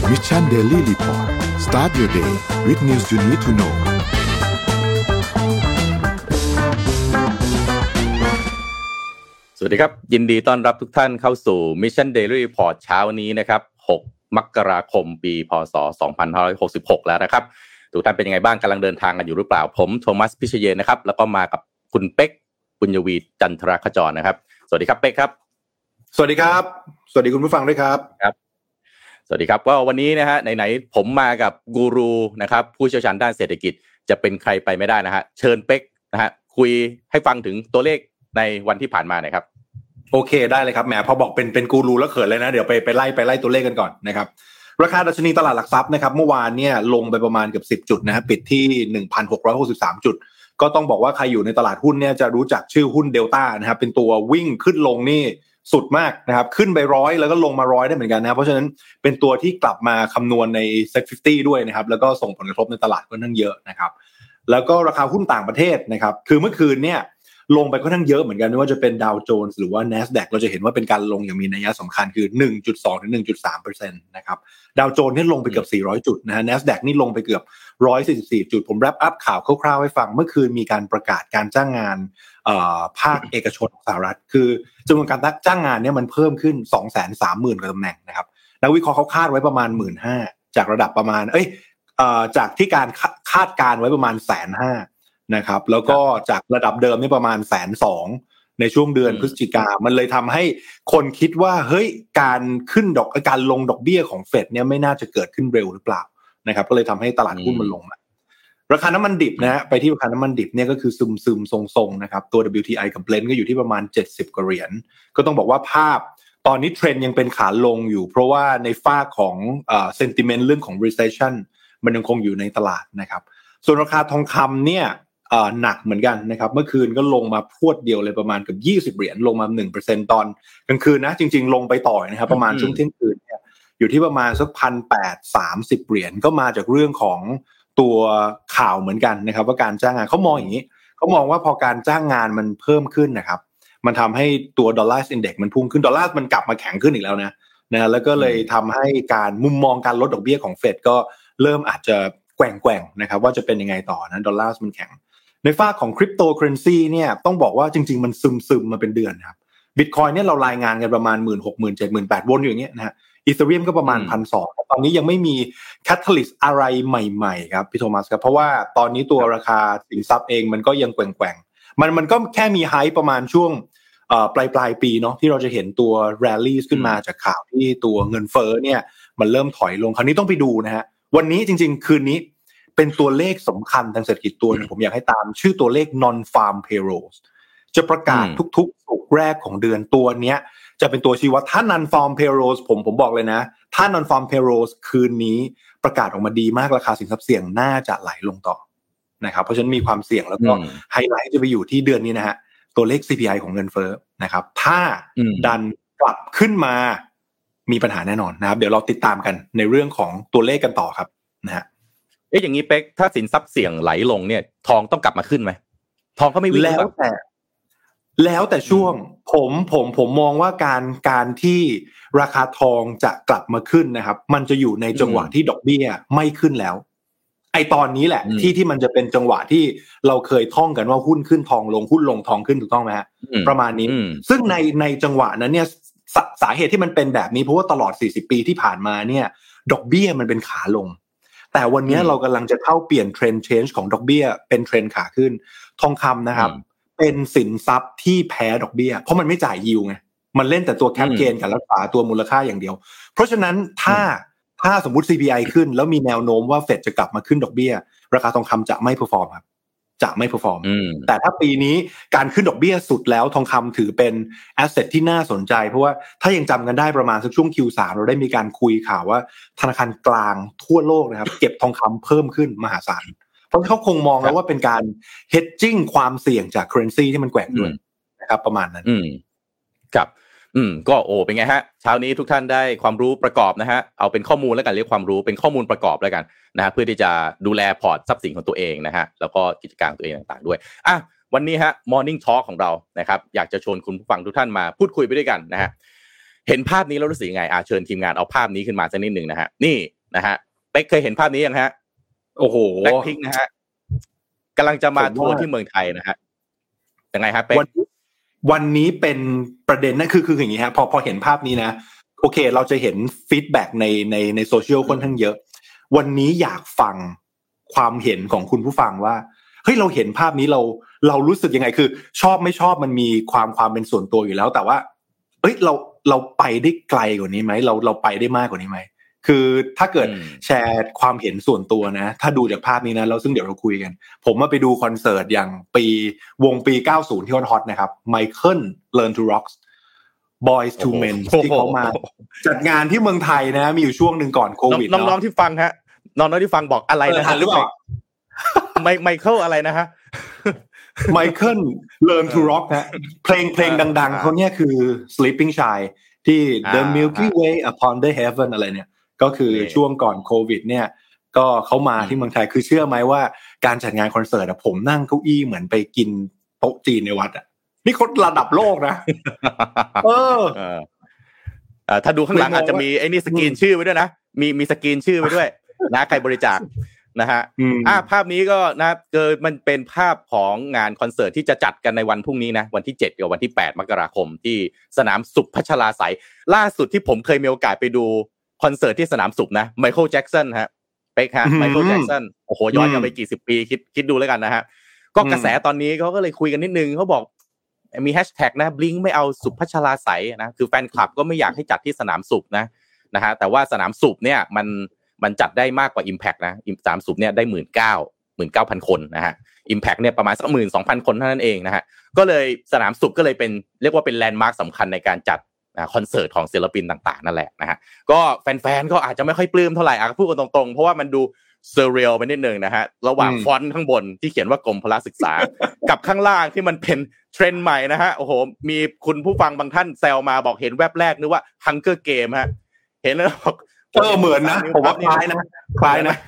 Mission Daily Report start your day with news you need to know สวัสดีครับยินดีต้อนรับทุกท่านเข้าสู่ Mission Daily Report เช้านี้นะครับ6มกราคมปีพ.ศ. 2566แล้วนะครับทุกท่านเป็นยังไงบ้างกำลังเดินทางกันอยู่หรือเปล่าผมโทมัสพิเชเยนนะครับแล้วก็มากับคุณเป๊กปุญญวีจันทรขจรนะครับสวัสดีครับเป๊กครับสวัสดีครับสวัสดีคุณผู้ฟังด้วยครับครับสวัสดีครับก็วันนี้นะฮะไหนๆผมมากับกูรูนะครับผู้เชี่ยวชาญด้านเศรษฐกิจจะเป็นใครไปไม่ได้นะฮะเชิญเป๊กนะฮะคุยให้ฟังถึงตัวเลขในวันที่ผ่านมาหน่อยครับโอเคได้เลยครับแหมพอบอกเป็นกูรูแล้วเขินเลยนะเดี๋ยวไปไล่ตัวเลขกันก่อนนะครับราคาดัชนีตลาดหลักทรัพย์นะครับเมื่อวานเนี่ยลงไปประมาณเกือบ10จุดนะฮะปิดที่ 1,663 จุดก็ต้องบอกว่าใครอยู่ในตลาดหุ้นเนี่ยจะรู้จักชื่อหุ้นเดลต้านะครับเป็นตัววิ่งขึ้นลงนี่สุดมากนะครับขึ้นไป100แล้วก็ลงมา100ได้เหมือนกันนะครับเพราะฉะนั้นเป็นตัวที่กลับมาคำนวณใน Set 50 ด้วยนะครับแล้วก็ส่งผลกระทบในตลาดค่อนข้างเยอะนะครับแล้วก็ราคาหุ้นต่างประเทศนะครับคือเมื่อคืนเนี่ยลงไปค่อนข้างเยอะเหมือนกันไม่ว่าจะเป็น Dow Jones หรือว่า Nasdaq เราจะเห็นว่าเป็นการลงอย่างมีนัยสำคัญคือ 1.2 ถึง 1.3% นะครับ Dow Jones นี่ลงไปเกือบ400จุดนะฮะ Nasdaq นี่ลงไปเกือบ144จุดผมแรปอัพข่าวคร่าวๆให้ฟังเมื่อคืนมีการประกาศการจ้างงานภาคเอกชนของสหรัฐคือจำนวนการจ้างงานเนี่ยมันเพิ่มขึ้น 230,000 กว่าตำแหน่งนะครับนักวิเคราะห์เขาคาดไว้ประมาณ 15,000 จากระดับประมาณจากที่การคาดการไว้ประมาณ 150,000 นะครับแล้วก็จากระดับเดิมนี่ประมาณ 120,000 ในช่วงเดือนพฤศจิกามันเลยทำให้คนคิดว่าเฮ้ยการลงดอกเบี้ยของเฟดเนี่ยไม่น่าจะเกิดขึ้นเร็วหรือเปล่านะครับก็เลยทำให้ตลาดหุ้นมันลงมาราคาน้ำมันดิบนะฮะไปที่ราคาน้ำมันดิบเนี่ยก็คือซึมๆทรงๆนะครับตัว WTI กับ Brent ก็อยู่ที่ประมาณ70กว่าเหรียญก็ต้องบอกว่าภาพตอนนี้เทรนด์ยังเป็นขาลงอยู่เพราะว่าในฝ้าของsentiment เรื่องของ recession มันยังคงอยู่ในตลาดนะครับส่วนราคาทองคำเนี่ยหนักเหมือนกันนะครับเมื่อคืนก็ลงมาพรวดเดียวเลยประมาณเกือบ20เหรียญลงมา 1% ตอนกลางคืนนะจริงๆลงไปต่อนะครับประมาณช่วงเที่ยงคืนเนี่ยอยู่ที่ประมาณสัก 1,830 เหรียญก็มาจากเรื่องของตัวข่าวเหมือนกันนะครับว่าการจ้างงานเขามองอย่างนี้เขามองว่าพอการจ้างงานมันเพิ่มขึ้นนะครับมันทำให้ตัวดอลลาร์อินเด็กซ์มันพุ่งขึ้นดอลลาร์มันกลับมาแข็งขึ้นอีกแล้วนะแล้วก็เลยทำให้การมุมมองการลดดอกเบี้ยของเฟดก็เริ่มอาจจะแกว่งนะครับว่าจะเป็นยังไงต่อนะดอลลาร์มันแข็งในฝั่งของคริปโตเคอเรนซีเนี่ยต้องบอกว่าจริงๆมันซึมมาเป็นเดือนครับบิตคอยน์เนี่ยเรารายงานกันประมาณ 16,000 17,000 วนอยู่อย่างเงี้ยนะฮะอีเธเรียมก็ประมาณ 1,200 ตอนนี้ยังไม่มีแคตาลิสต์อะไรใหม่ๆครับพี่โทมัสครับเพราะว่าตอนนี้ตัวราคาสินทรัพย์เองมันก็ยังแกว่งมันก็แค่มีไฮป์ประมาณช่วงปลายปีเนาะที่เราจะเห็นตัวแรลลี่ขึ้นมาจากข่าวที่ตัวเงินเฟ้อเนี่ยมันเริ่มถอยลงคราวนี้ต้องไปดูนะฮะวันนี้จริงๆคืนนี้เป็นตัวเลขสำคัญทางเศรษฐกิจตัวนึงผมอยากให้ตามชื่อตัวเลข non farm payrolls จะประกาศทุกๆศุกร์แรกของเดือนตัวเนี้ยจะเป็นตัวชี้วัดถ้า non farm payrolls ผมบอกเลยนะถ้า non farm payrolls คืนนี้ประกาศออกมาดีมากราคาสินทรัพย์เสี่ยงน่าจะไหลลงต่อนะครับเพราะฉะนั้นมีความเสี่ยงแล้วก็ไฮไลท์จะไปอยู่ที่เดือนนี้นะฮะตัวเลข CPI ของเงินเฟ้อนะครับถ้าดันกลับขึ้นมามีปัญหาแน่นอนนะครับเดี๋ยวเราติดตามกันในเรื่องของตัวเลขกันต่อครับนะฮะอย่างนี้เป๊กถ้าสินทรัพย์เสี่ยงไหลลงเนี่ยทองต้องกลับมาขึ้นไหมทองก็ไม่วิ่งแล้วแต่ช่วงผมมองว่าการที่ราคาทองจะกลับมาขึ้นนะครับมันจะอยู่ในจังหวะที่ดอกเบี้ยไม่ขึ้นแล้วไอตอนนี้แหละที่มันจะเป็นจังหวะที่เราเคยท่องกันว่าหุ้นขึ้นทองลงหุ้นลงทองขึ้นถูกต้องไหมฮะประมาณนี้ซึ่งในจังหวะนั้นเนี่ยสาเหตุที่มันเป็นแบบนี้เพราะว่าตลอด40ปีที่ผ่านมาเนี่ยดอกเบี้ยมันเป็นขาลงแต่วันนี้เรากำลังจะเข้าเปลี่ยนเทรนด์ change ของดอกเบี้ยเป็นเทรนด์ขาขึ้นทองคำนะครับเป็นสินทรัพย์ที่แพ้ดอกเบี้ยเพราะมันไม่จ่ายยิวไงมันเล่นแต่ตัวแคปเกนกับรักษาตัวมูลค่าอย่างเดียวเพราะฉะนั้นถ้าสมมุติ CPI ขึ้นแล้วมีแนวโน้มว่าเฟดจะกลับมาขึ้นดอกเบี้ยราคาทองคำจะไม่เพอร์ฟอร์มครับจะไม่เพอร์ฟอร์มแต่ถ้าปีนี้การขึ้นดอกเบี้ยสุดแล้วทองคำถือเป็นแอสเซทที่น่าสนใจเพราะว่าถ้ายังจำกันได้ประมาณสักช่วง Q3 เราได้มีการคุยข่าวว่าธนาคารกลางทั่วโลกนะครับเก็บทองคำเพิ่มขึ้นมหาศาลเพราะเขาคงมองแล้วว่าเป็นการ hedging ความเสี่ยงจาก currency ที่มันแกว่งด้วยนะครับประมาณนั้นครับก็เป็นไงฮะเช้านี้ทุกท่านได้ความรู้ประกอบนะฮะเอาเป็นข้อมูลแล้วกันเรียกความรู้เป็นข้อมูลประกอบแล้วกันนะฮะเพื่อที่จะดูแลพอร์ตทรัพย์สินของตัวเองนะฮะแล้วก็กิจการตัวเองต่างๆด้วยวันนี้ฮะ Morning Talk ของเรานะครับอยากจะชวนคุณผู้ฟังทุกท่านมาพูดคุยไปด้วยกันนะฮะเห็นภาพนี้แล้วรู้สึกยังไงเชิญทีมงานเอาภาพนี้ขึ้นมาสักนิดนึงนะฮะนี่นะฮะเป๊กเคยเห็นภาพนี้ยังฮะโอ้โหแบล็คพิงค์นะฮะกำลังจะมาทัวร์ที่เมืองไทยนะฮะยังไงฮะเป๊กวันนี้เป็นประเด็นนั่นคืออย่างนี้ฮะพอเห็นภาพนี้นะโอเคเราจะเห็นฟีดแบ็กในโซเชียลค่อนข้างเยอะวันนี้อยากฟังความเห็นของคุณผู้ฟังว่าเฮ้ยเราเห็นภาพนี้เรารู้สึกยังไงคือชอบไม่ชอบมันมีความเป็นส่วนตัวอยู่แล้วแต่ว่าเอ้ยเราไปได้ไกลกว่านี้ไหมเราไปได้มากกว่านี้ไหมคือถ้าเกิดแชร์ความเห็นส่วนตัวนะถ้าดูจากภาพนี้นะแล้วซึ่งเดี๋ยวเราคุยกันผมมาไปดูคอนเสิร์ตอย่างวงปี90ที่ฮอตนะครับ Michael Learn to Rock Boys to Men ที่เขามาจัดงานที่เมืองไทยนะมีอยู่ช่วงนึงก่อนโควิดน้องๆที่ฟังฮะน้องๆที่ฟังบอกอะไรนะทันหรือเปล่าไมเคิลอะไรนะฮะ Michael Learn to Rock ฮะเพลงดังๆเขาเนี่ยคือ Sleeping Child ที่ The Milky Way Upon the Heaven อะไรเนี่ยก็คือช่วงก่อนโควิดเนี่ยก็เขามาที่เมืองไทยคือเชื่อไหมว่าการจัดงานคอนเสิร์ตผมนั่งเก้าอี้เหมือนไปกินโต๊ะจีนในวัดอ่ะนี่คนระดับโลกนะถ้าดูข้างหลังอาจจะมีไอ้นี่สกรีนชื่อไว้ด้วยนะมีสกรีนชื่อไว้ด้วยนะใครบริจาคนะฮะภาพนี้ก็นะมันเป็นภาพของงานคอนเสิร์ตที่จะจัดกันในวันพรุ่งนี้นะวันที่7กับวันที่8มกราคมที่สนามสุขพัชราไสยล่าสุดที่ผมเคยมีโอกาสไปดูคอนเสิร์ตที่สนามสุขนะไมเคิลแจ็คสันฮะเป๊กฮะไมเคิลแจ็คสันโอ้โหย้อนกลับไปกี่สิบปีคิดดูแล้วกันนะฮะก็กระแสตอนนี้เขาก็เลยคุยกันนิดนึงเขาบอกมีแฮชแท็กนะบลิงไม่เอาสุขพัชราไสยนะคือแฟนคลับก็ไม่อยากให้จัดที่สนามสุขนะฮะแต่ว่าสนามสุขเนี่ยมันจัดได้มากกว่า Impact นะสนามสุขเนี่ยได้ 19,000 คนนะฮะ Impact เนี่ยประมาณสัก 12,000 คนเท่านั้นเองนะฮะก็เลยสนามสุขก็เลยเป็นเรียกว่าเป็นแลนด์มาร์คสำคัญในการจัดคอนเสิร์ตของศิลปินต่างๆนั่นแหละนะฮะก็แฟนๆก็อาจจะไม่ค่อยปลื้มเท่าไหร่พูดกันตรงๆเพราะว่ามันดูเซอร์เรียลไปนิดนึงนะฮะระหว่างฟอนต์ข้างบนที่เขียนว่ากรมพละศึกษา กับข้างล่างที่มันเป็นเทรนด์ใหม่นะฮะโอ้โหมีคุณผู้ฟังบางท่านแซวมาบอกเห็นแวบแรกนึกว่า Hunger Game ฮะเห็นแล้วบอกเหมือนนะผมว่าคล้ายนะคล้ายไหม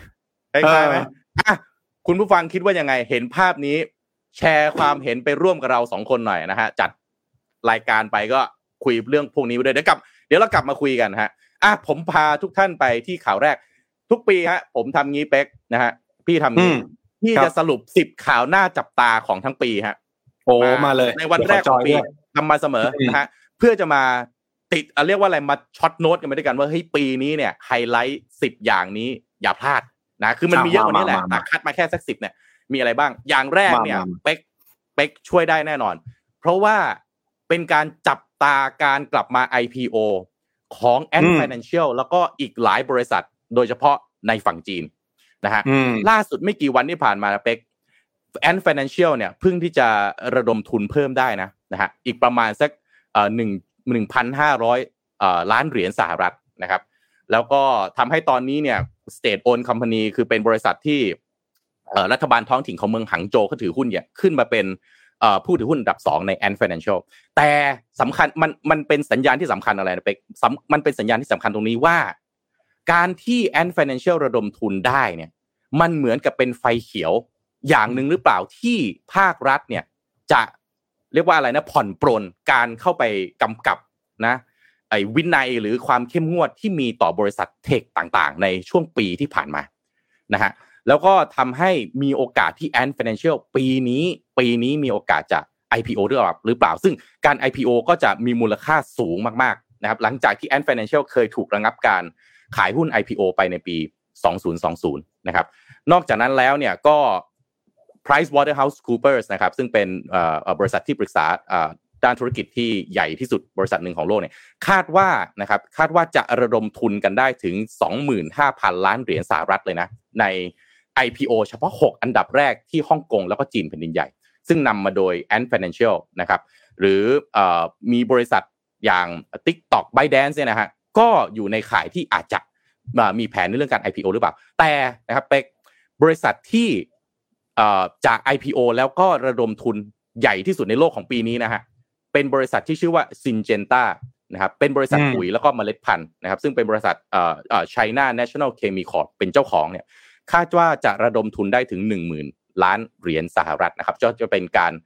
คุณผู้ฟังคิดว่ายังไงเห็นภาพนี้แชร์ความเห็นไปร่วมกับเรา2คนหน่อยนะฮะจัดรายการไปก็คุยเรื่องพวกนี้ไปด้วยเดี๋ยวเรากลับมาคุยกันฮะผมพาทุกท่านไปที่ข่าวแรกทุกปีฮะผมทำงี้เป๊กนะฮะพี่ทำงี้พี่จะสรุป10ข่าวหน้าจับตาของทั้งปีฮะโอ้มาเลยในวันแรกของปีทำมาเสมอนะฮะเพื่อจะมาติดเรียกว่าอะไรมาช็อตโน้ตกันไปด้วยกันว่าเฮ้ยปีนี้เนี่ยไฮไลท์10อย่างนี้อย่าพลาดนะคือมันมีเยอะกว่านี้แหละแต่คัดมาแค่สัก10เนี่ยมีอะไรบ้างอย่างแรกเนี่ยเป๊กช่วยได้แน่นอนเพราะว่าเป็นการจับตาการกลับมา IPO ของ Ant Financial แล้วก็อีกหลายบริษัทโดยเฉพาะในฝั่งจีนนะฮะล่าสุดไม่กี่วันที่ผ่านมาเป๊ก Ant Financial เนี่ยเพิ่งที่จะระดมทุนเพิ่มได้นะฮะอีกประมาณสัก1,500 ล้านเหรียญสหรัฐนะครับแล้วก็ทำให้ตอนนี้เนี่ย State Owned Company คือเป็นบริษัทที่รัฐบาลท้องถิ่นของเมืองหังโจวเขาถือหุ้นเนี่ยขึ้นมาเป็นผู้ถือหุ้นอันดับ2ใน Ant Financial แต่สำคัญมันเป็นสัญญาณที่สำคัญอะไรนะเป๊กมันเป็นสัญญาณที่สำคัญตรงนี้ว่าการที่ Ant Financial ระดมทุนได้เนี่ยมันเหมือนกับเป็นไฟเขียวอย่างนึงหรือเปล่าที่ภาครัฐเนี่ยจะเรียกว่าอะไรนะผ่อนปรนการเข้าไปกำกับนะไอ้วินัยหรือความเข้มงวดที่มีต่อบริษัทเทคต่างๆในช่วงปีที่ผ่านมานะฮะแล้วก็ทำให้มีโอกาสที่ Ant Financial ปีนี้มีโอกาสจะ IPO หรือเปล่าซึ่งการ IPO ก็จะมีมูลค่าสูงมากๆนะครับหลังจากที่ Ant Financial เคยถูกระงับการขายหุ้น IPO ไปในปี2020นะครับนอกจากนั้นแล้วเนี่ยก็PricewaterhouseCoopers นะครับซึ่งเป็นบริษัทที่ปรึกษาด้านธุรกิจที่ใหญ่ที่สุดบริษัทหนึ่งของโลกเนี่ยคาดว่าจะระดมทุนกันได้ถึง 25,000 ล้านเหรียญสหรัฐเลยนะใน IPO เฉพาะ6อันดับแรกที่ฮ่องกงแล้วก็จีนแผ่นดินใหญ่ซึ่งนำมาโดย Ant Financial นะครับหรือมีบริษัทอย่าง TikTok ByteDance เนี่ยนะฮะก็อยู่ในข่ายที่อาจจะมีแผนในเรื่องการ IPO หรือเปล่าแต่นะครับเป็นบริษัทที่จาก IPO แล้วก็ระดมทุนใหญ่ที่สุดในโลกของปีนี้นะฮะเป็นบริษัทที่ชื่อว่า Syngenta นะครับเป็นบริษัทปุ๋ยแล้วก็เมล็ดพันธุ์นะครับซึ่งเป็นบริษัทChina National Chemical เป็นเจ้าของเนี่ยคาดว่าจะระดมทุนได้ถึง 10,000 ล้านเหรียญสหรัฐนะครับจะเป็นการ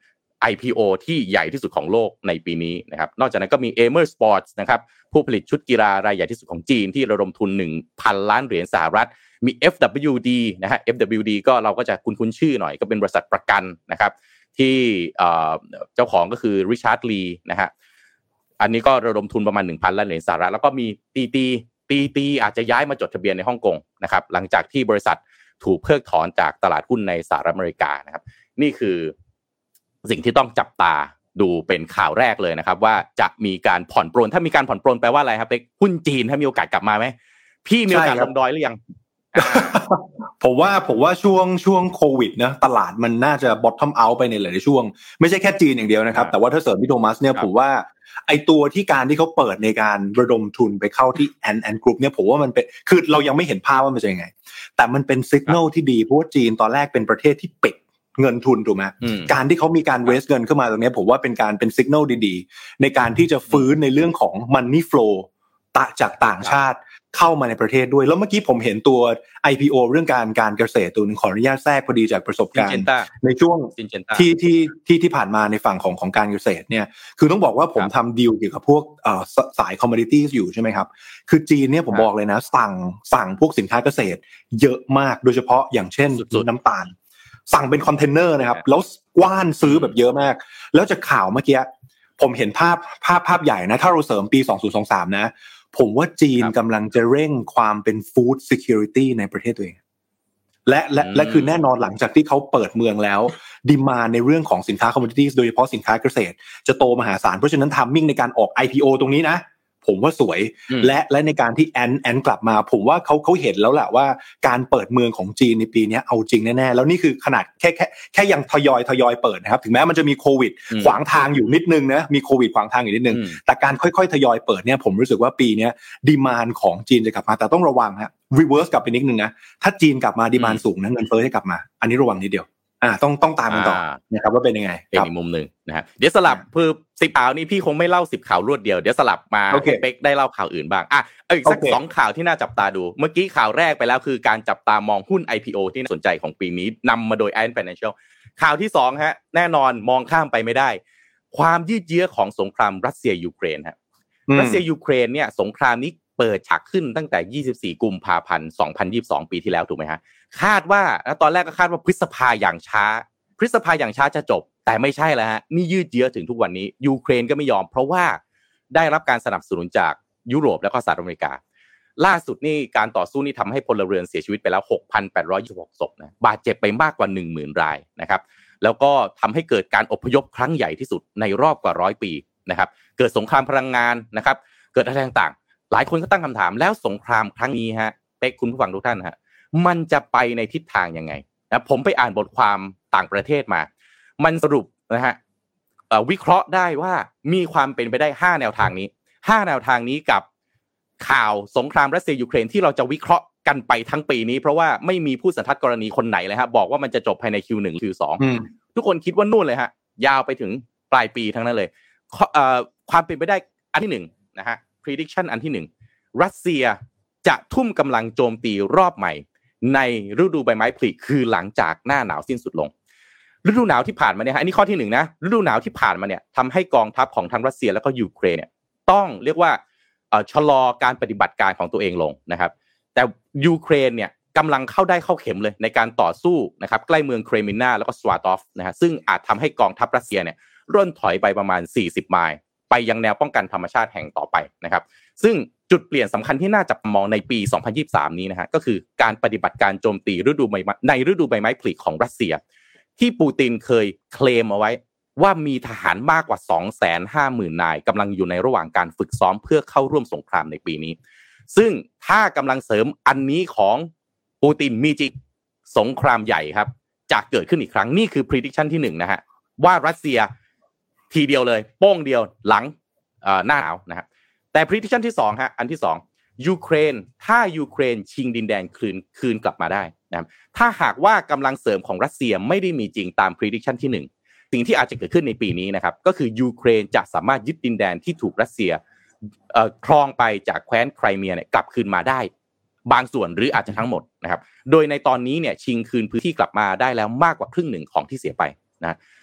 IPO ที่ใหญ่ที่สุดของโลกในปีนี้นะครับนอกจากนั้นก็มี Amer Sports นะครับผู้ผลิตชุดกีฬารายใหญ่ที่สุดของจีนที่ระดมทุน 1,000 ล้านเหรียญสหรัฐมี FWD นะฮะ FWD ก็เราก็จะคุ้นชื่อหน่อยก็เป็นบริษัทประกันนะครับที่เจ้าของก็คือริชาร์ดลีนะฮะอันนี้ก็ระดมทุนประมาณ 1,000 ล้านเหรียญสหรัฐแล้วก็มีตีอาจจะย้ายมาจดทะเบียนในฮ่องกงนะครับหลังจากที่บริษัทถูกเพิกถอนจากตลาดหุ้นในสหรัฐอเมริกานะครับนี่คือสิ่งที่ต้องจับตาดูเป็นข่าวแรกเลยนะครับว่าจะมีการผ่อนปรนถ้ามีการผ่อนปรนแปลว่าอะไรครับเป๊กหุ้นจีนถ้ามีโอกาสกลับมาไหมพี่มีโอกาสลงดอยหรือยังผมว่าช่วงโควิดนะตลาดมันน่าจะ bottom out ไปในหลายๆช่วงไม่ใช่แค่จีนอย่างเดียวนะครับแต่ว่าถ้าเสริมพี่โทมัสเนี่ยผมว่าไอตัวที่การที่เขาเปิดในการระดมทุนไปเข้าที่ Ant Group เนี่ยผมว่ามันเป็นคือเรายังไม่เห็นภาพว่ามันจะยังไงแต่มันเป็นสัญญาณที่ดีเพราะว่าจีนตอนแรกเป็นประเทศที่ปิดเงินทุนถูกไหมการที่เขามีการ raise เงินขึ้นมาตรงนี้ผมว่าเป็นการเป็นสัญญาณดีๆในการที่จะฟื้นในเรื่องของ money flow จากต่างชาติเข้ามาในประเทศด้วยแล้วเมื่อกี้ผมเห็นตัว IPO เรื่องการเกษตรตัวนึงขออนุญาตแทรกพอดีจากประสบการณ์ในช่วงที่ผ่านมาในฝั่งของการเกษตรเนี่ยคือต้องบอกว่าผมทำดีลเกี่ยวกับพวกสาย commodities อยู่ใช่ไหมครับคือจีนเนี่ยผมบอกเลยนะสั่งพวกสินค้าเกษตรเยอะมากโดยเฉพาะอย่างเช่นน้ำตาลสั่งเป็นคอนเทนเนอร์นะครับแล้วกว้านซื้อแบบเยอะมากแล้วจากข่าวเมื่อกี้ผมเห็นภาพใหญ่นะถ้าเราเสริมปี2023นะผมว่าจีนกำลังจะเร่งความเป็น food security ในประเทศตัวเองและคือแน่นอนหลังจากที่เขาเปิดเมืองแล้วดีมานด์ในเรื่องของสินค้า commodities โดยเฉพาะสินค้าเกษตรจะโตมหาศาลเพราะฉะนั้น timing ในการออก IPO ตรงนี้นะผมว่าสวยและในการที่แอนกลับมาผมว่าเขาเห็นแล้วแหละว่าการเปิดเมืองของจีนในปีนี้เอาจริงแน่ๆแล้วนี่คือขนาดแค่ยังทยอยเปิดนะครับถึงแม้มันจะมีโควิดขวางทางอยู่นิดนึงนะมีโควิดขวางทางอยู่นิดนึงแต่การค่อยๆทยอยเปิดเนี่ยผมรู้สึกว่าปีนี้ดีมานด์ของจีนจะกลับมาแต่ต้องระวังฮะรีเวิร์สกลับไปนิดนึงนะถ้าจีนกลับมาดีมานด์สูงนะเงินเฟ้อจะกลับมาอันนี้ระวังนิดเดียวต้องตามกันต่อนะครับว่าเป็นยังไงเป็นอีกมุมนึงนะฮะเดี๋ยวสลับคือ10ข่าวนี้พี่คงไม่เล่า10ข่าวรวดเดียวเดี๋ยวสลับมาให้เป๊กได้เล่าข่าวอื่นบ้างอีกสัก2ข่าวที่น่าจับตาดูเมื่อกี้ข่าวแรกไปแล้วคือการจับตามองหุ้น IPO ที่น่าสนใจของปีนี้นำมาโดย Ant Financial ข่าวที่2ฮะแน่นอนมองข้ามไปไม่ได้ความยืดเยื้อของสงครามรัสเซียยูเครนฮะรัสเซียยูเครนเนี่ยสงครามนี้เปิดฉากขึ้นตั้งแต่24กุมภาพันธ์2022ปีที่แล้วถูกมั้ยฮะคาดว่าตอนแรกก็คาดว่าพฤษภาอย่างช้าจะจบแต่ไม่ใช่แล้วฮะนี่ยืดเยื้อถึงทุกวันนี้ยูเครนก็ไม่ยอมเพราะว่าได้รับการสนับสนุนจากยุโรปและก็สหรัฐอเมริกาล่าสุดนี่การต่อสู้นี่ทำให้พลเรือนเสียชีวิตไปแล้ว 6,826 ศพนะบาดเจ็บไปมากกว่า 10,000 รายนะครับแล้วก็ทำให้เกิดการอพยพครั้งใหญ่ที่สุดในรอบกว่า100ปีนะครับเกิดสงครามพลังงานนะครับเกิดอะไรต่างๆหลายคนก็ตั้งคำถามแล้วสงครามครั้งนี้ฮะเป๊กคุณผู้ฟังทุกท่านฮะมันจะไปในทิศทางยังไงนะผมไปอ่านบทความต่างประเทศมามันสรุปนะฮะวิเคราะห์ได้ว่ามีความเป็นไปได้5แนวทางนี้กับข่าวสงครามรัสเซียยูเครนที่เราจะวิเคราะห์กันไปทั้งปีนี้เพราะว่าไม่มีผู้สันทัดกรณีคนไหนเลยฮะบอกว่ามันจะจบภายใน Q1 Q2 ทุกคนคิดว่านู่นเลยฮะยาวไปถึงปลายปีทั้งนั้นเลยความเป็นไปได้อันที่1นะฮะ prediction อันที่1รัสเซียจะทุ่มกำลังโจมตีรอบใหม่ในฤดูใบไม้ผลิคือหลังจากหน้าหนาวสิ้นสุดลงฤดูหนาวที่ผ่านมาเนี่ยอันนี้ข้อที่1นะฤดูหนาวที่ผ่านมาเนี่ยทำให้กองทัพของทั้งรัสเซียแล้วก็ยูเครนเนี่ยต้องเรียกว่าชะลอการปฏิบัติการของตัวเองลงนะครับแต่ยูเครนเนี่ยกำลังเข้าได้เข้าเข็มเลยในการต่อสู้นะครับใกล้เมืองเครมินาแล้วก็สวาตอฟนะฮะซึ่งอาจทำให้กองทัพรัสเซียเนี่ยร่นถอยไปประมาณ40ไมล์ไปยังแนวป้องกันธรรมชาติแห่งต่อไปนะครับซึ่งจุดเปลี่ยนสำคัญที่น่าจับมองในปี2023นี้นะฮะก็คือการปฏิบัติการโจมตีฤดูใบไม้ผลิของรัสเซียที่ปูตินเคยเคลมเอาไว้ว่ามีทหารมากกว่า 250,000 นายกำลังอยู่ในระหว่างการฝึกซ้อมเพื่อเข้าร่วมสงครามในปีนี้ซึ่งถ้ากำลังเสริมอันนี้ของปูตินมีจริงสงครามใหญ่ครับจะเกิดขึ้นอีกครั้งนี่คือ prediction ที่1นะฮะว่ารัสเซียทีเดียวเลยโป้งเดียวหลังหน้าหนาวนะฮะแต่ prediction ที่2ฮะอันที่2ยูเครนถ้ายูเครนชิงดินแดนคืนกลับมาได้นะครับถ้าหากว่ากำลังเสริมของรัสเซียไม่ได้มีจริงตาม prediction ที่1สิ่งที่อาจจะเกิดขึ้นในปีนี้นะครับก็คือยูเครนจะสามารถยึดดินแดนที่ถูกรัสเซียครองไปจากแคว้นไครเมียเนี่ยกลับคืนมาได้บางส่วนหรืออาจจะทั้งหมดนะครับโดยในตอนนี้เนี่ยชิงคืนพื้นที่กลับมาได้แล้วมากกว่าครึ่งหนึ่งของที่เสียไปนะ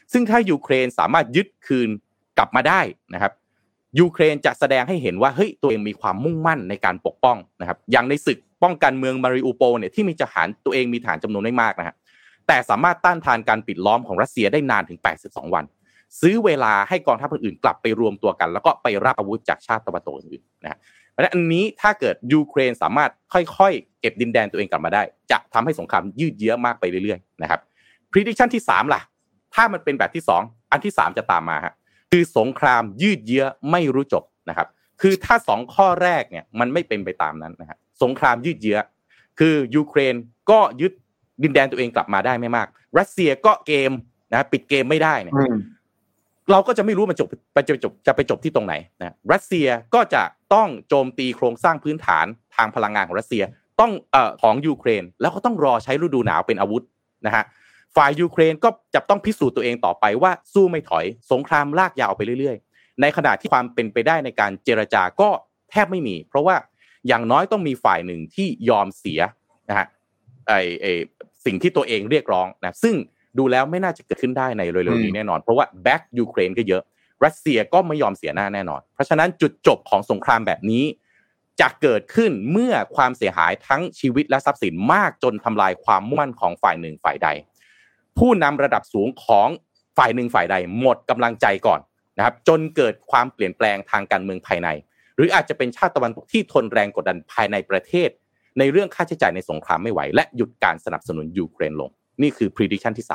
ซึ่งถ้ายูเครนสามารถยึดคืนกลับมาได้นะครับยูเครนจะแสดงให้เห็นว่าเฮ้ยตัวเองมีความมุ่งมั่นในการปกป้องนะครับอย่างในศึกป้องกันเมืองมาริอูโปลเนี่ยที่มีทหารตัวเองมีฐานจำนวนไม่มากนะฮะแต่สามารถต้านทานการปิดล้อมของรัสเซียได้นานถึง82วันซื้อเวลาให้กองทัพอื่นๆกลับไปรวมตัวกันแล้วก็ไปรับอาวุธจากชาติตะวันตกอื่นนะฮะเพราะฉะนั้นอันนี้ถ้าเกิดยูเครนสามารถค่อยๆเก็บดินแดนตัวเองกลับมาได้จะทำให้สงครามยืดเยื้อมากไปเรื่อยๆนะครับ prediction ที่3ล่ะถ้ามันเป็นแบบที่2อันที่3จะตามมาฮะคือสงครามยืดเยื้อไม่รู้จบนะครับคือถ้า2ข้อแรกเนี่ยมันไม่เป็นไปตามนั้นนะฮะสงครามยืดเยื้อคือยูเครนก็ยึดดินแดนตัวเองกลับมาได้ไม่มากรัสเซียก็เกมนะปิดเกมไม่ได้เนี่ยเราก็จะไม่รู้มันจะไปจบที่ตรงไหนนะรัสเซียก็จะต้องโจมตีโครงสร้างพื้นฐานทางพลังงานของรัสเซียต้องของยูเครนแล้วก็ต้องรอใช้ฤดูหนาวเป็นอาวุธนะฮะฝ่ายยูเครนก็จะต้องพิสูจน์ตัวเองต่อไปว่าสู้ไม่ถอยสงครามลากยาวไปเรื่อยๆในขณะที่ความเป็นไปได้ในการเจรจาก็แทบไม่มีเพราะว่าอย่างน้อยต้องมีฝ่ายหนึ่งที่ยอมเสียนะฮะสิ่งที่ตัวเองเรียกร้องนะซึ่งดูแล้วไม่น่าจะเกิดขึ้นได้ในเร็วๆนี้แน่นอนเพราะว่าแบ็กยูเครนก็เยอะรัสเซียก็ไม่ยอมเสียหน้าแน่นอนเพราะฉะนั้นจุดจบของสงครามแบบนี้จะเกิดขึ้นเมื่อความเสียหายทั้งชีวิตและทรัพย์สินมากจนทำลายความมุ่งมั่นของฝ่ายหนึ่งฝ่ายใดผู้นำระดับสูงของฝ่ายหนึ่งฝ่ายใดหมดกำลังใจก่อนนะครับจนเกิดความเปลี่ยนแปลงทางการเมืองภายในหรืออาจจะเป็นชาติตะวันตกที่ทนแรงกดดันภายในประเทศในเรื่องค่าใช้จ่ายในสงครามไม่ไหวและหยุดการสนับสนุนยูเครนลงนี่คือ prediction ที่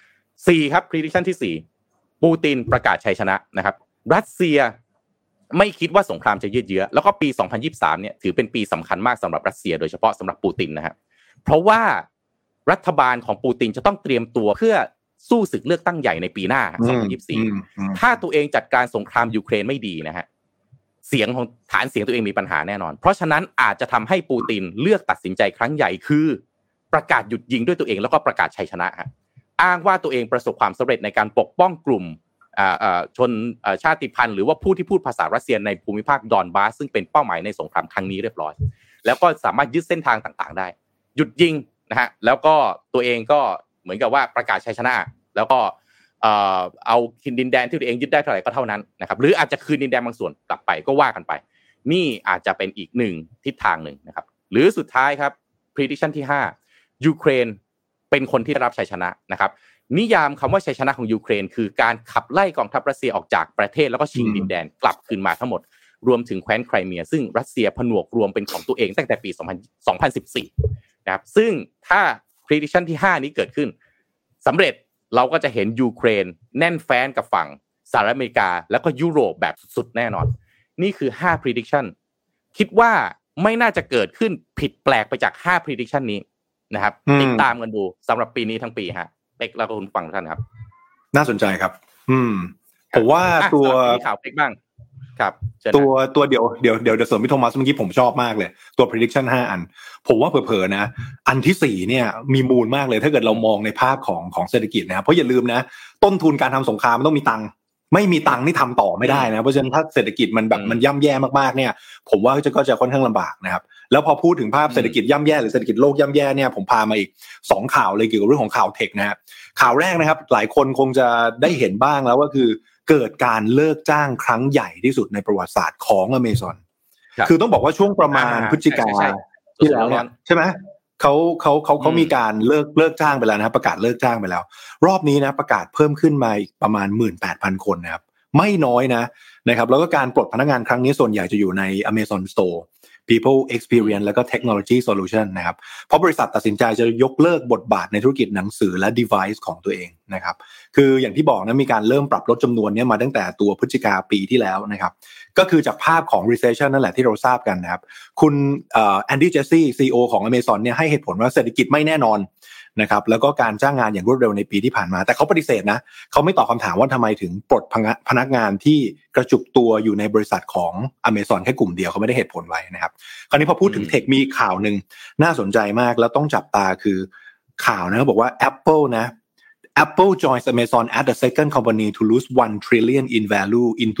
4ครับ prediction ที่4ปูตินประกาศชัยชนะนะครับรัสเซียไม่คิดว่าสงครามจะยืดเยื้อแล้วก็ปี2023เนี่ยถือเป็นปีสำคัญมากสำหรับรัสเซียโดยเฉพาะสำหรับปูตินนะฮะเพราะว่ารัฐบาลของปูตินจะต้องเตรียมตัวเพื่อสู้ศึกเลือกตั้งใหญ่ในปีหน้า2024ถ้าตัวเองจัดการสงครามยูเครนไม่ดีนะฮะเสียงของฐานเสียงตัวเองมีปัญหาแน่นอนเพราะฉะนั้นอาจจะทำให้ปูตินเลือกตัดสินใจครั้งใหญ่คือประกาศหยุดยิงด้วยตัวเองแล้วก็ประกาศชัยชนะฮะอ้างว่าตัวเองประสบความสำเร็จในการปกป้องกลุ่มชนชาติพันธุ์หรือว่าผู้ที่พูดภาษารัสเซียในภูมิภาคดอนบาสซึ่งเป็นเป้าหมายในสงครามครั้งนี้เรียบร้อยแล้วก็สามารถยึดเส้นทางต่างๆได้หยุดยิงนะฮะแล้วก็ตัวเองก็เหมือนกับว่าประกาศชัยชนะแล้วก็เอาดินแดนที่ตัวเองยึดได้เท่าไหร่ก็เท่านั้นนะครับหรืออาจจะคืนดินแดนบางส่วนกลับไปก็ว่ากันไปนี่อาจจะเป็นอีกหนึ่งทิศทางหนึ่งนะครับหรือสุดท้ายครับ prediction ที่5ยูเครนเป็นคนที่ได้รับชัยชนะนะครับนิยามคำว่าชัยชนะของยูเครนคือการขับไล่กองทัพรัสเซียออกจากประเทศแล้วก็ชิงดินแดนกลับคืนมาทั้งหมดรวมถึงแคว้นไครเมียซึ่งรัสเซียผนวกรวมเป็นของตัวเองตั้งแต่ปี2014นะครับซึ่งถ้า prediction ที่5นี้เกิดขึ้นสำเร็จเราก็จะเห็นยูเครนแน่นแฟ้นกับฝั่งสหรัฐอเมริกาแล้วก็ยุโรปแบบสุดๆแน่นอนนี่คือ5 prediction คิดว่าไม่น่าจะเกิดขึ้นผิดแปลกไปจาก5 prediction นี้นะครับติดตามกันดูสำหรับปีนี้ทั้งปีฮะเป็กแล้วก็คุณฟังท่านครับน่าสนใจครับผมว่าตัวข่าวเป็กบ้างครับตัวเดี๋ยวเสริมพี่โทมัสเมื่อกี้ผมชอบมากเลยตัว prediction 5 อันผมว่าเผลอๆนะอันที่4เนี่ยมีมูลมากเลยถ้าเกิดเรามองในภาพของเศรษฐกิจนะครับเพราะอย่าลืมนะต้นทุนการทำสงครามมันต้องมีตังค์ไม่มีตังค์นี่ทำต่อไม่ได้นะเพราะฉะนั้นถ้าเศรษฐกิจมันแบบมันย่ำแย่มากๆเนี่ยผมว่าก็จะค่อนข้างลำบากนะครับแล้วพอพูดถึงภาพเศรษฐกิจย่ำแย่หรือเศรษฐกิจโลกย่ำแย่เนี่ยผมพามาอีก2ข่าวเลยเกี่ยวกับเรื่องของข่าวเทคนะฮะข่าวแรกนะครับหลายคนคงจะได้เห็นบ้างแล้วว่าคือเกิดการเลิกจ้างครั้งใหญ่ที่สุดในประวัติศาสตร์ของ Amazon คือต้องบอกว่าช่วงประมาณพฤศจิกายนที่แล้วเนี่ยใช่ไหมเขามีการเลิกจ้างไปแล้วนะครับประกาศเลิกจ้างไปแล้วรอบนี้นะประกาศเพิ่มขึ้นมาอีกประมาณ 18,000 คนนะครับไม่น้อยนะครับแล้วก็การปลดพนักงานครั้งนี้ส่วนใหญ่จะอยู่ใน Amazon Store People Experience แล้วก็ Technology Solution นะครับเพราะบริษัทตัดสินใจจะยกเลิกบทบาทในธุรกิจหนังสือและ device ของตัวเองนะครับคืออย่างที่บอกนะมีการเริ่มปรับลดจำนวนนี้มาตั้งแต่ตัวพฤศจิกาปีที่แล้วนะครับก็คือจากภาพของ recession นั่นแหละที่เราทราบกันนะครับคุณแอนดี้เจสซี่ CEO ของ Amazon เนี่ยให้เหตุผลว่าเศรษฐกิจไม่แน่นอนนะครับแล้วก็การจ้างงานอย่างรวดเร็วในปีที่ผ่านมาแต่เขาปฏิเสธนะเขาไม่ตอบคำถามว่าทำไมถึงปลดพนักงานที่กระจุกตัวอยู่ในบริษัทของ Amazon แค่กลุ่มเดียวเขาไม่ได้เหตุผลไว้นะครับคราวนี้พอพูดถึงเทคมีข่าวนึงน่าสนใจมากแล้วต้องจับตาคือข่าวนะบอกว่า Apple joins Amazon as the second company to lose 1 trillion in value in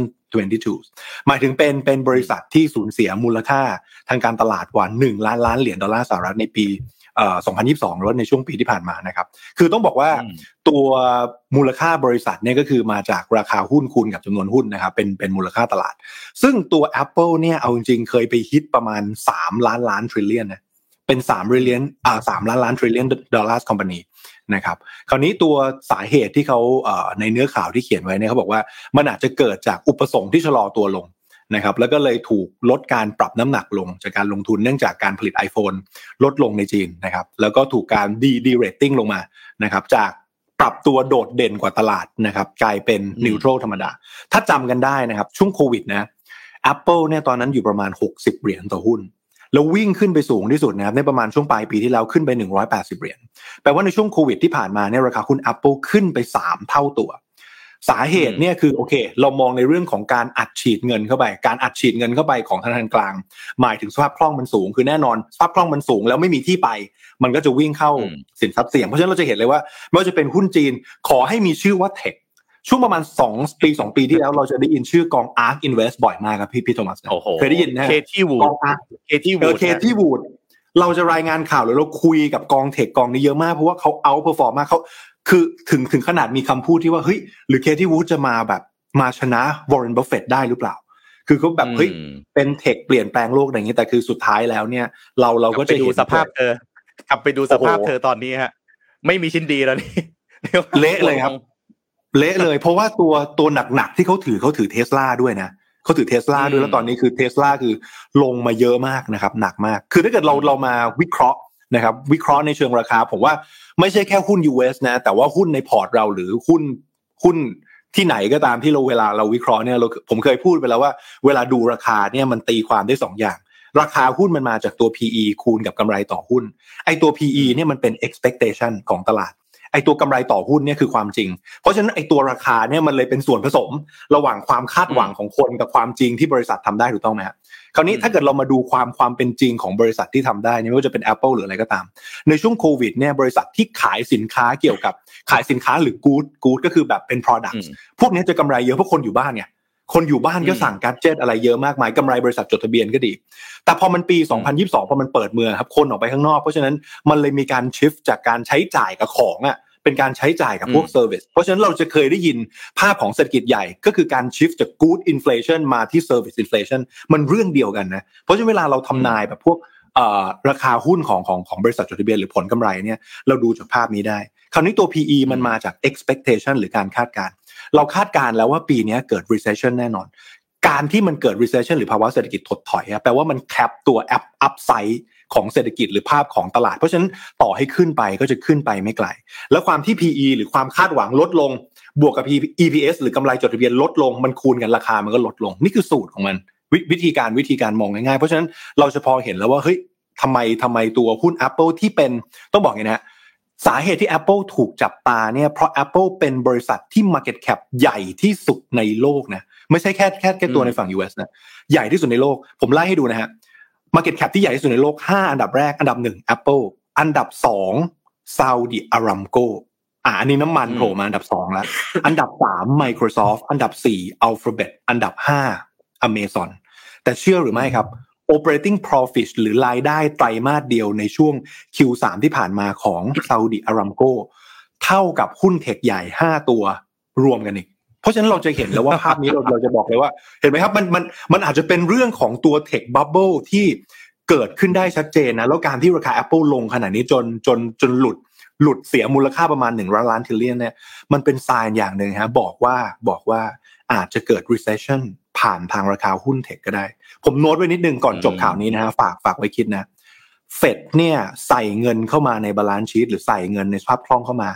2022 หมายถึงเป็นบริษัทที่สูญเสียมูลค่าทางการตลาดกว่า1 ล้านล้านเหรียญดอลลาร์สหรัฐในปี 2022หรือว่าในช่วงปีที่ผ่านมานะครับคือต้องบอกว่าตัวมูลค่าบริษัทเนี่ยก็คือมาจากราคาหุ้นคูณกับจำนวนหุ้นนะครับเป็นมูลค่าตลาดซึ่งตัว Apple เนี่ยเอาจริงๆเคยไปฮิตประมาณ3ล้านทริลเลียนนะเป็น3ล้านทริลเลียนดอลลาร์คอมพานีนะครับคราวนี้ตัวสาเหตุที่เขาในเนื้อข่าวที่เขียนไว้เนี่ยเขาบอกว่ามันอาจจะเกิดจากอุปสงค์ที่ชะลอตัวลงนะครับแล้วก็เลยถูกลดการปรับน้ำหนักลงจากการลงทุนเนื่องจากการผลิต iPhone ลดลงในจีนนะครับแล้วก็ถูกการดีเรตติ้งลงมานะครับจากปรับตัวโดดเด่นกว่าตลาดนะครับกลายเป็นนิวโตรธรรมดาถ้าจำกันได้นะครับช่วงโควิดนะ Apple เนี่ยตอนนั้นอยู่ประมาณ$60ต่อหุ้นแล้ววิ่งขึ้นไปสูงที่สุดนะครับในประมาณช่วงปลายปีที่แล้วขึ้นไป$180แปลว่าในช่วงโควิดที่ผ่านมาเนี่ยราคาหุ้น Apple ขึ้นไป3เท่าตัวสาเหตุเนี่ยคือโอเคเรามองในเรื่องของการอัดฉีดเงินเข้าไปการอัดฉีดเงินเข้าไปของธนาคารกลางหมายถึงสภาพคล่องมันสูงคือแน่นอนสภาพคล่องมันสูงแล้วไม่มีที่ไปมันก็จะวิ่งเข้าสินทรัพย์เสี่ยงเพราะฉะนั้นเราจะเห็นเลยว่าไม่ว่าจะเป็นหุ้นจีนขอให้มีชื่อว่าเทคช่วงประมาณ2 ปีที่แล้วเราจะได้ยินชื่อกอง ARK Invest บ่อยมากครับพี่โทมัสเคยได้ยินนะ Katie Wood เราจะรายงานข่าวหรือเราคุยกับกองเทคกองนี้เยอะมากเพราะว่าเขาเอาท์เพอร์ฟอร์มมากเขาคือถึงขนาดมีคำพูดที่ว่าเฮ้ยหรือ Katie Wood จะมาแบบมาชนะ Warren Buffett ได้หรือเปล่าคือเขาแบบเฮ้ยเป็นเทคเปลี่ยนแปลงโลกอะไรอย่างนี้แต่คือสุดท้ายแล้วเนี่ยเราก็จะเห็นสภาพกลับไปดูสภาพเธอตอนนี้ฮะไม่มีชิ้นดีแล้วนี่เละเลยครับเละเลยเพราะว่าตัวหนักๆที่เขาถือ Tesla ด้วยนะเขาถือ Tesla ด้วยแล้วตอนนี้คือ Tesla คือลงมาเยอะมากนะครับหนักมากคือถ้าเกิดเรามาวิเคราะห์นะครับวิเคราะห์ในเชิงราคาผมว่าไม่ใช่แค่หุ้น US นะแต่ว่าหุ้นในพอร์ตเราหรือหุ้นที่ไหนก็ตามที่เวลาเราวิเคราะห์เนี่ยผมเคยพูดไปแล้วว่าเวลาดูราคาเนี่ยมันตีความได้2อย่างราคาหุ้นมันมาจากตัว PE คูณกับกำไรต่อหุ้นไอ้ตัว PE เนี่ยมันเป็น expectation ของตลาดไอ้ตัวกำไรต่อหุ้นเนี่ยคือความจริงเพราะฉะนั้นไอ้ตัวราคาเนี่ยมันเลยเป็นส่วนผสมระหว่างความคาดหวังของคนกับความจริงที่บริษัททำได้ถูกต้องไหมครับคราวนี้ถ้าเกิดเรามาดูความเป็นจริงของบริษัทที่ทำได้ไม่ว่าจะเป็น Apple หรืออะไรก็ตามในช่วงโควิดเนี่ยบริษัทที่ขายสินค้าเกี่ยวกับขายสินค้าหรือ good ก็คือแบบเป็น products พวกนี้จะกำไรเยอะเพราะคนอยู่บ้านไงคนอยู่บ้านก็สั่งแกดเจ็ตอะไรเยอะมากมายกำไรบริษัทจดทะเบียนก็ดีแต่พอมันปี2022พอมันเปิดเมืองครับคนออกไปข้างนอกเพราะฉะนั้นมันเลยมีการชิฟต์จากการใช้จ่ายกับของอ่ะเป็นการใช้จ่ายกับพวกเซอร์วิสเพราะฉะนั้นเราจะเคยได้ยินภาพของเศรษฐกิจใหญ่ก็คือการชิฟต์จาก good inflation มาที่ service inflation มันเรื่องเดียวกันนะเพราะฉะนั้นเวลาเราทำนายแบบพวกราคาหุ้นของบริษัทจดทะเบียนหรือผลกำไรเนี่ยเราดูจากภาพนี้ได้คราวนี้ตัว PE มันมาจาก expectation หรือการคาดการณ์เราคาดการณ์แล้วว่าปีนี้เกิด recession แน่นอนการที่มันเกิด recession หรือภาวะเศรษฐกิจถดถอยแปลว่ามันแคปตัว upside ของเศรษฐกิจหรือภาพของตลาดเพราะฉะนั้นต่อให้ขึ้นไปก็จะขึ้นไปไม่ไกลแล้วความที่ PE หรือความคาดหวังลดลงบวกกับ EPS หรือกำไรจดทะเบียนลดลงมันคูณกันราคามันก็ลดลงนี่คือสูตรของมันวิธีการมองง่ายๆเพราะฉะนั้นเราจะพอเห็นแล้วว่าเฮ้ยทำไมตัวหุ้น Apple ที่เป็นต้องบอกอย่างนี้นะสาเหตุที่ Apple ถูกจับตาเนี่ยเพราะ Apple เป็นบริษัทที่ market cap ใหญ่ที่สุดในโลกนะไม่ใช่แค่ตัวในฝั่ง US นะใหญ่ที่สุดในโลกผมไล่ให้ดูนะฮะmarket cap ที่ใหญ่ที่สุดในโลก5อันดับแรกอันดับ1 Apple อันดับ2 Saudi Aramco อันนี้น้ำมันโผล่มาอันดับ2แล้วอันดับ3 Microsoft อันดับ4 Alphabet อันดับ5 Amazon แต่เชื่อหรือไม่ครับ operating profit หรือรายได้ไตรมาสเดียวในช่วง Q3 ที่ผ่านมาของ Saudi Aramco เท่ากับหุ้นเทคใหญ่5ตัวรวมกันอีกเพราะฉะนั้นเราจะเห็นแล้วว่าภาพนี้เราจะบอกเลยว่าเห็นไหมครับมันอาจจะเป็นเรื่องของตัว tech bubble ที่เกิดขึ้นได้ชัดเจนนะแล้วการที่ราคา Apple ลงขนาดนี้จนหลุดเสียมูลค่าประมาณ1ล้านทริลเลียนเนี่ยมันเป็น sign อย่างนึงฮะบอกว่าอาจจะเกิด recession ผ่านทางราคาหุ้นเทคก็ได้ผมโน้ตไว้นิดนึงก่อนจบข่าวนี้นะฮะฝากไว้คิดนะเฟดเนี่ยใส่เงินเข้ามาในบาลานซ์ชีทหรือใส่เงินในสภาพคล่องเข้ามา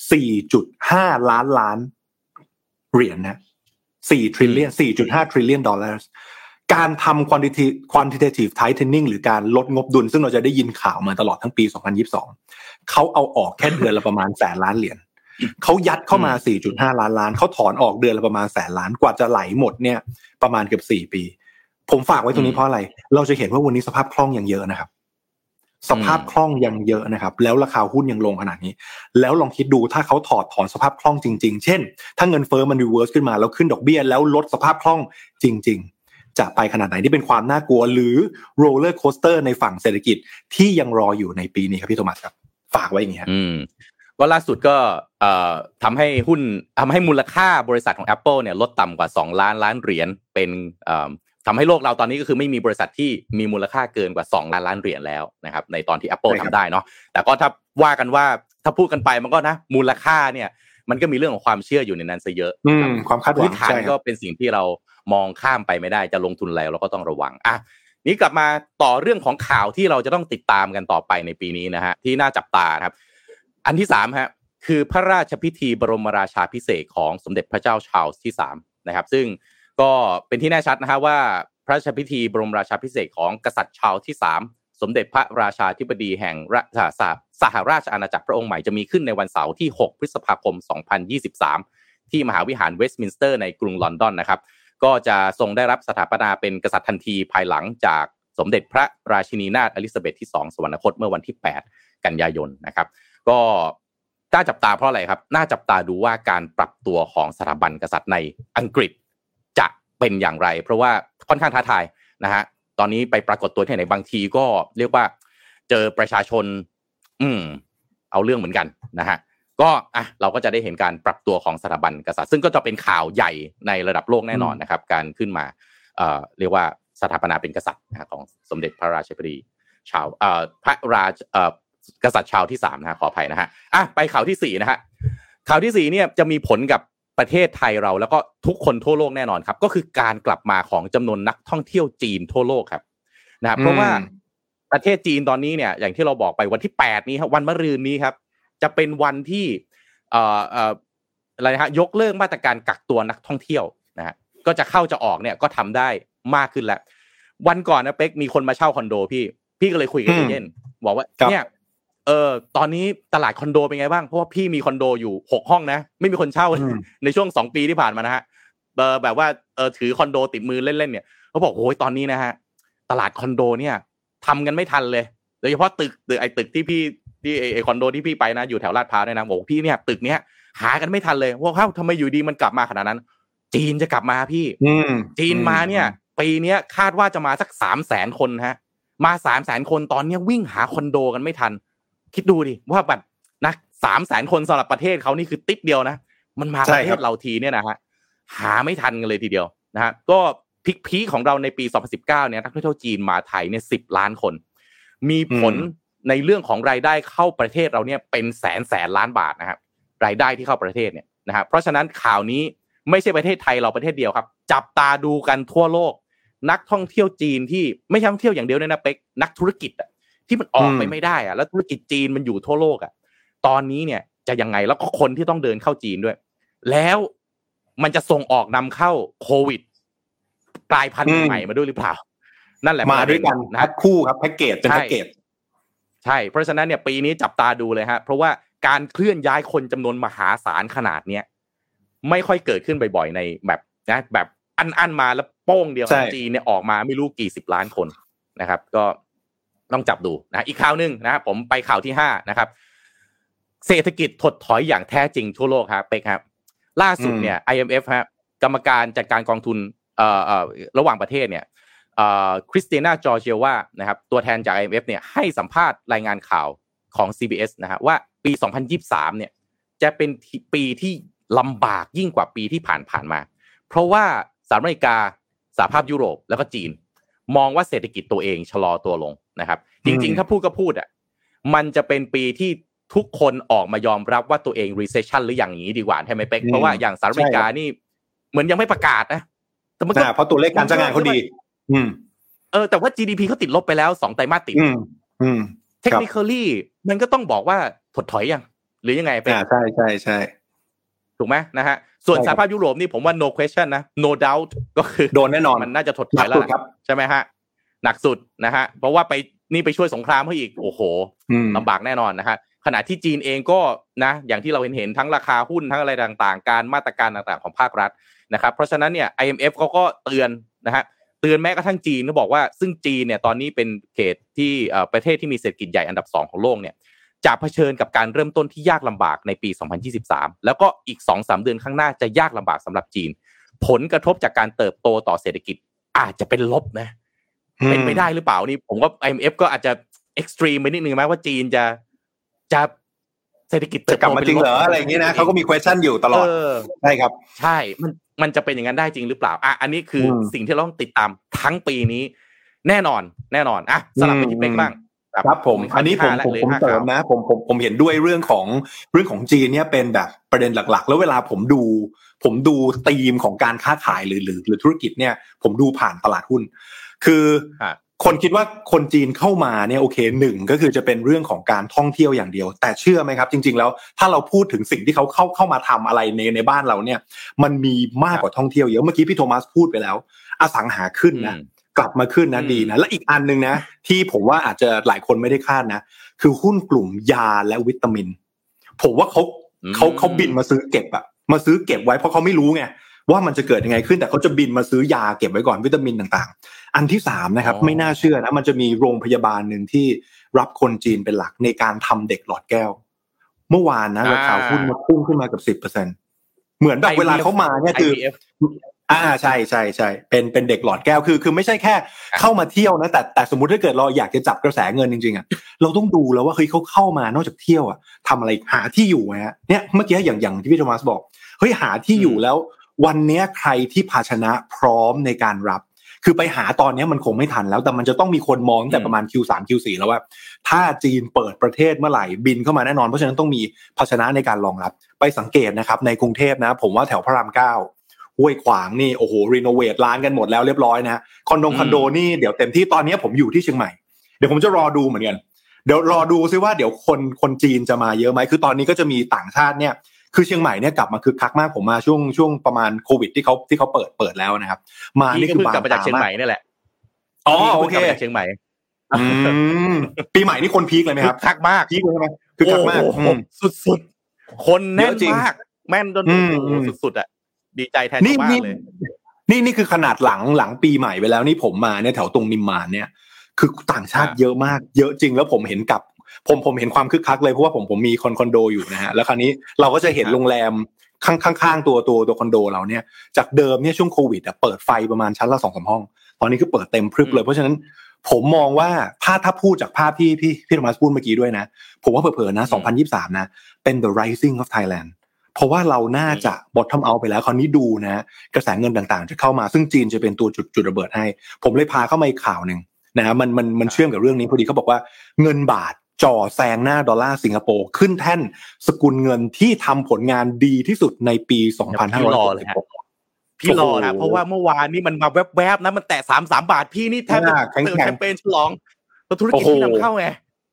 4.5 ล้านเหรียญนะ4 trillion 4.5 trillion dollars การทำ quantitative tightening หรือการลดงบดุลซึ่งเราจะได้ยินข่าวมาตลอดทั้งปี2022เขาเอาออกแค่เดือนละประมาณ100,000 ล้านเหรียญเขายัดเข้ามา 4.5 ล้านเขาถอนออกเดือนละประมาณ100,000 ล้านกว่าจะไหลหมดเนี่ยประมาณเกือบ4ปีผมฝากไว้ตรงนี้เพราะอะไรเราจะเห็นว่าวันนี้สภาพคล่องยังเยอะนะครับสภาพคล่องยังเยอะนะครับแล้วราคาหุ้นยังลงขนาดนี้แล้วลองคิดดูถ้าเขาถอนสภาพคล่องจริงๆเช่นถ้าเงินเฟ้อมันรีเวิร์สขึ้นมาแล้วขึ้นดอกเบี้ยแล้วลดสภาพคล่องจริงจะไปขนาดไหนที่เป็นความน่ากลัวหรือโรลเลอร์โคสเตอร์ในฝั่งเศรษฐกิจที่ยังรออยู่ในปีนี้ครับพี่โทมัสครับฝากไว้อย่างนี้ครับก็ล่าสุดก็ทำให้มูลค่าบริษัทของ Apple เนี่ยลดต่ำกว่า2 ล้านล้านเหรียญเป็นทำให้โลกเราตอนนี้ก็คือไม่มีบริษัทที่มีมูลค่าเกินกว่า2 ล้านล้านเหรียญแล้วนะครับในตอนที่ Apple ทำได้เนาะแต่ก็ถ้าว่ากันว่าถ้าพูดกันไปมันก็นะมูลค่าเนี่ยมันก็มีเรื่องของความเชื่ออยู่ในนั้นซะเยอะความคาดหวังพื้นฐานก็เป็นสิ่งที่เรามองข้ามไปไม่ได้จะลงทุนอะไรเราก็ต้องระวังนี้กลับมาต่อเรื่องของข่าวที่เราจะต้องติดตามกันต่อไปในปีนี้นะฮะที่น่าจับตาครับอันที่3ฮะคือพระราชพิธีบรมราชาภิเษกของสมเด็จพระเจ้าชาร์ลส์ที่3นะครับซึ่งก็เป็นที่แน่ชัดนะฮะว่าพระราชพิธีบรมราชาภิเษกของกษัตริย์ชาร์ลส์ที่3สมเด็จพระราชาธิบดีแห่งสหราชอาณาจักรพระองค์ใหม่จะมีขึ้นในวันเสาร์ที่6พฤษภาคม2023ที่มหาวิหารเวสต์มินสเตอร์ในกรุงลอนดอนนะครับก็จะทรงได้รับสถาปนาเป็นกษัตริย์ทันทีภายหลังจากสมเด็จพระราชินีนาถอลิซาเบธที่2สวรรคตเมื่อวันที่8กันยายนนะครับก็น่าจับตาเพราะอะไรครับน่าจับตาดูว่าการปรับตัวของสถาบันกษัตริย์ในอังกฤษจะเป็นอย่างไรเพราะว่าค่อนข้างท้าทายนะฮะตอนนี้ไปปรากฏตัวที่ไหนบางทีก็เรียกว่าเจอประชาชนเอาเรื่องเหมือนกันนะฮะก็เราก็จะได้เห็นการปรับตัวของสถาบันกษัตริย์ซึ่งก็จะเป็นข่าวใหญ่ในระดับโลกแน่นอนนะครับการขึ้นมาเรียกว่าสถาปนาเป็นกษัตริย์ของสมเด็จพระราชบดีชาร์ลส์พระราชกษัตริย์ชาร์ลส์ที่3นะฮะขออภัยนะฮะไปข่าวที่4นะฮะข่าวที่4เนี่ยจะมีผลกับประเทศไทยเราแล้วก็ทุกคนทั่วโลกแน่นอนครับก็คือการกลับมาของจำนวนนักท่องเที่ยวจีนทั่วโลกครับนะเพราะว่าประเทศจีนตอนนี้เนี่ยอย่างที่เราบอกไปวันที่8นี้ครับวันมะรืนนี้ครับจะเป็นวันที่อะไรนะฮะยกเลิกมาตรการกักตัวนักท่องเที่ยวนะฮะก็จะเข้าจะออกเนี่ยก็ทำได้มากขึ้นแล้ววันก่อนนะเป๊กมีคนมาเช่าคอนโดพี่ก็เลยคุยกับเอเย่นบอกว่าเนี่ยตอนนี้ตลาดคอนโดเป็นไงบ้างเพราะว่าพี่มีคอนโดอยู่6ห้องนะไม่มีคนเช่าในช่วง2ปีที่ผ่านมานะฮะแบบว่าถือคอนโดติดมือเล่นๆเนี่ยเขาบอกโอ้ยตอนนี้นะฮะตลาดคอนโดเนี่ยทำกันไม่ทันเลยโดยเฉพาะตึกที่พี่ที่ไอคอนโดที่พี่ไปนะอยู่แถวลาดพร้าวเนี่ยนะบอกพี่เนี่ยตึกเนี้ยหากันไม่ทันเลยว่าทำไมอยู่ดีมันกลับมาขนาดนั้นจีนจะกลับมาพี่จีนมาเนี่ยปีนี้คาดว่าจะมาสัก 300,000 คนฮะมา 300,000 คนตอนนี้วิ่งหาคอนโดกันไม่ทันคิดดูดิว่าแบบนะ 300,000 คนสำหรับประเทศเขานี่คือติ๊กเดียวนะมันมาประเทศเราทีเนี่ยนะฮะหาไม่ทันกันเลยทีเดียวนะฮะก็พีคของเราในปี2019เนี่ยนักท่องเที่ยวจีนมาไทยเนี่ย10 ล้านคนมีผลในเรื่องของรายได้เข้าประเทศเราเนี่ยเป็นแสนล้านบาทนะครับรายได้ที่เข้าประเทศเนี่ยนะฮะเพราะฉะนั้นข่าวนี้ไม่ใช่ประเทศไทยเราประเทศเดียวครับจับตาดูกันทั่วโลกนักท่องเที่ยวจีนที่ไม่ใช่ท่องเที่ยวอย่างเดียวนะเป๊กนักธุรกิจอ่ะที่มันออกไปไม่ได้อ่ะแล้วธุรกิจจีนมันอยู่ทั่วโลกอ่ะตอนนี้เนี่ยจะยังไงแล้วก็คนที่ต้องเดินเข้าจีนด้วยแล้วมันจะส่งออกนำเข้าโควิดกลายพันธุ์ใหม่มาด้วยหรือเปล่านั่นแหละมาด้วยกันนะคู่ครับแพ็คเกจเป็นแพ็คเกจใช่เพราะฉะนั้นเนี่ยปีนี้จับตาดูเลยฮะเพราะว่าการเคลื่อนย้ายคนจำนวนมหาศาลขนาดเนี้ยไม่ค่อยเกิดขึ้นบ่อยๆในแบบอันมาแล้วโป้งเดียวจีนเนี่ยออกมาไม่รู้กี่10 ล้านคนนะครับก็ต้องจับดูนะอีกข่าวนึงนะผมไปข่าวที่5นะครับเศรษฐกิจถดถอยอย่างแท้จริงทั่วโลกครับเป๊กครับล่าสุดเนี่ย IMF ฮะกรรมการจัดการกองทุนระหว่างประเทศเนี่ยคริสติน่าจอร์เจียวว่านะครับตัวแทนจาก IMF เนี่ยให้สัมภาษณ์รายงานข่าวของ CBS นะฮะว่าปี2023เนี่ยจะเป็นปีที่ลำบากยิ่งกว่าปีที่ผ่านมาเพราะว่าสหรัฐอเมริกาสหภาพยุโรปแล้วก็จีนมองว่าเศรษฐกิจตัวเองชะลอตัวลงนะครับจริงๆถ้าพูดก็พูดอ่ะมันจะเป็นปีที่ทุกคนออกมายอมรับว่าตัวเอง recession หรืออย่างนี้ดีกว่าใช่ไหมเป๊กเพราะว่าอย่างสหรัฐอเมริกานี่เหมือนยังไม่ประกาศนะแต่มันก็เพราะตัวเลขการจ้างงานเขาดีแต่ว่า GDP เขาติดลบไปแล้ว2 ไตรมาสติดtechnically มันก็ต้องบอกว่าถดถอยยังหรือยังไงเป๊กใช่ถูกไหมนะฮะส่วนสหภาพยุโรปนี่ผมว่า no question นะ no doubt ก็คือโดนแน่นอนมันน่าจะถดถอยแล้วใช่ไหมฮะหนักสุดนะฮะเพราะว่าไปช่วยสงครามเขาอีกโอ้โหลำบากแน่นอนนะฮะขณะที่จีนเองก็นะอย่างที่เราเห็นทั้งราคาหุ้นทั้งอะไรต่างๆการมาตรการต่างๆของภาครัฐนะครับเพราะฉะนั้นเนี่ย IMF เขาก็เตือนนะฮะเตือนแม้กระทั่งจีนเขาบอกว่าซึ่งจีนเนี่ยตอนนี้เป็นเขตที่ประเทศที่มีเศรษฐกิจใหญ่อันดับ2ของโลกเนี่ยจะเผชิญกับการเริ่มต้นที่ยากลำบากในปี2023แล้วก็อีก 2-3 เดือนข้างหน้าจะยากลำบากสำหรับจีนผลกระทบจากการเติบโตต่อเศรษฐกิจอาจจะเป็นลบนะเป็นไปได้หรือเปล่านี่ผมว่า IMF ก็อาจจะเอ็กซ์ตรีมไปนิดนึงไหมว่าจีนจะเศรษฐกิจจะกลับมาจริงเหรออะไรอย่างนี้นะเขาก็มี question อยู่ตลอดใช่ครับใช่มันจะเป็นอย่างนั้นได้จริงหรือเปล่าอันนี้คือสิ่งที่เราต้องติดตามทั้งปีนี้แน่นอนสลับไปที่เป็กบ้างครับผมอันนี้ผมเติมนะผมเห็นด้วยเรื่องของจีนเนี่ยเป็นแบบประเด็นหลักๆแล้วเวลาผมดูธีมของการค้าขายหรือธุรกิจเนี่ยผมดูผ่านตลาดหุ้นคือคนคิดว่าคนจีนเข้ามาเนี่ยโอเคหนึ่งก็คือจะเป็นเรื่องของการท่องเที่ยวอย่างเดียวแต่เชื่อไหมครับจริงๆแล้วถ้าเราพูดถึงสิ่งที่เขาเข้ามาทำอะไรในบ้านเราเนี่ยมันมีมากกว่าท่องเที่ยวเยอะเมื่อกี้พี่โทมัสพูดไปแล้วอสังหาขึ้นนะกลับมาขึ้นนะดีนะและอีกอันนึงนะที่ผมว่าอาจจะหลายคนไม่ได้คาดนะคือหุ้นกลุ่มยาและวิตามินผมว่าเขาบินมาซื้อเก็บอะมาซื้อเก็บไว้เพราะเขาไม่รู้ไงว่ามันจะเกิดยังไงขึ้นแต่เขาจะบินมาซื้อยาเก็บไว้ก่อนวิตามินต่างๆอันที่3นะครับไม่น่าเชื่อนะมันจะมีโรงพยาบาลนึงที่รับคนจีนเป็นหลักในการทำเด็กหลอดแก้วเมื่อวานนะราคาหุ้นมันพุ่งขึ้นมากับ 10% เหมือนแบบเวลาเขามาเนี่ยคือใช่เป็นเด็กหลอดแก้วคือไม่ใช่แค่เข้ามาเที่ยวนะแต่สมมุติถ้าเกิดเราอยากจะจับกระแสเงินจริงๆอ่ะเราต้องดูแล้วว่าเฮ้ยเขาเข้ามานอกจากเที่ยวอ่ะทำอะไรหาที่อยู่ฮะเนี่ยเมื่อกี้อย่างที่พี่โทมัสบอกเฮ้ยหาที่อยู่แล้ววันนี้ใครที่ภาชนะพร้อมในการรับคือไปหาตอนนี้มันคงไม่ทันแล้วแต่มันจะต้องมีคนมองแต่ประมาณ Q3 Q4 แล้วว่าถ้าจีนเปิดประเทศเมื่อไหร่บินเข้ามาแน่นอนเพราะฉะนั้นต้องมีภาชนะในการรองรับไปสังเกตนะครับในกรุงเทพนะผมว่าแถวพระราม9ห้วยขวางนี่โอ้โหรีโนเวทร้านกันหมดแล้วเรียบร้อยนะคอนโดนี่เดี๋ยวเต็มที่ตอนนี้ผมอยู่ที่เชียงใหม่เดี๋ยวผมจะรอดูเหมือนกันเดี๋ยวรอดูซิว่าเดี๋ยวคนจีนจะมาเยอะไหมคือตอนนี้ก็จะมีต่างชาติเนี่ยคือเชียงใหม่เนี่ยกลับมาคึกคักมากผมมาช่วงประมาณโควิดที่เขาเปิดแล้วนะครับมานี่คือบางตากลับมาจากเชียงใหม่นี่แหละโอเคเชียงใหม่ปีใหม่นี่คนพีคเลยไหมครับคักมากพีคเลยใช่ไหมคือคักมากสุดๆคนแน่นมากแม่นจนสุดๆอ่ะดีใจแทนชาวบ้านเลยนี่คือขนาดหลังปีใหม่ไปแล้วนี่ผมมาเนี่ยแถวตรงนิมมานเนี่ยคือต่างชาติเยอะมากเยอะจริงแล้วผมเห็นกับผมเห็นความคึกคักเลยเพราะว่าผมมีคอนโดอยู่นะฮะแล้วคราวนี้เราก็จะเห็นโรงแรมข้างๆตัวคอนโดเราเนี่ยจากเดิมเนี่ยช่วงโควิดเปิดไฟประมาณชั้นละ 2-3 ห้องตอนนี้คือเปิดเต็มพรึบเลยเพราะฉะนั้นผมมองว่าถ้าพูดจากภาพที่พี่โทมัสพูดเมื่อกี้ด้วยนะผมว่าเผลอๆนะ2023นะเป็น the rising of Thailand เพราะว่าเราน่าจะ bottom out ไปแล้วคราวนี้ดูนะกระแสเงินต่างๆจะเข้ามาซึ่งจีนจะเป็นตัวจุดระเบิดให้ผมเลยพาเข้ามาอีกข่าวนึงนะมันเชื่อมกับเรื่องนี้พอดีเขาบอกว่าเงินบาทจ่อแซงหน้าดอลลาร์สิงคโปร์ขึ้นแท่นสกุลเงินที่ทำผลงานดีที่สุดในปี2566 พี่รอนะเพราะว่าเมื่อวานนี่มันมาแวบๆนะมันแตะ33 บาทพี่นี่แทบจะเติมแคมเปญฉลองธุรกิจที่นำเข้าไง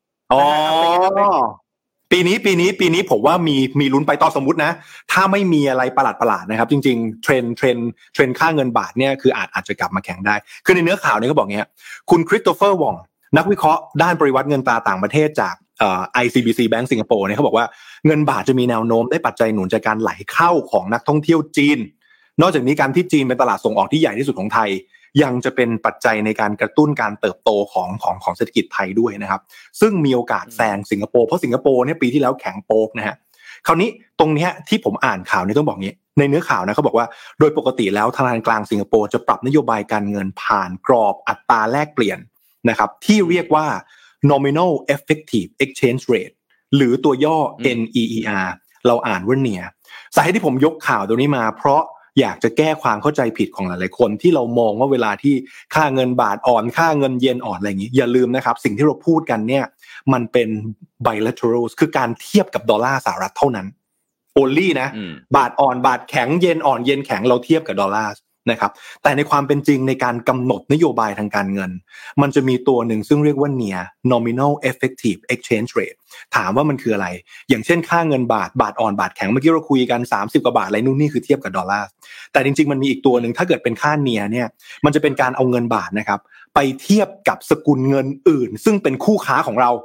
ปีนี้ผมว่ามีลุ้นไปต่อสมมุตินะถ้าไม่มีอะไรประหลาดนะครับจริงๆเทรนด์ค่าเงินบาทเนี่ยคืออาจจะกลับมาแข็งได้คือในเนื้อข่าวเนี่ยก็บอกเงี้ยคุณคริสโตเฟอร์วองนักวิเคราะห์ด้านปริวัติเงินตราต่างประเทศจากICBC Bank สิงคโปร์เนี่ยเขาบอกว่าเงินบาทจะมีแนวโน้มได้ปัจจัยหนุนจากการไหลเข้าของนักท่องเที่ยวจีนนอกจากนี้การที่จีนเป็นตลาดส่งออกที่ใหญ่ที่สุดของไทยยังจะเป็นปัจจัยในการกระตุ้นการเติบโตของเศรษฐกิจไทยด้วยนะครับซึ่งมีโอกาสแซงสิงคโปร์เพราะสิงคโปร์เนี่ยปีที่แล้วแข็งโป๊กนะฮะคราวนี้ตรงนี้ที่ผมอ่านข่าวนี้ต้องบอกงี้ในเนื้อข่าวนะเขาบอกว่าโดยปกติแล้วธนาคารกลางสิงคโปร์จะปรับนโยบายการเงินผ่านกรอบอัตราแลกเปลี่ยนนะครับที่เรียกว่า nominal effective exchange rate หรือตัวย่อ NEER เราอ่านว่าเนี่ยสาเหตุที่ผมยกข่าวตัวนี้มาเพราะอยากจะแก้ความเข้าใจผิดของหลายๆคนที่เรามองว่าเวลาที่ค่าเงินบาทอ่อนค่าเงินเยนอ่อนอะไรอย่างนี้อย่าลืมนะครับสิ่งที่เราพูดกันเนี่ยมันเป็น bilateral คือการเทียบกับดอลลาร์สหรัฐเท่านั้น only นะบาทอ่อนบาทแข็งเยนอ่อนเยนแข็งเราเทียบกับดอลลาร์นะครับแต่ในความเป็นจริงในการกำหนดนโยบายทางการเงินมันจะมีตัวหนึ่งซึ่งเรียกว่า NEER nominal effective exchange rate ถามว่ามันคืออะไรอย่างเช่นค่าเงินบาทอ่อนบาทแข็งเมื่อกี้เราคุยกัน30กว่าบาทอะไรนู่นนี่คือเทียบกับดอลลาร์แต่จริงๆมันมีอีกตัวหนึ่งถ้าเกิดเป็นค่า NEER เนี่ยมันจะเป็นการเอาเงินบาทนะครับไปเทียบกับสกุลเงินอื่นซึ่งเป็นคู่ค้าของเรา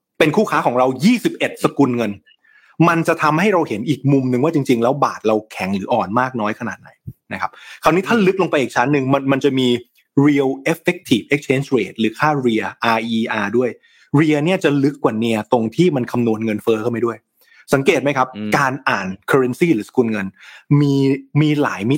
21สกุลเงินมันจะทำให้เราเห็นอีกมุมนึงว่าจริงๆแล้วบาทเราแข็งหรืออ่อนมากน้อยขนาดไหนนะครับคราวนี้ถ้าลึกลงไปอีกชั้นนึงมันจะมี real effective exchange rate หรือค่า RER ด้วย RER เนี่ยจะลึกกว่าเนี่ยตรงที่มันคำนวณเงินเฟ้อเข้าไปด้วยสังเกตไหมครับการอ่าน currency หรือสกุลเงินมีหลายมิติ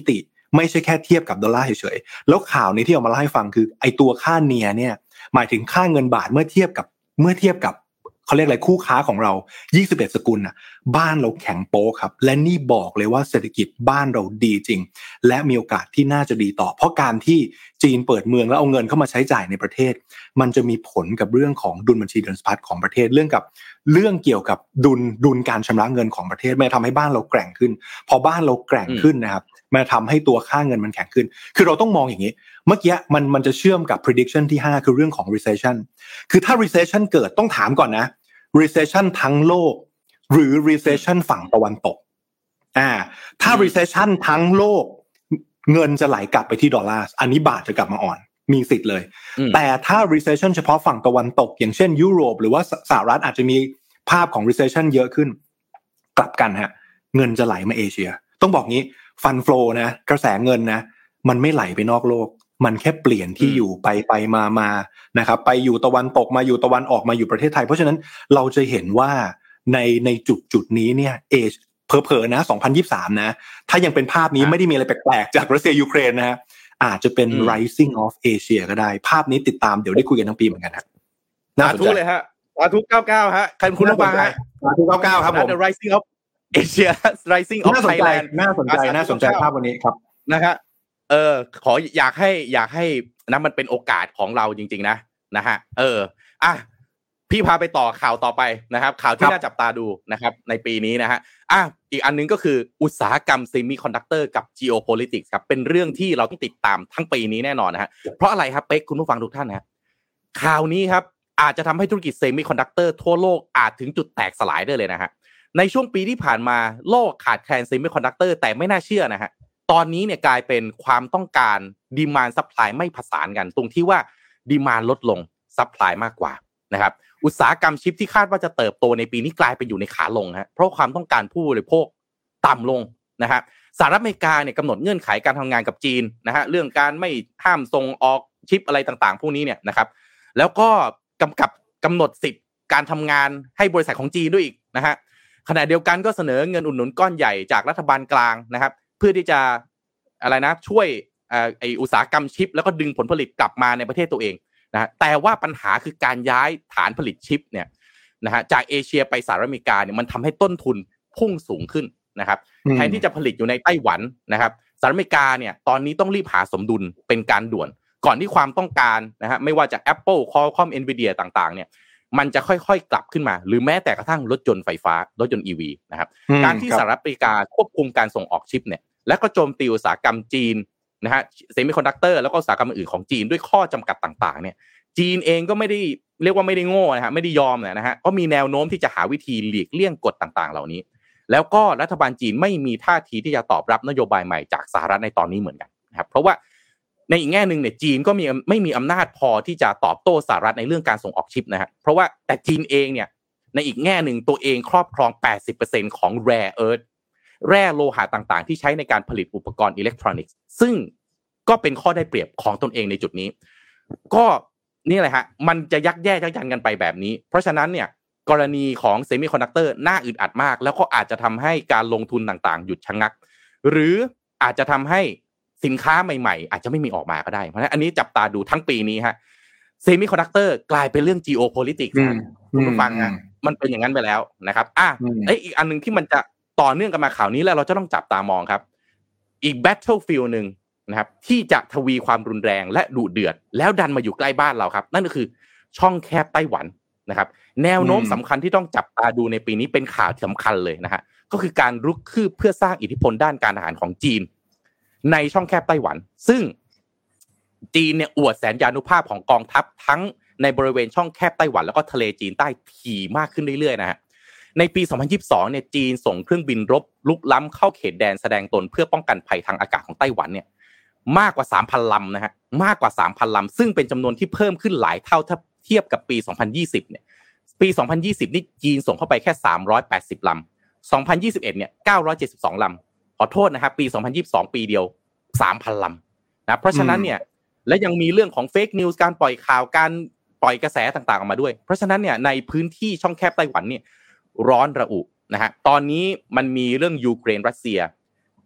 ไม่ใช่แค่เทียบกับดอลลาร์เฉยๆแล้วข่าวนี้ที่เอามาเล่าให้ฟังคือไอตัวค่าเนียเนี่ยหมายถึงค่าเงินบาทเมื่อเทียบกับเขาเรียกอะไรคู่ค้าของเรา21สกุลน่ะบ้านเราแข็งโป๊กครับและนี่บอกเลยว่าเศรษฐกิจบ้านเราดีจริงและมีโอกาสที่น่าจะดีต่อเพราะการที่จีนเปิดเมืองแล้วเอาเงินเข้ามาใช้จ่ายในประเทศมันจะมีผลกับเรื่องของดุลบัญชีเดินสะพัดของประเทศเรื่องเกี่ยวกับดุลการชำระเงินของประเทศมันทำให้บ้านเราแกร่งขึ้นพอบ้านเราแกร่งขึ้นนะครับมันทำให้ตัวค่าเงินมันแข็งขึ้นคือเราต้องมองอย่างนี้เมื่อกี้มันจะเชื่อมกับ prediction ที่5คือเรื่องของ recession คือถ้า recession เกิดต้องถามก่อนนะ recession ทั้งโลกหรือ recession ฝั่งตะวันตกถ้า recession ทั้งโลกเงินจะไหลกลับไปที่ดอลลาร์อันนี้บาทจะกลับมาอ่อนมีสิทธิ์เลยแต่ถ้า recession เฉพาะฝั่งตะวันตกอย่างเช่นยุโรปหรือว่าสหรัฐอาจจะมีภาพของ recession เยอะขึ้นกลับกันฮะเงินจะไหลมาเอเชียต้องบอกงี้ฟันโฟลนะกระแสเงินนะมันไม่ไหลไปนอกโลกมันแค่เปลี่ยนที่อยู่ไปมานะครับไปอยู่ตะวันตกมาอยู่ตะวันออกมาอยู่ประเทศไทยเพราะฉะนั้นเราจะเห็นว่าในจุดนี้เนี่ยเผลอๆนะ2023นะถ้ายังเป็นภาพนี้ไม่ได้มีอะไรแปลกๆจากรัสเซียยูเครนนะฮะอาจจะเป็น rising of Asia ก็ได้ภาพนี้ติดตามเดี๋ยวได้คุยกันทั้งปีเหมือนกันครับน่าสนใจเลยฮะสาธุ99ฮะใครคุณผู้ฟังฮะสาธุ99ครับผม The rising of Asia rising of Thailand น่าสนใจภาพวันนี้ครับนะฮะขออยากให้นะมันเป็นโอกาสของเราจริงๆนะฮะพี่พาไปต่อข่าวต่อไปนะครับข่าวที่น่าจับตาดูนะครับในปีนี้นะฮะอีกอันนึงก็คืออุตสาหกรรมเซมิคอนดักเตอร์กับ geopolitics ครับเป็นเรื่องที่เราต้องติดตามทั้งปีนี้แน่นอนนะฮะเพราะอะไรครับเป๊กคุณผู้ฟังทุกท่านนะข่าวนี้ครับอาจจะทำให้ธุรกิจเซมิคอนดักเตอร์ทั่วโลกอาจถึงจุดแตกสลายได้เลยนะฮะในช่วงปีที่ผ่านมาโลกขาดแคลนเซมิคอนดักเตอร์แต่ไม่น่าเชื่อนะฮะตอนนี้เนี่ยกลายเป็นความต้องการดีมานด์ซัพพลายไม่ผสานกันตรงที่ว่าดีมานด์ลดลงซัพพลายมากกว่านะครับอุตสาหกรรมชิปที่คาดว่าจะเติบโตในปีนี้กลายเป็นอยู่ในขาลงฮะเพราะความต้องการผู้บริโภคต่ำลงนะฮะสหรัฐอเมริกาเนี่ยกำหนดเงื่อนไขการทำงานกับจีนนะฮะเรื่องการไม่ห้ามส่งออกชิปอะไรต่างๆพวกนี้เนี่ยนะครับแล้วก็กำหนดสิทธิ์การทำงานให้บริษัทของจีนด้วยอีกนะฮะขณะเดียวกันก็เสนอเงินอุดหนุนก้อนใหญ่จากรัฐบาลกลางนะครับเพื่อที่จะช่วยไออุตสาหกรรมชิปแล้วก็ดึงผลผลิตกลับมาในประเทศตัวเองนะแต่ว่าปัญหาคือการย้ายฐานผลิตชิปเนี่ยนะฮะจากเอเชียไปสหรัฐอเมริกาเนี่ยมันทำให้ต้นทุนพุ่งสูงขึ้นนะครับแทนที่จะผลิตอยู่ในไต้หวันนะครับสหรัฐอเมริกาเนี่ยตอนนี้ต้องรีบหาสมดุลเป็นการด่วนก่อนที่ความต้องการนะฮะไม่ว่าจะ Apple Qualcomm Nvidia ต่างๆเนี่ยมันจะค่อยๆกลับขึ้นมาหรือแม้แต่กระทั่งรถยนต์ไฟฟ้ารถยนต์ EV นะครับการที่สหรัฐอเมริกาควบคุมการส่งออกชิปเนี่ยและก็โจมตีอุตสาหกรรมจีนนะฮะเซมิคอนดักเตอร์แล้วก็อุตสาหกรรมอื่นของจีนด้วยข้อจำกัดต่างๆเนี่ยจีนเองก็ไม่ได้เรียกว่าไม่ได้โง่นะฮะไม่ได้ยอมนะฮะก็มีแนวโน้มที่จะหาวิธีหลีกเลี่ยงกฎต่างๆเหล่านี้แล้วก็รัฐบาลจีนไม่มีท่าทีที่จะตอบรับนโยบายใหม่จากสหรัฐในตอนนี้เหมือนกันนะครับเพราะว่าในอีกแง่นึงเนี่ยจีนก็ไม่มีอำนาจพอที่จะตอบโต้สหรัฐในเรื่องการส่งออกชิปนะฮะเพราะว่าแต่จีนเองเนี่ยในอีกแง่นึงตัวเองครอบครอง 80% ของ rare earth แร่โลหะต่างๆที่ใช้ในการผลิตอุปกรณ์อิเล็กทรอนิกส์ซึ่งก็เป็นข้อได้เปรียบของตนเองในจุดนี้ก็นี่แหละฮะมันจะยักแย่ยักยันกันไปแบบนี้เพราะฉะนั้นเนี่ยกรณีของเซมิคอนดักเตอร์น่าอึดอัดมากแล้วก็อาจจะทำให้การลงทุนต่างๆหยุดชะงักหรืออาจจะทำให้สินค้าใหม่ๆอาจจะไม่มีออกมาก็ได้เพราะฉะนั้นอันนี้จับตาดูทั้งปีนี้ฮะเซมิคอนดักเตอร์กลายเป็นเรื่อง geopolitics นะคุณผู้ฟังฮะมันเป็นอย่างนั้นไปแล้วนะครับอีกอันนึงที่มันจะต่อเนื่องกันมาข่าวนี้แล้วเราจะต้องจับตามองครับอีก battlefield นึงนะครับที่จะทวีความรุนแรงและดุเดือดแล้วดันมาอยู่ใกล้บ้านเราครับนั่นก็คือช่องแคบไต้หวันนะครับแนวโน้มสำคัญที่ต้องจับตาดูในปีนี้เป็นข่าวสำคัญเลยนะฮะก็คือการรุกคืบเพื่อสร้างอิทธิพลด้านการทหารของจีนในช่องแคบไต้หวันซึ่งจีนเนี่ยอวดแสนยานุภาพของกองทัพทั้งในบริเวณช่องแคบไต้หวันแล้วก็ทะเลจีนใต้ถี่มากขึ้นเรื่อยๆนะฮะในปี 2022 เนี่ยจีนส่งเครื่องบินรบลุกล้ำเข้าเขตแดนแสดงตนเพื่อป้องกันภัยทางอากาศของไต้หวันเนี่ยมากกว่า 3,000 ลำนะฮะมากกว่า 3,000 ลำซึ่งเป็นจำนวนที่เพิ่มขึ้นหลายเท่าถ้าเทียบกับปี 2020 เนี่ยปี 2020 นี่จีนส่งเข้าไปแค่380 ลำ 2021 เนี่ย972 ลำขอโทษนะครับปี 2022 ปีเดียว 3,000 ลำนะเพราะฉะนั้นเนี่ยและยังมีเรื่องของเฟคนิวส์การปล่อยข่าวการปล่อยกระแสต่างๆออกมาด้วยเพราะฉะนั้นเนี่ยในพื้นที่ช่องแคบไต้หวันเนี่ยร้อนระอุนะฮะตอนนี้มันมีเรื่องยูเครนรัสเซีย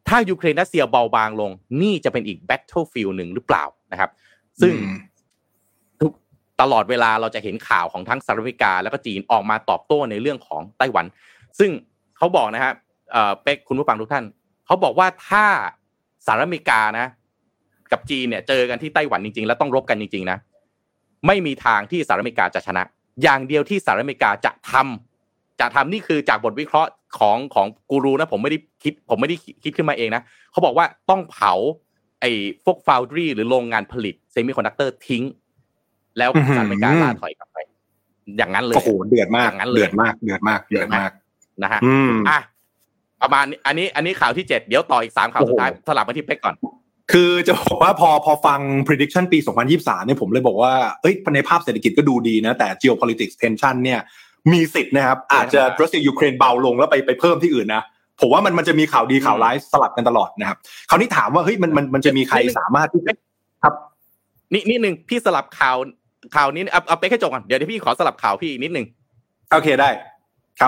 ถ้ายูเครนรัสเซียเบาบางลงนี่จะเป็นอีก battlefield หนึ่งหรือเปล่านะครับซึ่งตลอดเวลาเราจะเห็นข่าวของทั้งสหรัฐอเมริกาแล้วก็จีนออกมาตอบโต้ในเรื่องของไต้หวันซึ่งเขาบอกนะครับเป๊กคุณผู้ฟังทุกท่านเขาบอกว่าถ้าสหรัฐอเมริกานะกับจีนเนี่ยเจอกันที่ไต้หวันจริงๆแล้วต้องรบกันจริงๆนะไม่มีทางที่สหรัฐอเมริกาจะชนะอย่างเดียวที่สหรัฐอเมริกาจะทำนี่คือจากบทวิเคราะห์ของกูรูนะผมไม่ได้คิดขึ้นมาเองนะเขาบอกว่าต้องเผาไอ้พวกฟาวดรีหรือโรงงานผลิตเซมิคอนดักเตอร์ทิ้งแล้วสหรัฐอเมริกาล่าถอยกลับไปอย่างนั้นเลยโอ้โหเดือดมากเดือดมากนะฮะอ่ะประมาณอันนี้ข่าวที่7เดี๋ยวต่ออีก3ข่าวสุดท้ายสลับมาที่เป๊กก่อนคือจะบอกว่าพอฟัง prediction ปี 2023เนี่ยผมเลยบอกว่าในภาพเศรษฐกิจก็ดูดีนะแต่ geopolitics tension เนี่ยมีสิทธิ์นะครับอาจจะรัสเซียยูเครนเบาลงแล้วไปเพิ่มที่อื่นนะผมว่ามันจะมีข่าวดีข่าวร้ายสลับกันตลอดนะครับคราวนี้ถามว่าเฮ้ยมันจะมีใครสามารถที่จะครับนิดนึงพี่สลับข่าวนี้เอาไปแค่จบก่อนเดี๋ยวพี่ขอสลับข่าวพี่นิดนึงโอเคได้ครับ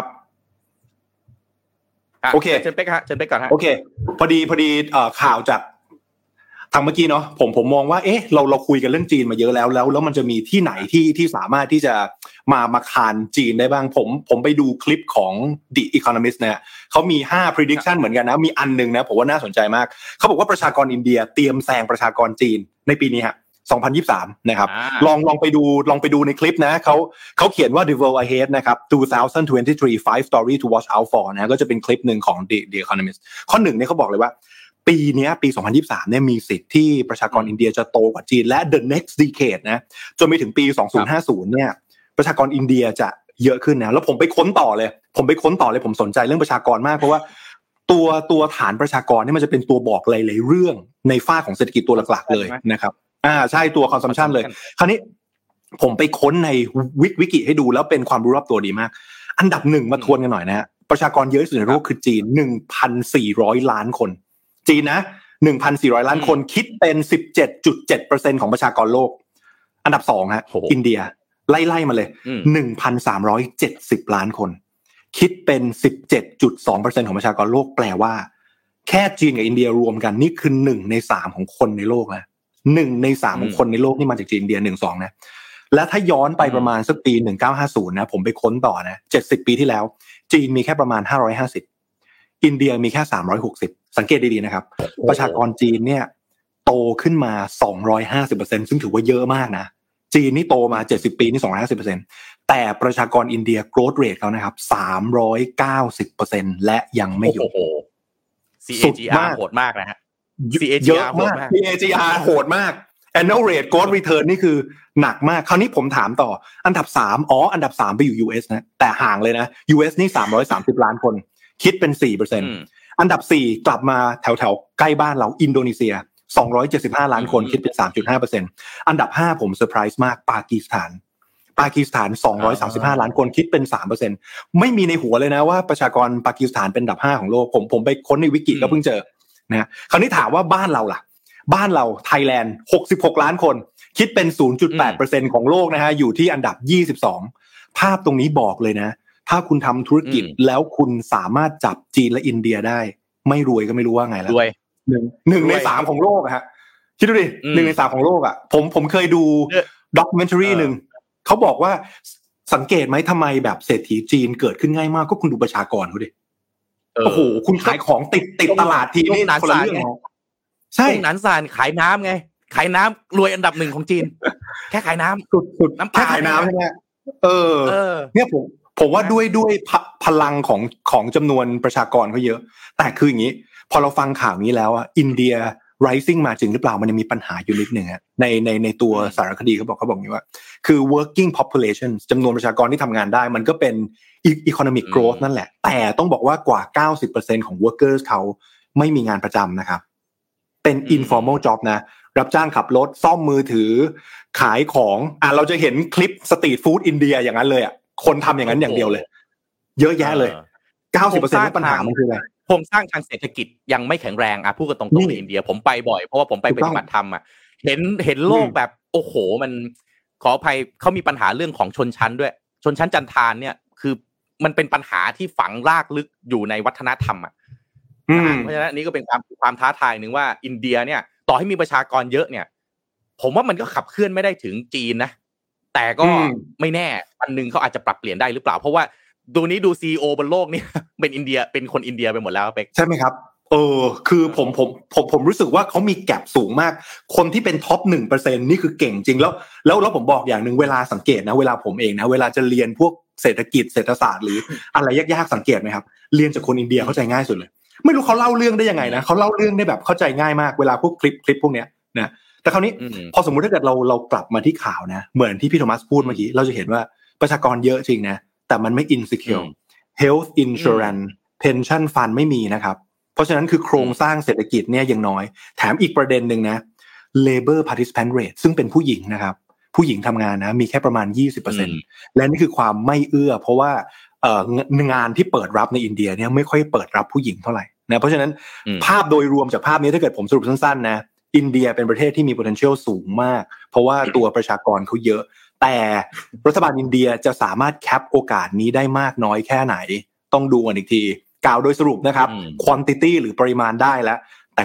โอเคเชิญเป๊กก่อนฮะโอเคพอดีข่าวจากทางเมื่อกี้เนาะผมมองว่าเราคุยกันเรื่องจีนมาเยอะแล้วมันจะมีที่ไหนที่สามารถที่จะมาคานจีนได้บ้างผมไปดูคลิปของ The Economist เนี่ยเขามี5 prediction เหมือนกันนะมีอันนึงนะผมว่าน่าสนใจมากเขาบอกว่าประชากรอินเดียเตรียมแซงประชากรจีนในปีนี้ฮะ2023นะครับลองไปดูในคลิปนะเขาเขียนว่า The World Ahead นะครับ2023 5 Story to Watch Out For นะก็จะเป็นคลิปนึงของ The Economist ข้อ1เนี่ยเขาบอกเลยว่าปีนี้ปี2023เนี่ยมีสิทธิ์ที่ประชากรอินเดียจะโตกว่าจีนและ the next decade นะจนไปถึงปี2050เนี่ยประชากรอินเดียจะเยอะขึ้นนะแล้วผมไปค้นต่อเลยผมสนใจเรื่องประชากรมากเพราะว่าตัวฐานประชากรนี่มันจะเป็นตัวบอกหลายๆเรื่องในฝ้าของเศรษฐกิจตัวหลักๆเลยนะครับใช่ตัว consumption เลยคราวนี้ผมไปค้นในวิกิให้ดูแล้วเป็นความรู้รอบตัวดีมากอันดับ1มาทวนกันหน่อยนะฮะประชากรเยอะที่สุดในโลกคือจีน 1,400 ล้านคนจีนนะ 1,400 ล้านคนคิดเป็น 17.7% ของประชากรโลกอันดับ2ฮะอินเดียไล่มาเลย 1,370 ล้านคนคิดเป็น 17.2% ของประชากรโลกแปลว่าแค่จีนกับอินเดียรวมกันนี่คือ1ใน3ของคนในโลกนะ1ใน3ของคนในโลกนี่มาจากจีนอินเดีย 1-2 นะและถ้าย้อนไปประมาณสักปี1950นะผมไปค้นต่อนะ70ปีที่แล้วจีนมีแค่ประมาณ550อินเดียมีแค่360สังเกตดีๆนะครับประชากรจีนเนี่ยโตขึ้นมา 250% ซึ่งถือว่าเยอะมากนะจีนนี่โตมา70ปีนี่ 250% แต่ประชากรอินเดีย growth rate เขานะครับ 390% และยังไม่หยุด CAGR โหดมากนะฮะ CAGR โหดมาก CAGR โหดมาก annual rate growth return นี่คือหนักมากคราวนี้ผมถามต่ออันดับ3อันดับ3ไปอยู่ US นะแต่ห่างเลยนะ US นี่330ล้านคนคิดเป็น 4% อันดับ4กลับมาแถวๆใกล้บ้านเราอินโดนีเซีย275ล้านคนคิดเป็น 3.5% อันดับ5ผมเซอร์ไพรส์มากปากีสถาน235ล้านคนคิดเป็น 3% ไม่มีในหัวเลยนะว่าประชากรปากีสถานเป็นอันดับ5ของโลกผมไปค้นในวิกิก็เพิ่งเจอนะคราวนี้ถามว่าบ้านเราล่ะบ้านเราไทยแลนด์66ล้านคนคิดเป็น 0.8% ของโลกนะฮะอยู่ที่อันดับ22ภาพตรงนี้บอกเลยนะถ้าคุณทำธุรกิจแล้วคุณสามารถจับจีนและอินเดียได้ไม่รวยก็ไม่รู้ว่าไงแล้วหนึ่งใน3ของโลกอะฮะคิดดูดิ1ใน3ของโลกอะผมเคยดูด็อกคิวเมนทารีนึงเขาบอกว่าสังเกตไหมทำไมแบบเศรษฐีจีนเกิดขึ้นง่ายมากก็คุณดูประชากรเขาดิโอ้โหคุณขายของติดตลาดทีนี่คนละเรื่องใช่หนานซานขายน้ำไงขายน้ำรวยอันดับ1ของจีนแค่ขายน้ำสุดน้ำแค่ขายน้ำใช่ไหมเนี่ยผมว่าด้วยพลังของจำนวนประชากรเขาเยอะแต่คืออย่างนี้พอเราฟังข่าวนี้แล้วอ่ะอินเดีย rising มาจริงหรือเปล่ามันยังมีปัญหาอยู่นิดนึงในตัวสารคดีเขาบอกอย่างนี้ว่าคือ working population จำนวนประชากรที่ทำงานได้มันก็เป็น economic growth นั่นแหละแต่ต้องบอกว่ากว่า 90% ของ workers เขาไม่มีงานประจำนะครับเป็น informal job นะรับจ้างขับรถซ่อมมือถือขายของเราจะเห็นคลิปสตรีทฟู้ดอินเดียอย่างนั้นเลยอ่ะคนทำอย่างนั้นอย่างเดียวเลยเยอะแยะเลย 90% ของปัญหามันคืออะไรโครงสร้างทางเศรษฐกิจยังไม่แข็งแรงพูดกันตรงๆในอินเดียผมไปบ่อยเพราะว่าผมไปปฏิบัติธรรมเห็นโลกแบบโอ้โหมันขออภัยเขามีปัญหาเรื่องของชนชั้นด้วยชนชั้นจันทานเนี่ยคือมันเป็นปัญหาที่ฝังรากลึกอยู่ในวัฒนธรรมเพราะฉะนั้นนี่ก็เป็นความท้าทายนึงว่าอินเดียเนี่ยต่อให้มีประชากรเยอะเนี่ยผมว่ามันก็ขับเคลื่อนไม่ได้ถึงจีนนะแต่ก็ไม่แน่วันนึงเขาอาจจะปรับเปลี่ยนได้หรือเปล่าเพราะว่าดูCEO บนโลกนี่เป็นอินเดียเป็นคนอินเดียไปหมดแล้วเป็กใช่ไหมครับคือผมรู้สึกว่าเขามีแก็ปสูงมากคนที่เป็นท็อป 1% นี่คือเก่งจริงแล้วผมบอกอย่างนึงเวลาสังเกตนะเวลาผมเองนะเวลาจะเรียนพวกเศรษฐกิจเศรษฐศาสตร์หรืออะไรยากๆสังเกตมั้ยครับเรียนจากคนอินเดียเข้าใจง่ายสุดเลยไม่รู้เขาเล่าเรื่องได้ยังไงนะเขาเล่าเรื่องได้แบบเข้าใจง่ายมากเวลาพวกคลิปพวกเนี้ยนะแต่คราวนี้พอสมมุติถ้าเกิดเรากลับมาที่ข่าวนะเหมือนที่พี่โทมัสพูดเมื่อกี้เราจะเห็นว่าประชากรเยอะจริงนะแต่มันไม่ insecure health insurance pension fund ไม่มีนะครับเพราะฉะนั้นคือโครงสร้างเศรษฐกิจเนี่ยยังน้อยแถมอีกประเด็นนึงนะ labor participant rate ซึ่งเป็นผู้หญิงนะครับผู้หญิงทำงานนะมีแค่ประมาณ 20% และนี่คือความไม่เอื้อเพราะว่างานที่เปิดรับในอินเดียเนี่ยไม่ค่อยเปิดรับผู้หญิงเท่าไหร่นะเพราะฉะนั้นภาพโดยรวมจากภาพนี้ถ้าเกิดผมสรุปสั้นๆนะอินเดียเป็นประเทศที่มี potential สูงมากเพราะว่าตัวประชากรเขาเยอะแต่รัฐบาลอินเดียจะสามารถแคปโอกาสนี้ได้มากน้อยแค่ไหนต้องดูกันอีกทีกล่าวโดยสรุปนะครับ quantity หรือปริมาณได้แล้วแต่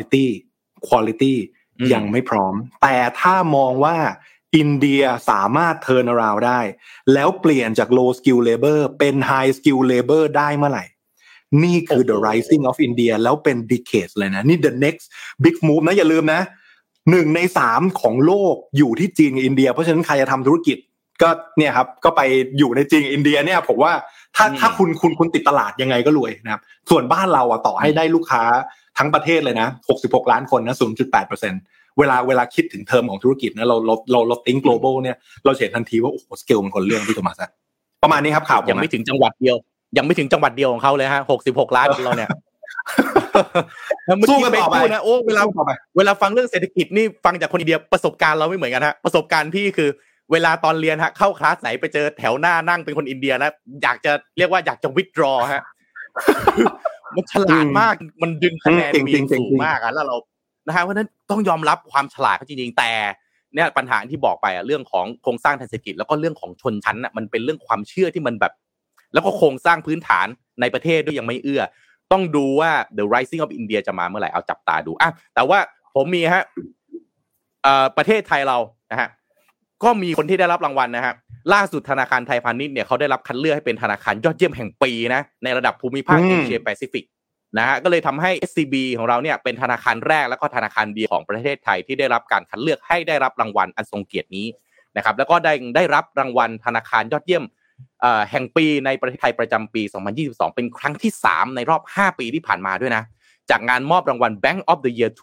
quality ยังไม่พร้อมแต่ถ้ามองว่าอินเดียสามารถ turn around ได้แล้วเปลี่ยนจาก low skill labor เป็น high skill labor ได้เมื่อไหร่นี่คือ the rising of India แล้วเป็น decades เลยนะนี่ the next big move นะอย่าลืมนะ1 ใน 3ของโลกอยู่ที่จีนกับอินเดียเพราะฉะนั้นใครจะทำธุรกิจก็เนี่ยครับก็ไปอยู่ในจีนอินเดียเนี่ยผมว่าถ้าคุณติดตลาดยังไงก็รวยนะครับส่วนบ้านเราต่อให้ได้ลูกค้าทั้งประเทศเลยนะ66ล้านคนนะ 0.8% เวลาคิดถึงเทอมของธุรกิจนะเราthink global เนี่ยเราเห็นทันทีว่าโอ้โหสเกลมันคนเรื่องพี่โทมัสประมาณนี้ครับข่าวยังไม่ถึงจังหวัดเดียวของเขาเลยฮะ66ล้านเราเนี่ยสู้กันต่อไปนะโอ้เวลาฟังเรื่องเศรษฐกิจนี่ฟังจากคนอินเดียประสบการณ์เราไม่เหมือนกันฮะประสบการณ์พี่คือเวลาตอนเรียนฮะเข้าคลาสไหนไปเจอแถวหน้านั่งเป็นคนอินเดียนะอยากจะเรียกว่าอยากจะ withdraw ฮะมันฉลาดมากมันดึงคะแนนมีสูงมากแล้วเรานะฮะเพราะฉะนั้นต้องยอมรับความฉลาดเขาจริงๆแต่เนี่ยปัญหาที่บอกไปเรื่องของโครงสร้างทางเศรษฐกิจแล้วก็เรื่องของชนชั้นมันเป็นเรื่องความเชื่อที่มันแบบแล้วก็โครงสร้างพื้นฐานในประเทศด้วยยังไม่เอื้อต้องดูว่า the rising of India จะมาเมื่อไหร่เอาจับตาดูแต่ว่าผมมีฮะประเทศไทยเรานะฮะก็มีคนที่ได้รับรางวัลนะฮะล่าสุดธนาคารไทยพาณิชย์เนี่ยเขาได้รับคัดเลือกให้เป็นธนาคารยอดเยี่ยมแห่งปีนะในระดับภูมิภาคเอเชียแปซิฟิกนะฮะก็เลยทำให้ SCB ของเราเนี่ยเป็นธนาคารแรกและก็ธนาคารเดียวของประเทศไทยที่ได้รับการคัดเลือกให้ได้รับรางวัลอันทรงเกียรตินี้นะครับแล้วก็ได้รับรางวัลธนาคารยอดเยี่ยมแห่งปีในประเทศไทยประจำปี 2022 เป็นครั้งที่ 3 ในรอบ 5 ปีที่ผ่านมาด้วยนะจากงานมอบรางวัล Bank of the Year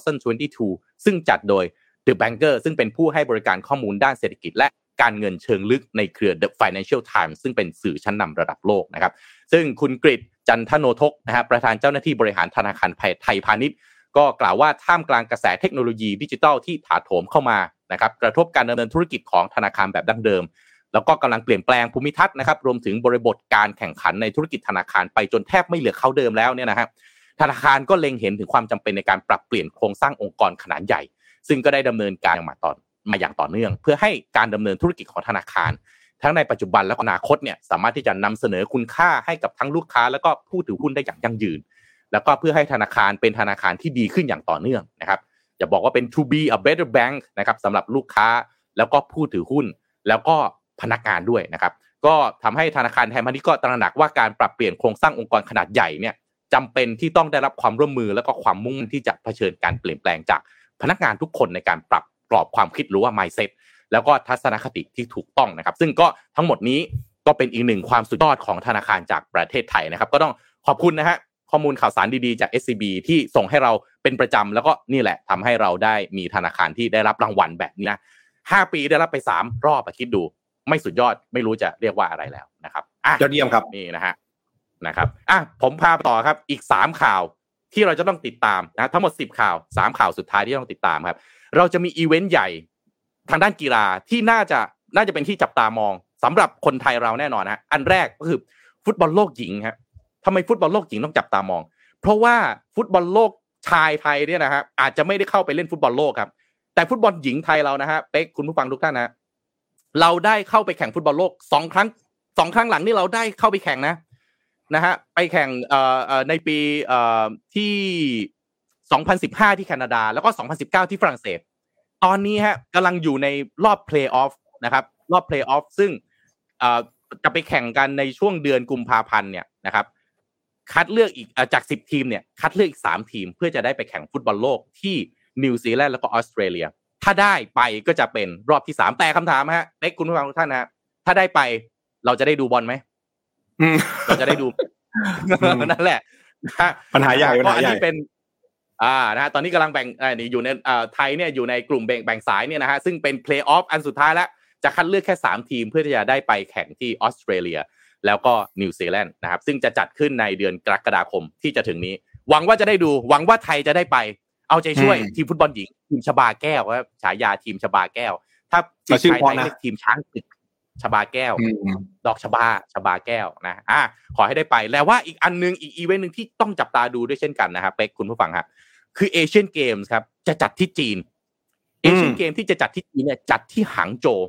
2022 ซึ่งจัดโดย The Banker ซึ่งเป็นผู้ให้บริการข้อมูลด้านเศรษฐกิจและการเงินเชิงลึกในเครือ The Financial Times ซึ่งเป็นสื่อชั้นนำระดับโลกนะครับซึ่งคุณกฤษจันทโนทกนะฮะประธานเจ้าหน้าที่บริหารธนาคารไทยพาณิชย์ก็กล่าวว่าท่ามกลางกระแสเทคโนโลยีดิจิทัลที่ถาโถมเข้ามานะครับกระทบการดำเนินธุรกิจของธนาคารแบบดั้งเดิมแล้วก็กำลังเปลี่ยนแปลงภูมิทัศน์นะครับรวมถึงบริบทการแข่งขันในธุรกิจธนาคารไปจนแทบไม่เหลือเขาเดิมแล้วเนี่ยนะฮะธนาคารก็เล็งเห็นถึงความจำเป็นในการปรับเปลี่ยนโครงสร้างองค์กรขนาดใหญ่ซึ่งก็ได้ดำเนินการมาอย่างต่อเนื่องเพื่อให้การดำเนินธุรกิจของธนาคารทั้งในปัจจุบันและอนาคตเนี่ยสามารถที่จะนำเสนอคุณค่าให้กับทั้งลูกค้าแล้วก็ผู้ถือหุ้นได้อย่างยั่งยืนแล้วก็เพื่อให้ธนาคารเป็นธนาคารที่ดีขึ้นอย่างต่อเนื่องนะครับจะบอกว่าเป็น to be a better bank นะครับสำหรับลูกค้าแล้วก็ผู้ถือหุ้นแล้วก็พนักงานด้วยนะครับก็ทำให้ธนาคารไทยพาณิชย์ก็ตระหนักว่าการปรับเปลี่ยนโครงสร้างองค์กรขนาดใหญ่เนี่ยจำเป็นที่ต้องได้รับความร่วมมือแล้วก็ความมุ่งมั่นที่จะเผชิญการเปลี่ยนแปลงจากพนักงานทุกคนในการปรับกรอบความคิดหรือว่า mindset แล้วก็ทัศนคติที่ถูกต้องนะครับซึ่งก็ทั้งหมดนี้ก็เป็นอีกหนึ่งความสุดยอดของธนาคารจากประเทศไทยนะครับก็ต้องขอบคุณนะฮะข้อมูลข่าวสารดีๆจาก SCB ที่ส่งให้เราเป็นประจำแล้วก็นี่แหละทำให้เราได้มีธนาคารที่ได้รับรางวัลแบบนี้นะ5 ปีได้รับไป3 รอบคิดดูไม่สุดยอดไม่รู้จะเรียกว่าอะไรแล้วนะครับยอดเยี่ยมครับนี่นะครับผมพาต่อครับอีก3ข่าวที่เราจะต้องติดตามนะทั้งหมด10ข่าว3ข่าวสุดท้ายที่ต้องติดตามครับเราจะมีอีเวนต์ใหญ่ทางด้านกีฬาที่น่าจะเป็นที่จับตามองสำหรับคนไทยเราแน่นอนฮะอันแรกก็คือฟุตบอลโลกหญิงครับทำไมฟุตบอลโลกหญิงต้องจับตามองเพราะว่าฟุตบอลโลกชายไทยเนี่ยนะฮะอาจจะไม่ได้เข้าไปเล่นฟุตบอลโลกครับแต่ฟุตบอลหญิงไทยเรานะฮะเป๊กคุณผู้ฟังทุกท่านนะเราได้เข้าไปแข่งฟุตบอลโลก2 ครั้งหลังนี่เราได้เข้าไปแข่งนะนะฮะไปแข่งในปีที่2015ที่แคนาดาแล้วก็2019ที่ฝรั่งเศสตอนนี้ฮะกำลังอยู่ในรอบเพลย์ออฟนะครับรอบเพลย์ออฟซึ่งจะไปแข่งกันในช่วงเดือนกุมภาพันธ์เนี่ยนะครับคัดเลือกอีกจาก10ทีมเนี่ยคัดเลือกอีก3ทีมเพื่อจะได้ไปแข่งฟุตบอลโลกที่นิวซีแลนด์แล้วก็ออสเตรเลียถ้าได้ไปก็จะเป็นรอบที่3แต่คำถามฮะเป๊กคุณผู้ฟังทุกท่านนะถ้าได้ไปเราจะได้ดูบอลไหมเราจะได้ดูนั่นแหละปัญหาใหญ่เพราะอันนี้เป็นนะฮะตอนนี้กำลังแบ่งอยู่ในไทยเนี่ยอยู่ในกลุ่มแบ่งสายเนี่ยนะฮะซึ่งเป็นเพลย์ออฟอันสุดท้ายแล้วจะคัดเลือกแค่3ทีมเพื่อที่จะได้ไปแข่งที่ออสเตรเลียแล้วก็นิวซีแลนด์นะครับซึ่งจะจัดขึ้นในเดือนกรกฎาคมที่จะถึงนี้หวังว่าจะได้ดูหวังว่าไทยจะได้ไปเอาใจช่วยทีมฟุตบอลหญิงทีมชบาแก้วครับฉายาทีมชบาแก้วถ้าทีมไทยเรียกทีมช้างศึกชบาแก้วดอกชบาแก้วนะขอให้ได้ไปแล้วว่าอีกอันนึงอีกอีเวนต์นึงที่ต้องจับตาดูด้วยเช่นกันนะครับเป๊กคุณผู้ฟังครับคือเอเชียนเกมส์ครับจะจัดที่จีนเอเชียนเกมที่จะจัดที่จีนเนี่ยจัดที่หางโจว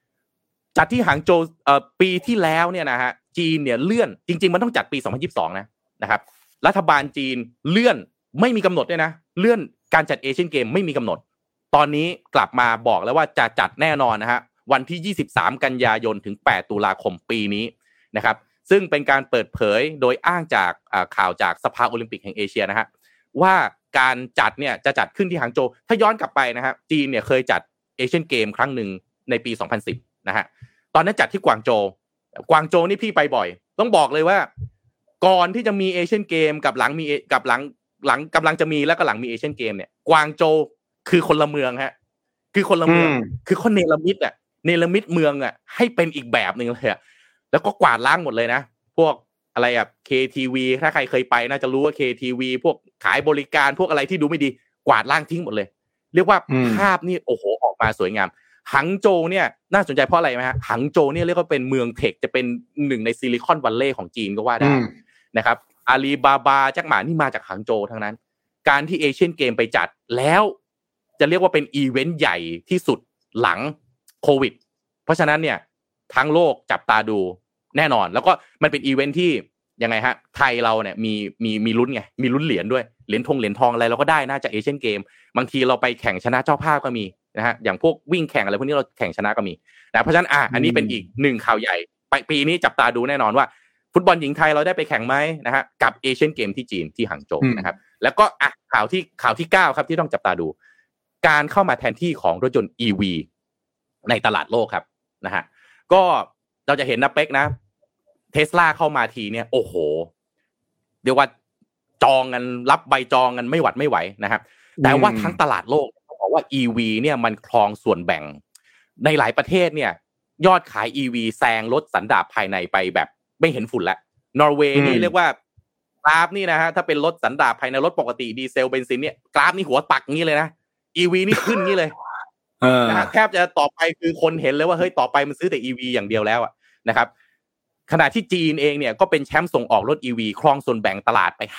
ปีที่แล้วเนี่ยนะฮะจีนเนี่ยเลื่อนจริงๆมันต้องจัดปี2022นะครับรัฐบาลจีนเลื่อนไม่มีกำหนดด้วยนะเลื่อนการจัดเอเชียนเกมไม่มีกำหนดตอนนี้กลับมาบอกแล้วว่าจะจัดแน่นอนนะฮะวันที่23กันยายนถึง8ตุลาคมปีนี้นะครับซึ่งเป็นการเปิดเผยโดยอ้างจากข่าวจากสภาโอลิมปิกแห่งเอเชียนะฮะว่าการจัดเนี่ยจะจัดขึ้นที่หางโจวถ้าย้อนกลับไปนะฮะจีนเนี่ยเคยจัดเอเชียนเกมครั้งหนึ่งในปี2010นะฮะตอนนั้นจัดที่กวางโจวนี่พี่ไปบ่อยต้องบอกเลยว่าก่อนที่จะมีเอเชียนเกมกับหลังกำลังจะมีแล้วก็หลังมีเอเชียนเกมเนี่ยกวางโจวคือคนละเมืองฮะคือคนละเมืองคือเขาเนรมิตเมืองอ่ะให้เป็นอีกแบบนึงเลยอ่ะแล้วก็กวาดล้างหมดเลยนะพวกอะไรอ่ะ KTV ถ้าใครเคยไปน่าจะรู้ว่า KTV พวกขายบริการพวกอะไรที่ดูไม่ดีกวาดล้างทิ้งหมดเลยเรียกว่าภาพนี่โอ้โหออกมาสวยงามหังโจวเนี่ยน่าสนใจเพราะอะไรไหมฮะหังโจวเนี่ยเรียกว่าเป็นเมืองเทคจะเป็นหนึ่งในซิลิคอนวัลเลย์ของจีนก็ว่าได้นะครับอาลีบาบาแจ็คหมานี่มาจากหังโจวทั้งนั้นการที่เอเชียนเกมไปจัดแล้วจะเรียกว่าเป็นอีเวนต์ใหญ่ที่สุดหลังโควิดเพราะฉะนั้นเนี่ยทั้งโลกจับตาดูแน่นอนแล้วก็มันเป็นอีเวนต์ที่ยังไงฮะไทยเราเนี่ยมีลุ้นไงมีลุ้นเหรียญด้วยเหรียญทองอะไรเราก็ได้น่าจะเอเชียนเกมบางทีเราไปแข่งชนะเจ้าภาพก็มีนะฮะอย่างพวกวิ่งแข่งอะไรพวกนี้เราแข่งชนะก็มีนะเพราะฉะนั้นอันนี้เป็นอีก1ข่าวใหญ่ปีนี้จับตาดูแน่นอนว่าฟุตบอลหญิงไทยเราได้ไปแข่งไหมนะฮะกับเอเชียนเกมที่จีนที่หางโจวนะครับแล้วก็ข่าวที่9ครับที่ต้องจับตาดูการเข้ามาแทนที่ของรถยนต์ EV ในตลาดโลกครับนะฮะก็เราจะเห็นนะเป๊กนะ Tesla เข้ามาทีเนี่ยโอ้โหเรียกว่าจองกันรับใบจองกันไม่หวัดไม่ไหวนะครับแต่ว่าทั้งตลาดโลกเขาบอกว่า EV เนี่ยมันครองส่วนแบ่งในหลายประเทศเนี่ยยอดขาย EV แซงรถสันดาปภายในไปแบบไม่เห็นฝุ่นแล้วนอร์เวย์นี่เรียกว่ากราฟนี่นะฮะถ้าเป็นรถสันดาปภายในรถปกติดีเซลเบนซินเนี่ยกราฟนี่หัวปักงี้เลยนะ EV นี่ขึ้นงี้เลยนะฮะแทบจะต่อไปคือคนเห็นเลยว่าเฮ้ยต่อไปมันซื้อแต่ EV อย่างเดียวแล้วอ่ะนะครับขณะที่จีนเองเนี่ยก็เป็นแชมป์ส่งออกรถ EV ครองส่วนแบ่งตลาดไป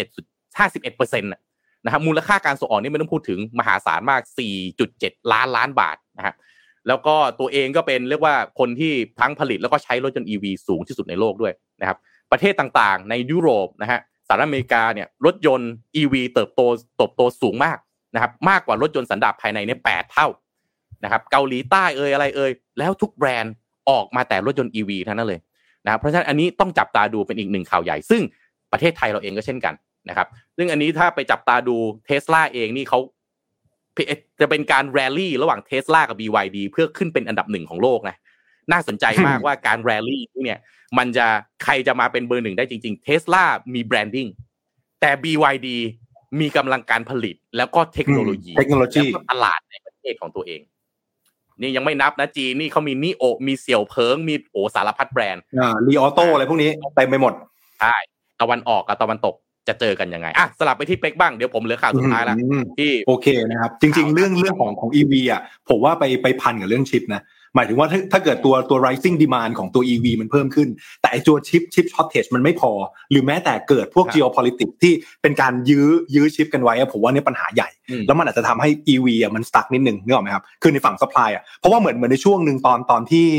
51% นะครับมูลค่าการส่งออกนี่ไม่ต้องพูดถึงมหาศาลมาก 4.7 ล้านบาทนะฮะแล้วก็ตัวเองก็เป็นเรียกว่าคนที่ทั้งผลิตแล้วก็ใช้รถยนต์ EV สูงที่สุดในโลกด้วยนะครับประเทศต่างๆในยุโรปนะฮะสหรัฐอเมริกาเนี่ยรถยนต์ EV เติบโตสูงมากนะครับมากกว่ารถยนต์สันดาปภายในเนี่ย8เท่านะครับเกาหลีใต้อะไรแล้วทุกแบรนด์ออกมาแต่รถยนต์ EV ทั้งนั้นเลยนะเพราะฉะนั้นอันนี้ต้องจับตาดูเป็นอีก1ข่าวใหญ่ซึ่งประเทศไทยเราเองก็เช่นกันนะครับซึ่งอันนี้ถ้าไปจับตาดู Tesla เองนี่เขาจะเป็นการแรลลี่ระหว่าง Tesla กับ BYD เพื่อขึ้นเป็นอันดับ1ของโลกนะน่าสนใจมากว่าการแรลลี่เนี่ยมันจะใครจะมาเป็นเบอร์1ได้จริงๆ Tesla มีแบรนดิ้งแต่ BYD มีกำลังการผลิตแล้วก็เทคโนโลยีแล้วก็ตลาดในประเทศของตัวเองนี่ยังไม่นับนะจีนนี่เขามีนิโอมีเสี่ยวเพิงมีสารพัดแบรนด์ลีออโต้อะไรพวกนี้เต็มไปหมดใช่ตะวันออกกับตะวันตกจะเจอกันยังไงสลับไปที่เป๊กบ้างเดี๋ยวผมเหลือข่าวสุดท้ายแล้วที่โอเคนะครับจริงๆเรื่องของ EV ผมว่าไปพันกับเรื่องชิปนะหมายถึงว่าถ้าเกิดตัว rising demand ของตัว EV มันเพิ่มขึ้นแต่ไอ้ตัวชิป shortage มันไม่พอหรือแม้แต่เกิดพวก geopolitics ที่เป็นการยื้อชิปกันไว้ผมว่านี่ปัญหาใหญ่แล้วมันอาจจะทำให้ EV มัน stuck นิดนึงนึกออกไหมครับคือในฝั่ง supply เพราะว่าเหมือนในช่วงนึงตอนที่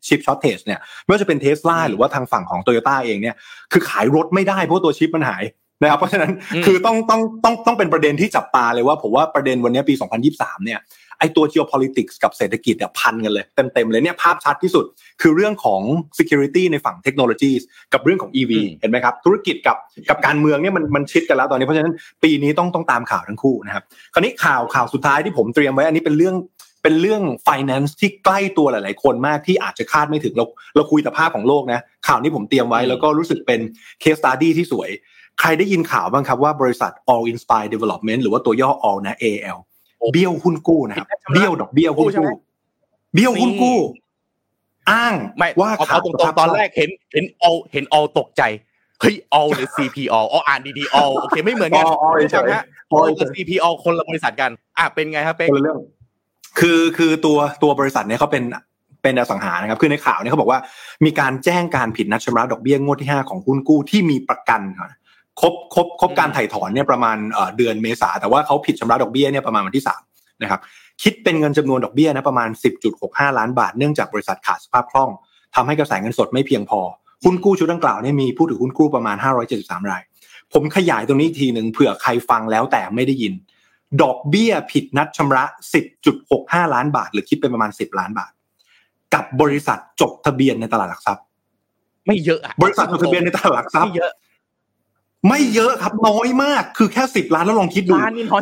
ชิปช็อตเทจเนี่ยไม่ว่าจะเป็น Tesla หรือว่าทางฝั่งของ Toyota เองเนี่ยคือขายรถไม่ได้เพราะตัวชิปมันหายนะครับเพราะฉะนั้นคือต้องเป็นประเด็นที่จับตาเลยว่าผมว่าประเด็นวันนี้ปี2023เนี่ยไอ้ตัว geopolitics กับเศรษฐกิจเนี่ยพันกันเลยเต็มๆเลยเนี่ยภาพชัดที่สุดคือเรื่องของ security ในฝั่ง technologies กับเรื่องของ EV เห็นไหมครับธุรกิจกับการเมืองเนี่ยมันชิดกันแล้วตอนนี้เพราะฉะนั้นปีนี้ต้องตามข่าวทั้งคู่นะครับคราวนี้ข่าวสุดท้ายที่ผมเตรียมไว้อันนี้เป็นเรื่อง finance ที่ใกล้ตัวหลายๆคนมากที่อาจจะคาดไม่ถึงเราคุยแต่ภาพของโลกนะข่าวนี้ผมเตรียมไว้แล้วก็รู้สึกเป็น case study ที่สวยใครได้ยินข่าวบ้างครับว่าบริษัท All Inspire Development หรือว่าตัวย่อ All นะ AL เบี้ยวหุ้นกู้นะครับเบี้ยวดอกเบี้ยหุ้นกู้เบี้ยวหุ้นกู้อ้างว่าเอาตรงๆตอนแรกเห็น all ตกใจเฮ้ย all หรือ CPO อ่านดีๆ all โอเคไม่เหมือนกันใช่มั้ย all กับ CPO คนละบริษัทกันเป็นไงครับเป๊กคนละเรื่องคือตัวบริษัทเนี่ยเขาเป็นอสังหานะครับคือในข่าวเนี่ยเขาบอกว่ามีการแจ้งการผิดนัดชำระดอกเบี้ยงวดที่5ของหุ้นกู้ที่มีประกันครบการไถ่ถอนเนี่ยประมาณเดือนเมษาแต่ว่าเขาผิดชำระดอกเบี้ยเนี่ยประมาณวันที่3นะครับคิดเป็นเงินจำนวนดอกเบี้ยนะประมาณ 10.65 ล้านบาทเนื่องจากบริษัทขาดสภาพคล่องทำให้กระแสเงินสดไม่เพียงพอหุ้นกู้ชุดดังกล่าวเนี่ยมีผู้ถือหุ้นกู้ประมาณ573รายผมขยายตรงนี้อีกทีนึงเผื่อใครฟังแล้วแต่ไม่ได้ยินดอกเบี้ยผิดนัดชำระ 10.65 ล้านบาทหรือคิดเป็นประมาณ10ล้านบาทกับบริษัทจดทะเบียนในตลาดหลักทรัพย์ไม่เยอะบริษัทจดทะเบียนในตลาดหลักทรัพย์ไม่เยอะครับน้อยมากคือแค่10ล้านแล้วลองคิดดูล้านนี่น้อย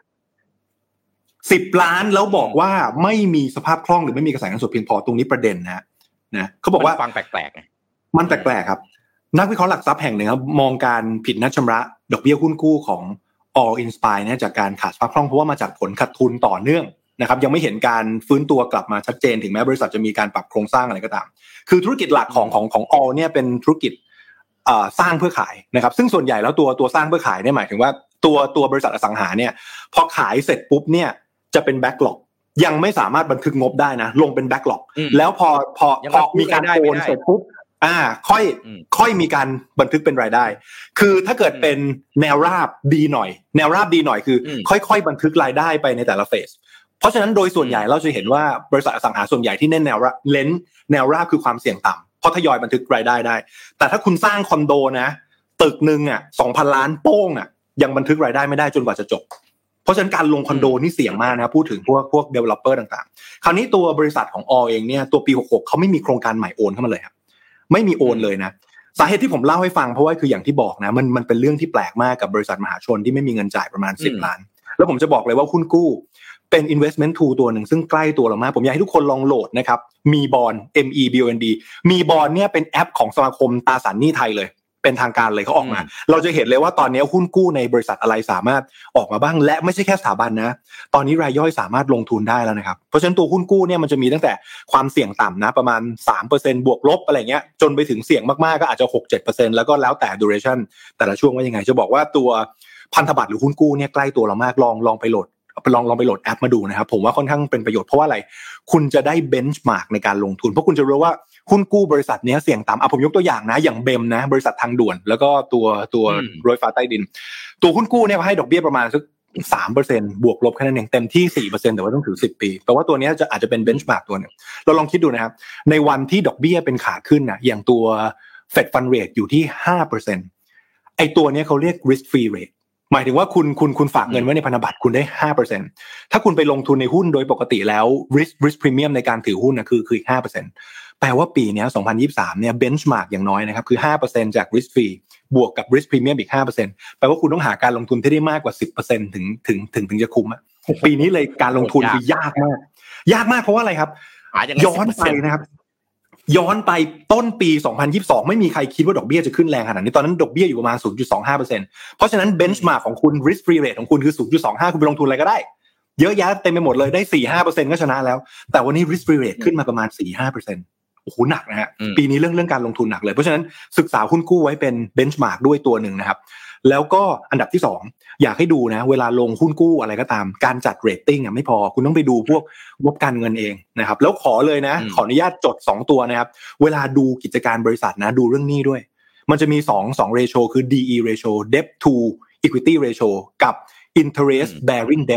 10ล้านแล้วบอกว่าไม่มีสภาพคล่องหรือไม่มีกระแสเงินสดเพียงพอตรงนี้ประเด็นนะเขาบอกว่าฟังแปลกๆไงมันแปลกๆครับนักวิเคราะห์หลักทรัพย์แห่งหนึ่งครับมองการผิดนัดชำระดอกเบี้ยหุ้นกู้ของ All Inspire เนี่ยจากการขาดสภาพคล่องเพราะว่ามาจากผลขาดทุนต่อเนื่องนะครับยังไม่เห็นการฟื้นตัวกลับมาชัดเจนถึงแม้บริษัทจะมีการปรับโครงสร้างอะไรก็ตามคือธุรกิจหลักของ All เนี่ยเป็นธุรกิจสร้างเพื่อขายนะครับซึ่งส่วนใหญ่แล้วตัวสร้างเพื่อขายเนี่ยหมายถึงว่าตัวบริษัทอสังหาเนี่ยพอขายเสร็จปุ๊บเนี่ยจะเป็นแบ็คล็อกยังไม่สามารถบันทึกงบได้นะลงเป็นแบ็คล็อกแล้วพอมีการโอนเสร็จปุ๊บค่อยมีการบันทึกเป็นรายได้คือถ้าเกิดเป็นแนวราบดีหน่อยคือค่อยๆบันทึกรายได้ไปในแต่ละเฟสเพราะฉะนั้นโดยส่วนใหญ่เราจะเห็นว่าบริษัทอสังหาส่วนใหญ่ที่เน้นแนวราบคือความเสี่ยงต่ำเพราะทยอยบันทึกรายได้ได้แต่ถ้าคุณสร้างคอนโดนะตึกนึง2,000 ล้านโป้งยังบันทึกรายได้ไม่ได้จนกว่าจะจบเพราะฉะนั้นการลงคอนโดนี่เสี่ยงมากนะครับพูดถึงพวก developer ต่างๆคราวนี้ตัวบริษัทของ All เองเนี่ยตัวปี66เขาไม่มีโครงการใหม่โอนเข้ามาเลยครับไม่มีโอนเลยนะสาเหตุที่ผมเล่าให้ฟังเพราะว่าคืออย่างที่บอกนะมันเป็นเรื่องที่แปลกมากกับบริษัทมหาชนที่ไม่มีเงินจ่ายประมาณ10ล้านแล้วผมจะบอกเลยว่าหุ้นกู้เป็น investment tool ตัวหนึ่งซึ่งใกล้ตัวเรามากผมอยากให้ทุกคนลองโหลดนะครับมีบอน MEBOND มีบอนเนี่ยเป็นแอปของสมาคมตราสารหนี้ไทยเลยเป็นทางการเลยเขาออกมาเราจะเห็นเลยว่าตอนนี้หุ้นกู้ในบริษัทอะไรสามารถออกมาบ้างและไม่ใช่แค่สถาบันนะตอนนี้รายย่อยสามารถลงทุนได้แล้วนะครับเพราะฉะนั้นตัวหุ้นกู้เนี่ยมันจะมีตั้งแต่ความเสี่ยงต่ำนะประมาณ 3% บวกลบอะไรเงี้ยจนไปถึงเสี่ยงมากๆก็อาจจะ 6-7% แล้วก็แล้วแต่ duration แต่ละช่วงว่ายังไงจะบอกว่าตัวพันธบัตรหรือหุ้นกู้เนี่ยใกล้ตัวเรามากลองไปโหลดแอปมาดูนะครับผมว่าค่อนข้างเป็นประโยชน์เพราะว่าอะไรคุณจะได้เบนช์มาร์กในการลงทุนเพราะคุณจะรู้ว่าหุ้นกู้บริษัทนี้เสี่ยงต่ำผมยกตัวอย่างนะอย่างเบมนะบริษัททางด่วนแล้วก็ตัวรถไฟฟ้าใต้ดินตัวหุ้นกู้เนี่ยให้ดอกเบี้ยประมาณสัก 3% บวกลบแค่นั้นเองเต็มที่ 4% แต่ว่าต้องถือ10ปีแปลว่าตัวนี้อาจจะเป็นเบนช์มาร์กตัวนึงเราลองคิดดูนะครับในวันที่ดอกเบี้ยเป็นขาขึ้นนะอย่างตัว Fed Fund Rate อยู่ที่ 5% ไอ้ตัวนี้เขาเรียก risk free rateหมายถึงว่าคุณฝากเงินไว้ในพันธบัตรคุณได้ 5% ถ้าคุณไปลงทุนในหุ้นโดยปกติแล้ว risk premium ในการถือหุ้นนะคืออีก 5% แปลว่าปีนี้2023เนี่ย benchmark อย่างน้อยนะครับคือ 5% จาก risk free บวกกับ risk premium อีก 5% แปลว่าคุณต้องหาการลงทุนที่ได้มากกว่า 10% ถึงจะคุ้มปีนี้เลยการลงทุนคือยากมากเพราะว่าอะไรครับย้อนไปนะครับย้อนไปต้นปี2022ไม่มีใครคิดว่าดอกเบี้ยจะขึ้นแรงขนาดนี้ตอนนั้นดอกเบี้ยอยู่ประมาณ 0.25% เพราะฉะนั้นเบนช์มาร์กของคุณ risk free rate ของคุณคือ 0.25 คุณไปลงทุนอะไรก็ได้เยอะแยะเต็มไปหมดเลยได้ 4-5% ก็ชนะแล้วแต่วันนี้ risk free rate ขึ้นมาประมาณ 4-5% โอ้โหหนักนะฮะปีนี้เรื่องการลงทุนหนักเลยเพราะฉะนั้นศึกษาหุ้นกู้ไว้เป็นเบนช์มาร์กด้วยตัวนึงนะครับแล้วก็อันดับที่2อยากให้ดูนะเวลาลงหุ้นกู้อะไรก็ตามการจัดเรตติ้งไม่พอคุณต้องไปดูพวกงบการเงินเองนะครับแล้วขอเลยนะขออนุญาตจด2ตัวนะครับเวลาดูกิจการบริษัทนะดูเรื่องหนี้ด้วยมันจะมี2 ratio คือ DE ratio debt to equity ratio กับ interest bearing debt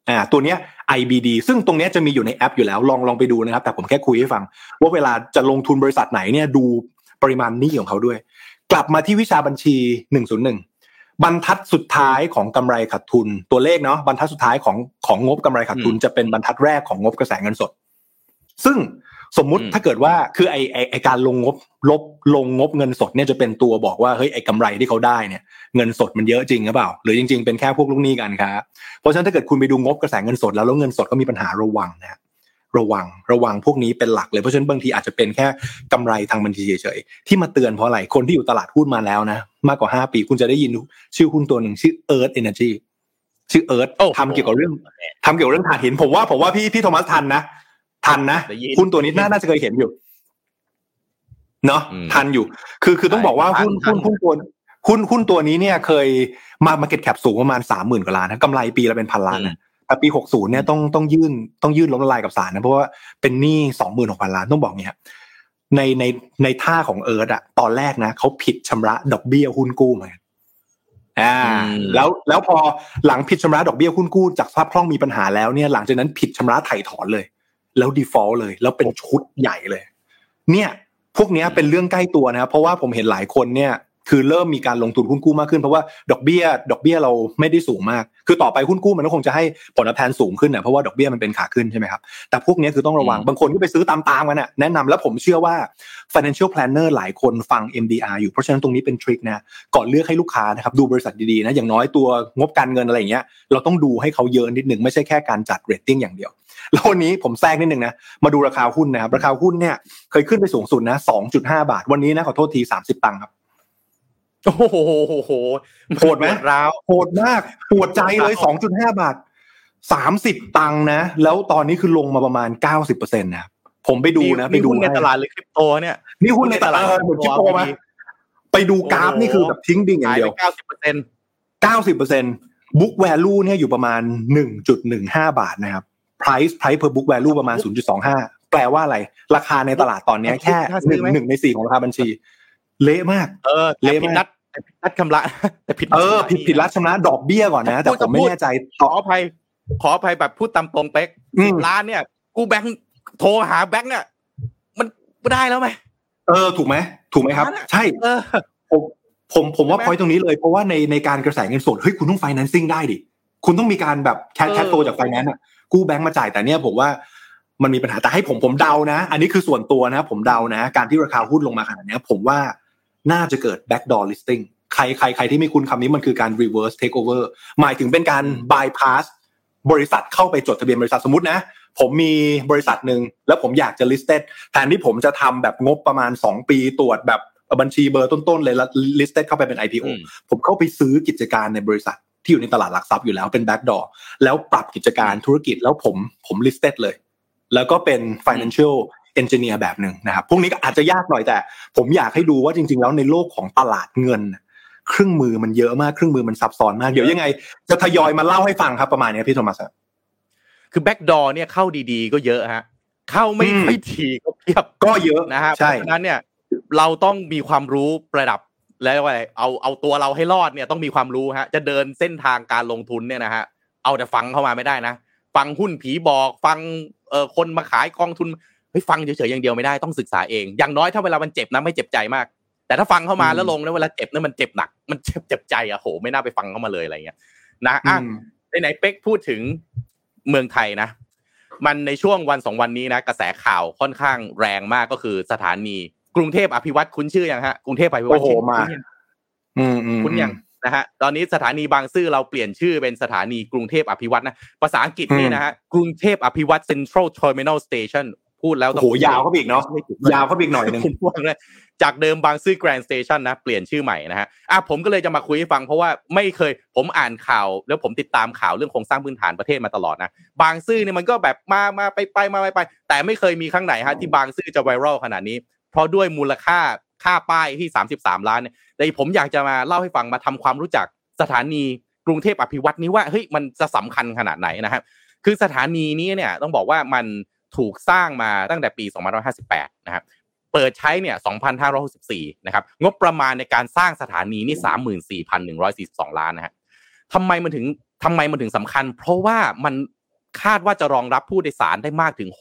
ตัวเนี้ย IBD ซึ่งตรงเนี้ยจะมีอยู่ในแอปอยู่แล้วลองไปดูนะครับแต่ผมแค่คุยให้ฟังว่าเวลาจะลงทุนบริษัทไหนเนี่ยดูปริมาณหนี้ของเขาด้วยกลับมาที่วิชาบัญชี101บรรทัดสุดท้ายของกำไรขาดทุนตัวเลขเนาะบรรทัดสุดท้ายของงบกำไรขาดทุนจะเป็นบรรทัดแรกของงบกระแสเงินสดซึ่งสมมุติถ้าเกิดว่าคือไอการลงงบเงินสดเนี่ยจะเป็นตัวบอกว่าเฮ้ยไอกำไรที่เขาได้เนี่ยเงินสดมันเยอะจริงหรือเปล่าหรือจริงๆเป็นแค่พวกลูกหนี้กันครับเพราะฉะนั้นถ้าเกิดคุณไปดูงบกระแสเงินสดแล้วเงินสดก็มีปัญหาระวังนะระวังพวกนี้เป็นหลักเลยเพราะฉะนั้นบางทีอาจจะเป็นแค่กำไรทางบัญชีเฉยๆที่มาเตือนเพราะอะไรคนที่อยู่ตลาดหุ้นมาแล้วนะมากกว่า5ปีคุณจะได้ยินชื่อหุ้นตัวหนึ่งชื่อ Earth Energy ชื่อ Earth ทำเกี่ยวกับเรื่องถ่านหินผมว่าพี่โทมัสทันนะหุ้นตัวนี้น่าจะเคยเห็นอยู่เนาะทันอยู่คือต้องบอกว่าหุ้นตัวนี้เนี่ยเคยmarket cap สูงประมาณ 30,000 กว่าล้านนะกำไรปีละเป็นพันล้านนะแต่ปี60เนี่ยต้องยื่นล้มละลายกับศาลนะเพราะว่าเป็นหนี้ 26,000 ล้านต้องบอกอย่างเงี้ยในท่าของเอิร์ธอ่ะตอนแรกนะเขาผิดชำระดอกเบี้ยหุ้นกู้มาแล้วพอหลังผิดชำระดอกเบี้ยหุ้นกู้จากสภาพคล่องมีปัญหาแล้วเนี่ยหลังจากนั้นผิดชำระไถ่ถอนเลยแล้ว default เลยแล้วเป็นชุดใหญ่เลยเนี่ยพวกนี้เป็นเรื่องใกล้ตัวนะครับเพราะว่าผมเห็นหลายคนเนี่ยคือเริ่มมีการลงทุนหุ้นกู้มากขึ้นเพราะว่าดอกเบี้ยเราไม่ได้สูงมากคือต่อไปหุ้นกู้มันก็คงจะให้ผลตอบแทนสูงขึ้นนะเพราะว่าดอกเบี้ยมันเป็นขาขึ้นใช่ไหมครับแต่พวกนี้คือต้องระวังบางคนก็ไปซื้อตามกันนะแนะนำแล้วผมเชื่อว่า financial planner หลายคนฟัง MDR อยู่เพราะฉะนั้นตรงนี้เป็นทริคนะก่อนเลือกให้ลูกค้านะครับดูบริษัทดีๆนะอย่างน้อยตัวงบการเงินอะไรอย่างเงี้ยเราต้องดูให้เขาเยอะนิดนึงไม่ใช่แค่การจัดเรตติ้งอย่างเดียวแล้ววันนี้ผมแทรกนิดนึงนะมาดูราคาหุ้นนะครับราคาหุ้นเนี่ยเคยขึ้นไปสูงสุดนะ 2.5 บาทวันนี้นะขอโทษที30ตังค์ครับโอ้โหโหดไหมโหดมากปวดใจเลย 2.5 บาท30ตังค์นะแล้วตอนนี้คือลงมาประมาณ 90% นะผมไปดูนะไปดูในตลาดหรือคริปโตเนี่ยนี่หุ้นในตลาดเหมือนคริปโตมั้ยไปดูกราฟนี่คือแบบทิ้งดิ่งอย่างเดียว 90% book value เนี่ยอยู่ประมาณ 1.15 บาทนะครับprice per book value ประมาณ 0.25 แปลว่าอะไรราคาในตลาดตอนนี้แค่1ใน4ของราคาบัญชีเละมากเละมากนัดชำระแต่ผิดนัดชำระดอกเบี้ยก่อนนะแต่ผมไม่แน่ใจขออภัยแบบพูดตามตรงเป๊ก10 ล้านเนี่ยกูแบงค์โทรหาแบงค์เนี่ยมันได้แล้วไหมถูกไหมครับใช่ผมว่า point ตรงนี้เลยเพราะว่าในการกระแสเงินสดเฮ้ยคุณต้อง financing ได้ดิคุณต้องมีการแบบแคชโฟลจาก finance อ่ะกู้แบงค์มาจ่ายแต่เนี่ยผมว่ามันมีปัญหาแต่ให้ผมเดานะอันนี้คือส่วนตัวนะผมเดานะการที่ราคาหุ้นลงมาขนาดนี้ผมว่าน่าจะเกิด backdoor listing ใครที่ไม่คุ้นคำนี้มันคือการ reverse takeover หมายถึงเป็นการ bypass บริษัทเข้าไปจดทะเบียนบริษัทสมมุตินะผมมีบริษัทนึงแล้วผมอยากจะ listed แทนที่ผมจะทำแบบงบประมาณ2ปีตรวจแบบบัญชีเบอร์ต้นๆเลยแล้ว listed เข้าไปเป็น IPO ผมเข้าไปซื้อกิจการในบริษัทที่อยู่ในตลาดหลักทรัพย์อยู่แล้วเป็น backdoor แล้วปรับกิจการธุรกิจแล้วผม listed เลยแล้วก็เป็น financial engineer แบบนึงนะครับพวกนี้ก็อาจจะยากหน่อยแต่ผมอยากให้ดูว่าจริงๆแล้วในโลกของตลาดเงินเครื่องมือมันเยอะมากเครื่องมือมันซับซ้อนมากเดี๋ยวยังไงจะทยอยมาเล่าให้ฟังครับประมาณนี้พี่โทมัสคือ backdoor เนี่ยเข้าดีๆก็เยอะฮะเข้าไม่ค่อยดีก็เพียบก็เยอะนะฮะเพราะฉะนั้นเนี่ยเราต้องมีความรู้ประดับแล้วอะไรเอาตัวเราให้รอดเนี่ยต้องมีความรู้ฮะจะเดินเส้นทางการลงทุนเนี่ยนะฮะเอาแต่ฟังเข้ามาไม่ได้นะฟังหุ้นผีบอกฟังคนมาขายกองทุนเฮ้ยฟังเฉยๆอย่างเดียวไม่ได้ต้องศึกษาเองอย่างน้อยถ้าเวลามันเจ็บนะไม่เจ็บใจมากแต่ถ้าฟังเข้ามาแล้วลงแล้วเวลาเจ็บเนี่ยมันเจ็บหนักมันเจ็บใจโหไม่น่าไปฟังเข้ามาเลยอะไรเงี้ยนะไหนเป๊กพูดถึงเมืองไทยนะมันในช่วงวัน2วันนี้นะกระแสข่าวค่อนข้างแรงมากก็คือสถานีกรุงเทพอภิวัตรคุ้นชื่อยังฮะกรุงเทพอภิวัตรคุ้นยังนะฮะตอนนี้สถานีบางซื่อเราเปลี่ยนชื่อเป็นสถานีกรุงเทพอภิวัตรนะภาษาอังกฤษนี่นะฮะกรุงเทพอภิวัตร Central Terminal Station พูดแล้วโอ้โหยาวเข้าไปอีกเนาะยาวเข้าไปอีกหน่อยนึงจากเดิมบางซื่อ Grand Station นะเปลี่ยนชื่อใหม่นะฮะผมก็เลยจะมาคุยให้ฟังเพราะว่าไม่เคยผมอ่านข่าวแล้วผมติดตามข่าวเรื่องโครงสร้างพื้นฐานประเทศมาตลอดนะบางซื่อเนี่ยมันก็แบบมาไปแต่ไม่เคยมีครั้งไหนฮะที่บางซื่อจะไวรัลขนาดนี้เพราะด้วยมูลค่าป้ายที่33ล้านเนี่ยแต่ผมอยากจะมาเล่าให้ฟังมาทำความรู้จักสถานีกรุงเทพอภิวัตรนี้ว่าเฮ้ยมันจะสำคัญขนาดไหนนะครับคือสถานีนี้เนี่ยต้องบอกว่ามันถูกสร้างมาตั้งแต่ปี2558นะครับเปิดใช้เนี่ย2564นะครับงบประมาณในการสร้างสถานีนี่ 34,142 ล้านนะฮะทำไมมันถึงสำคัญเพราะว่ามันคาดว่าจะรองรับผู้โดยสารได้มากถึง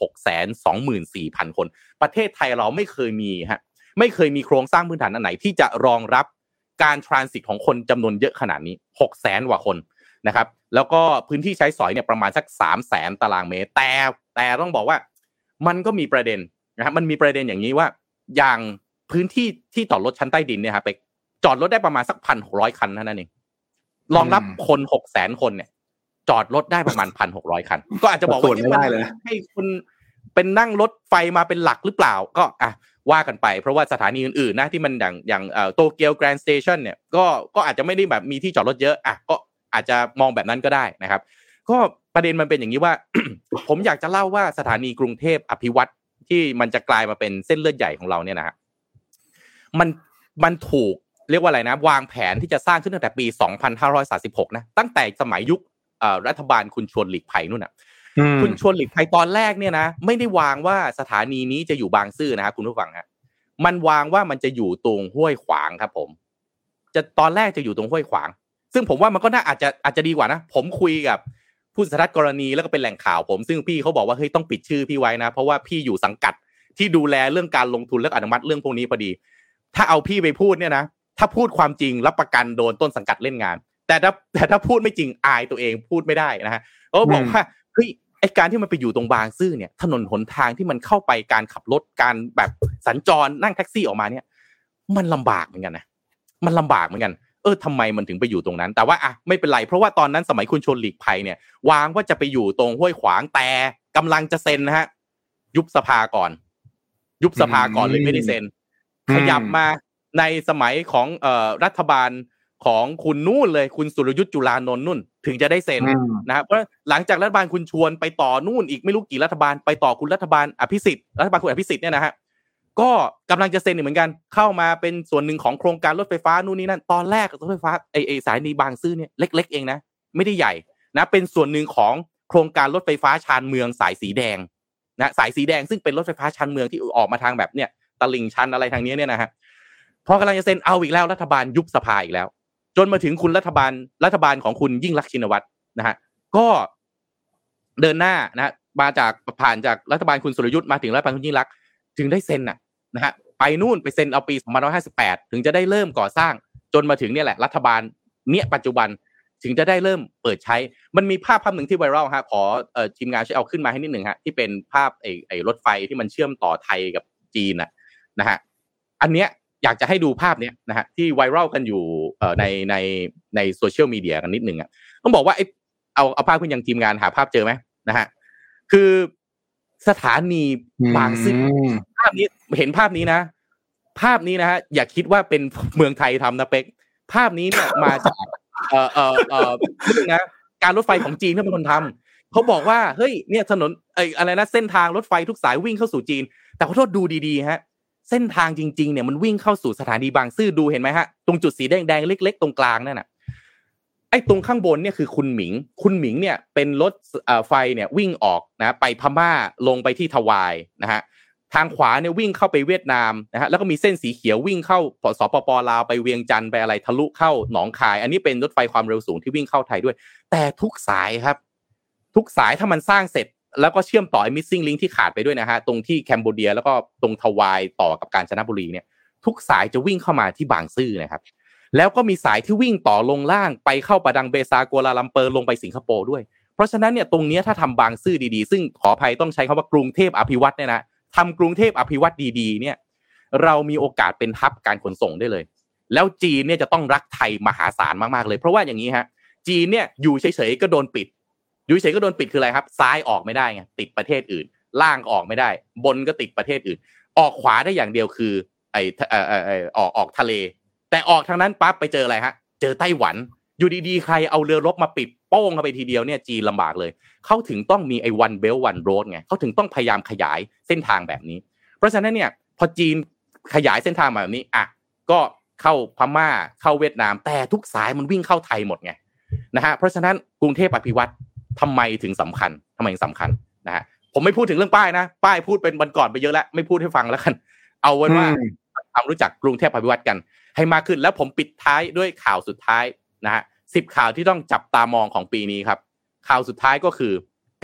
624,000 คนประเทศไทยเราไม่เคยมีโครงสร้างพื้นฐานอันไหนที่จะรองรับการทรานสิตของคนจำนวนเยอะขนาดนี้ 600,000 กว่าคนนะครับแล้วก็พื้นที่ใช้สอยเนี่ยประมาณสัก 300,000 ตารางเมตรแต่ต้องบอกว่ามันก็มีประเด็นนะครับมันมีประเด็นอย่างนี้ว่าอย่างพื้นที่ที่จอดรถชั้นใต้ดินเนี่ยครับไปจอดรถได้ประมาณสัก 1,600 คันเท่านั้นเองรองรับคน 600,000 คนเนี่ยจอดรถได้ประมาณ 1,600 คันก็อาจจะบอกว่าไม่ได้เลยให้คุณเป็นนั่งรถไฟมาเป็นหลักหรือเปล่าก็ว่ากันไปเพราะว่าสถานีอื่นๆนะที่มันอย่างโตเกียวแกรนด์สเตชันเนี่ยก็อาจจะไม่ได้แบบมีที่จอดรถเยอะก็อาจจะมองแบบนั้นก็ได้นะครับก็ประเด็นมันเป็นอย่างนี้ว่า ผมอยากจะเล่าว่าสถานีกรุงเทพอภิวัตรที่มันจะกลายมาเป็นเส้นเลือดใหญ่ของเราเนี่ยนะฮะมันถูกเรียกว่าอะไรนะวางแผนที่จะสร้างขึ้นตั้งแต่ปี 2536 นะตั้งแต่สมัยยุครัฐบาลคุณชวนหลีกภัยนู่นน่ะคุณชวนหลีกภัยตอนแรกเนี่ยนะไม่ได้วางว่าสถานีนี้จะอยู่บางซื่อนะครับคุณผู้ฟังฮะมันวางว่ามันจะอยู่ตรงห้วยขวางครับผมตอนแรกจะอยู่ตรงห้วยขวางซึ่งผมว่ามันก็น่าอาจจะดีกว่านะผมคุยกับผู้สัมภาษณ์กรณีแล้วก็เป็นแหล่งข่าวผมซึ่งพี่เขาบอกว่าเฮ้ยต้องปิดชื่อพี่ไว้นะเพราะว่าพี่อยู่สังกัดที่ดูแลเรื่องการลงทุนและอนุมัติเรื่องพวกนี้พอดีถ้าเอาพี่ไปพูดเนี่ยนะถ้าพูดความจริงรับประกันโดนต้นสังกัดเล่นงานแต่ถ้าพูดไม่จริงอายตัวเองพูดไม่ได้นะฮะบอกว่าเฮ้ยไอ้การที่มันไปอยู่ตรงบางซื่อเนี่ยถนนหนทางที่มันเข้าไปการขับรถการแบบสัญจรนั่งแท็กซี่ออกมาเนี่ยมันลำบากเหมือนกันนะมันลำบากเหมือนกันทำไมมันถึงไปอยู่ตรงนั้นแต่ว่าไม่เป็นไรเพราะว่าตอนนั้นสมัยคุณชวนหลีกภัยเนี่ยวางว่าจะไปอยู่ตรงห้วยขวางแต่กำลังจะเซ็นนะฮะยุบสภาก่อนเลยไม่ได้เซ็นขยับมาในสมัยของรัฐบาลของคุณนู่นเลยคุณสุรยุทธ์จุลานนท์นู่นถึงจะได้เซ็นนะครับเพราะหลังจากรัฐบาลคุณชวนไปต่อนู่นอีกไม่รู้กี่รัฐบาลไปต่อคุณรัฐบาลอภิสิทธิ์รัฐบาลคุณอภิสิทธิ์เนี่ยนะฮะก็กำลังจะเซ็นเหมือนกันเข้ามาเป็นส่วนหนึ่งของโครงการรถไฟฟ้านู่นนี่นั่นตอนแรกรถไฟฟ้าไอ้สายนี้บางซื่อเนี่ยเล็กๆเองนะไม่ได้ใหญ่นะเป็นส่วนหนึ่งของโครงการรถไฟฟ้าชานเมืองสายสีแดงนะสายสีแดงซึ่งเป็นรถไฟฟ้าชานเมืองที่ออกมาทางแบบเนี่ยตลิ่งชันอะไรทางนี้เนี่ยนะฮะพอกำลังจะเซ็นเอาอีกแล้วรัฐบาลยุบสภาอีกแล้วจนมาถึงคุณรัฐบาลของคุณยิ่งลักษณ์ชินวัตรนะฮะก็เดินหน้านะมาจากผ่านจากรัฐบาลคุณสุรยุทธ์มาถึงรัฐบาลคุณยิ่งลักษณ์ถึงได้เซ็นนะฮะไปนู่นไปเซ็นเอาปี2558ถึงจะได้เริ่มก่อสร้างจนมาถึงเนี่ยแหละรัฐบาลเนี่ยปัจจุบันถึงจะได้เริ่มเปิดใช้มันมีภาพหนึ่งที่ไวรัลฮะขอทีมงานช่วยเอาขึ้นมาให้นิดนึงฮะที่เป็นภาพไอ้รถไฟที่มันเชื่อมต่อไทยกับจีนนะฮะอันเนี้ยอยากจะให้ดูภาพเนี้ยนะฮะที่ไวรัลกันอยู่ในโซเชียลมีเดียกันนิดนึงต้องบอกว่าเอาภาพขึ้นยังทีมงานหาภาพเจอไหมนะฮะคือสถานีบางซื่อภาพนี้เห็นภาพนี้นะฮะอย่าคิดว่าเป็นเมืองไทยทำนะเป๊กภาพนี้เนี่ยมาจากนะการรถไฟของจีนที่เป็นคนทำเขาบอกว่าเฮ้ยเนี่ยถนนอะไรนะเส้นทางรถไฟทุกสายวิ่งเข้าสู่จีนแต่ขอโทษดูดีๆฮะเส้นทางจริงๆเนี่ยมันวิ่งเข้าสู่สถานีบางซื่อดูเห็นไหมฮะตรงจุดสีแดงๆเล็กๆตรงกลางนั่นน่ะไอ้ตรงข้างบนเนี่ยคือคุณหมิงเนี่ยเป็นรถไฟเนี่ยวิ่งออกนะไปพม่าลงไปที่ทวายนะฮะทางขวาเนี่ยวิ่งเข้าไปเวียดนามนะฮะแล้วก็มีเส้นสีเขียววิ่งเข้าสปป.ลาวไปเวียงจันทร์ไปอะไรทะลุเข้าหนองคายอันนี้เป็นรถไฟความเร็วสูงที่วิ่งเข้าไทยด้วยแต่ทุกสายครับทุกสายถ้ามันสร้างเสร็จแล้วก็เชื่อมต่อไอ้ missing link ที่ขาดไปด้วยนะฮะตรงที่แคนเบเดียแล้วก็ตรงทวายต่อกับกาญจนบุรีเนี่ยทุกสายจะวิ่งเข้ามาที่บางซื่อนะครับแล้วก็มีสายที่วิ่งต่อลงล่างไปเข้าปะดังเบซากัวลาลัมเปอร์ลงไปสิงคโปร์ด้วยเพราะฉะนั้นเนี่ยตรงนี้ถ้าทำบางซื่อดีๆซึ่งขออภัยต้องใช้คำว่ากรุงเทพอภิวัตรเนี่ยนะทำกรุงเทพอภิวัตรดีๆเนี่ยเรามีโอกาสเป็นฮับการขนส่งได้เลยแล้วจีนเนี่ยจะต้องรักไทยมหาศาลมากๆเลยเพราะว่าอย่างนี้ฮะจีนเนี่ยอยู่เฉยๆก็โดนปิดอยู่เฉยๆก็โดนปิดคืออะไรครับซ้ายออกไม่ได้ไงติดประเทศอื่นล่างออกไม่ได้บนก็ติดประเทศอื่นออกขวาได้อย่างเดียวคือออกทะเลแต่ออกทางนั้นปั๊บไปเจออะไรฮะเจอไต้หวันอยู่ดีๆใครเอาเรือรบมาปิดโป้งเข้าไปทีเดียวเนี่ยจีนลำบากเลยเขาถึงต้องมีไอ้ one belt one road ไงเขาถึงต้องพยายามขยายเส้นทางแบบนี้เพราะฉะนั้นเนี่ยพอจีนขยายเส้นทางแบบนี้ก็เข้าพม่าเข้าเวียดนามแต่ทุกสายมันวิ่งเข้าไทยหมดไงนะฮะเพราะฉะนั้นกรุงเทพอภิวัตรทำไมถึงสำคัญนะฮะผมไม่พูดถึงเรื่องป้ายนะป้ายพูดเป็นวันก่อนไปเยอะแล้วไม่พูดให้ฟังแล้วกันเอาไว้ว่าทำรู้จักกรุงเทพอภิวัตรกันให้มากขึ้นแล้วผมปิดท้ายด้วยข่าวสุดท้ายนะฮะ10ข่าวที่ต้องจับตามองของปีนี้ครับข่าวสุดท้ายก็คือ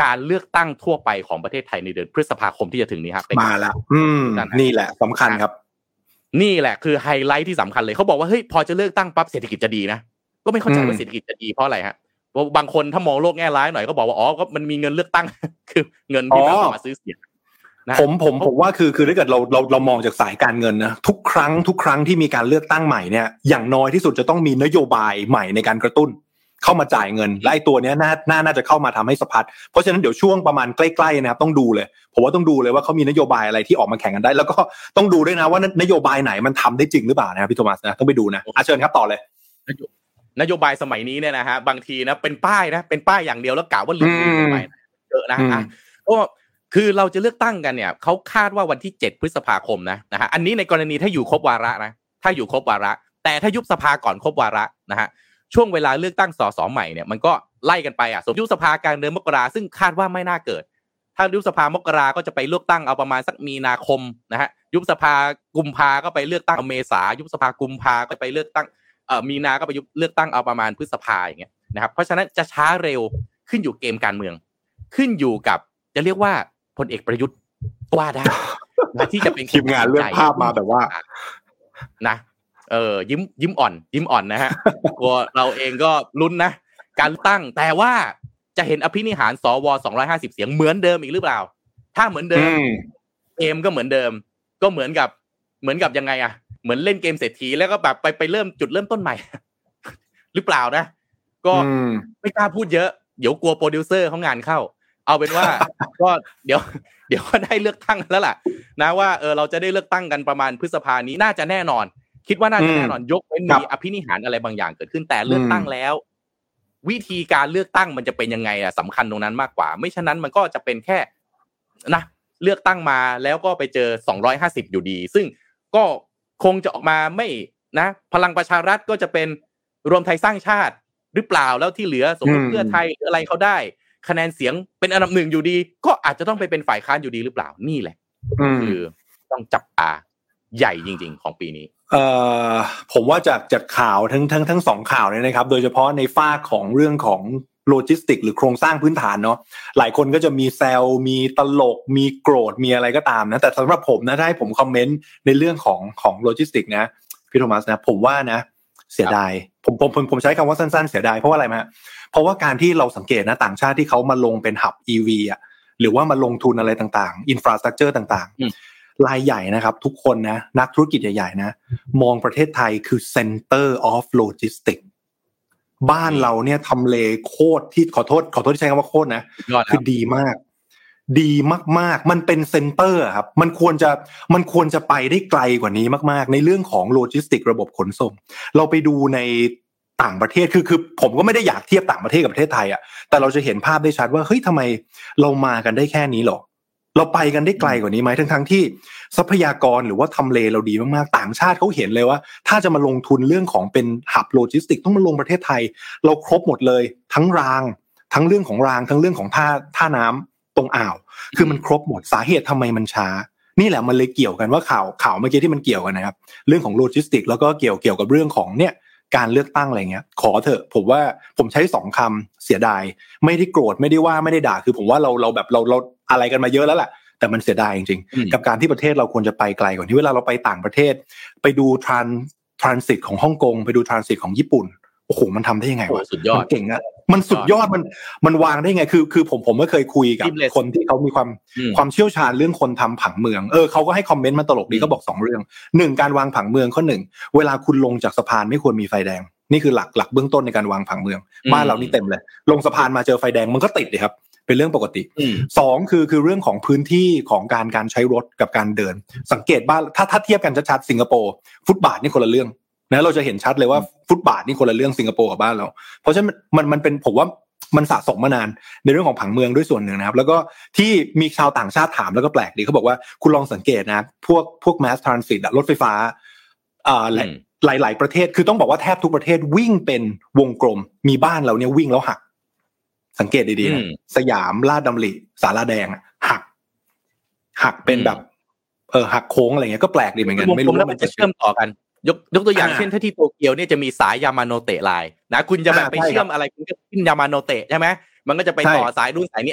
การเลือกตั้งทั่วไปของประเทศไทยในเดือนพฤษภาคมที่จะถึงนี้ครับมาแล้วนี่แหละสำคัญครับนี่แหละคือไฮไลท์ที่สำคัญเลยเขาบอกว่าเฮ้ยพอจะเลือกตั้งปั๊บเศรษฐกิจจะดีนะก็ไม่เข้าใจว่าเศรษฐกิจจะดีเพราะอะไรฮะบางคนถ้ามองโลกแง่ร้ายหน่อยก็บอกว่าอ๋อก็มันมีเงินเลือกตั้งคือเงินที่มาซื้อเสียงนะผมว่าคือถ้าเกิดเรามองจากสายการเงินนะทุกครั้งที่มีการเลือกตั้งใหม่เนี่ยอย่างน้อยที่สุดจะต้องมีนโยบายใหม่ในการกระตุ้นเข้ามาจ่ายเงินและไอ้ตัวเนี้ยน่าจะเข้ามาทำให้สะพัดเพราะฉะนั้นเดี๋ยวช่วงประมาณใกล้ๆนะครับต้องดูเลยผมว่าต้องดูเลยว่าเขามีนโยบายอะไรที่ออกมาแข่งกันได้แล้วก็ต้องดูด้วยนะว่านโยบายไหนมันทำได้จริงหรือเปล่านะครับพี่โทมัสนะต้องไปดูนะเชิญครับต่อเลยนโยบายสมัยนี้เนี่ยนะฮะบางทีนะเป็นป้ายอย่างเดียวแล้วกล่าวว่าลืมไปเยอะนะก็คือเราจะเลือกตั้งกันเนี่ยเขาคาดว่าวันที่7พฤษภาคมนะฮะอันนี้ในกรณีถ้าอยู่ครบวาระนะถ้าอยู่ครบวาระแต่ถ้ายุบสภาก่อนครบวาระนะฮะช่วงเวลาเลือกตั้งสสใหม่เนี่ยมันก็ไล่กันไปสมยุบสภากลางเดือนมกราซึ่งคาดว่าไม่น่าเกิดถ้ายุบสภามกราก็จะไปเลือกตั้งเอาประมาณสักมีนาคมนะฮะยุบสภากุมภาก็ไปเลือกตั้งเมษายุบสภากุมภาก็ไปเลือกตั้งมีนาก็ไปเลือกตั้งเอาประมาณพฤษภาอย่างเงี้ยนะครับเพราะฉะนั้นจะช้าเร็วขึ้นอยู่เกมการเมืองขึ้นอยู่กับจะเรียกว่าพลเอกประยุทธ์ว่าได้นะที่จะเป็นทีมงานเลือกภาพมาแบบว่านะยิ้มอ่อนนะฮะตัวเราเองก็ลุ้นนะการตั้งแต่ว่าจะเห็นอภินิหารสว250เสียงเหมือนเดิมอีกหรือเปล่าถ้าเหมือนเดิมเกมก็เหมือนเดิมก็เหมือนกับยังไงเหมือนเล่นเกมเศรษฐีแล้วก็แบบไปเริ่มจุดเริ่มต้นใหม่หรือเปล่านะก็ไม่กล้าพูดเยอะเดี๋ยวกลัวโปรดิวเซอร์เขางานเข้าเอาเป็นว่าก็เดี๋ยวก็ได้เลือกตั้งแล้วล่ะนะว่าเราจะได้เลือกตั้งกันประมาณพฤษภานี้น่าจะแน่นอนคิดว่าน่าจะแน่นอนยกเว้นมีอภินิหารอะไรบางอย่างเกิดขึ้นแต่เลือกตั้งแล้ววิธีการเลือกตั้งมันจะเป็นยังไงสำคัญตรงนั้นมากกว่าไม่ฉะนั้นมันก็จะเป็นแค่นะเลือกตั้งมาแล้วก็ไปเจอ250อยู่ดีซึ่งก็คงจะออกมาไม่นะพลังประชารัฐก็จะเป็นรวมไทยสร้างชาติหรือเปล่าแล้วที่เหลือสมมติเพื่อไทยหรืออะไรเขาได้คะแนนเสียงเป็นอันดับหนึ่งอยู่ดีก็อาจจะต้องไปเป็นฝ่ายค้านอยู่ดีหรือเปล่านี่แหละคือต้องจับตาใหญ่จริงๆของปีนี้ผมว่าจากข่าวทั้งสองข่าวเนี่ยนะครับโดยเฉพาะในฝ้าของเรื่องของโลจิสติกหรือโครงสร้างพื้นฐานเนาะหลายคนก็จะมีแซวมีตลกมีโกรธมีอะไรก็ตามนะแต่สำหรับผมนะถ้าให้ผมคอมเมนต์ในเรื่องของโลจิสติกนะพี่โทมัสนะผมว่านะเสียดายผมใช้คำว่าสั้นๆเสียดายเพราะว่าอะไรมั้ยเพราะว่าการที่เราสังเกตนะต่างชาติที่เขามาลงเป็นหับ EV หรือว่ามาลงทุนอะไรต่างๆอินฟราสตรัคเจอร์ต่างๆรายใหญ่นะครับทุกคนนะนักธุรกิจใหญ่ๆนะมองประเทศไทยคือ Center of Logistics บ้านเราเนี่ยทำเลโคตรที่ขอโทษที่ใช้คำว่าโคตรนะคือดีมากมันเป็นเซ็นเตอร์ครับมันควรจะไปได้ไกลกว่านี้มากๆในเรื่องของโลจิสติกระบบขนส่งเราไปดูในต่างประเทศคือผมก็ไม่ได้อยากเทียบต่างประเทศกับประเทศไทยแต่เราจะเห็นภาพได้ชัดว่าเฮ้ยทำไมเรามากันได้แค่นี้หรอเราไปกันได้ไกลกว่านี้ไหมทั้งที่ทรัพยากรหรือว่าทำเลเราดีมากๆต่างชาติเขาเห็นเลยว่าถ้าจะมาลงทุนเรื่องของเป็นหับโลจิสติกต้องมาลงประเทศไทยเราครบหมดเลยทั้งรางทั้งเรื่องของรางทั้งเรื่องของท่าน้ำตรงอ่าวคือมันครบหมดสาเหตุทำไมมันช้านี่แหละมันเลยเกี่ยวกันว่าข่าวเมื่อกี้ที่มันเกี่ยวกันนะครับเรื่องของโลจิสติกแล้วก็เกี่ยวกับเรื่องของเนี่ยการเลือกตั้งอะไรเงี้ยขอเถอะผมว่าผมใช้2คำเสียดายไม่ได้โกรธไม่ได้ว่าไม่ได้ด่าคือผมว่าเราแบบเราอะไรกันมาเยอะแล้วแหละแต่มันเสียดายจริงๆกับการที่ประเทศเราควรจะไปไกลกว่านี้เวลาเราไปต่างประเทศไปดูทรานสิตของฮ่องกงไปดูทรานสิตของญี่ปุ่นโอ้โหมันทำได้ยังไงวะสุดยอดมันเก่งอะมันสุดยอดมันวางได้ยังไงคือผมก็เคยคุยกับคนที่เขามีความเชี่ยวชาญเรื่องคนทำผังเมืองเขาก็ให้คอมเมนต์มาตลกดีก็บอก2เรื่อง1การวางผังเมืองข้อ1เวลาคุณลงจากสะพานไม่ควรมีไฟแดงนี่คือหลักเบื้องต้นในการวางผังเมืองบ้านเรานี่เต็มเลยลงสะพานมาเจอไฟแดงมันก็ติดเลยครับเป็นเรื่องปกติ2คือเรื่องของพื้นที่ของการใช้รถกับการเดินสังเกตบ้านถ้าเทียบกันชัดๆสิงคโปร์ฟุตบาทนี่คนละเรื่องนะเราจะเห็นชัดเลยว่าฟุตบาทนี่คนละเรื่องสิงคโปร์กับบ้านเราเพราะฉะนั้นมันเป็นผมว่ามันสะสมมานานในเรื่องของผังเมืองด้วยส่วนหนึ่งนะครับแล้วก็ที่มีชาวต่างชาติถามแล้วก็แปลกดีเขาบอกว่าคุณลองสังเกตนะพวก mass transit รถไฟฟ้าหลายประเทศคือต้องบอกว่าแทบทุกประเทศวิ่งเป็นวงกลมมีบ้านเราเนี่ยวิ่งแล้วหักสังเกตดีๆนะสยามลาดดำริศาลาแดงหักเป็นแบบหักโค้งอะไรเงี้ยก็แปลกดีเหมือนกันไม่รู้ว่ามันจะเชื่อมต่อกันยกตัวอย่างเช่นถ้าที่โตเกียวเนี่ยจะมีสายยามาโนเตะไลน์นะคุณจะแบบไปเชื่อมอะไรคุณก็ขึ้นยามาโนเตะใช่ไหมมันก็จะไปต่อสายนู่นสายนี้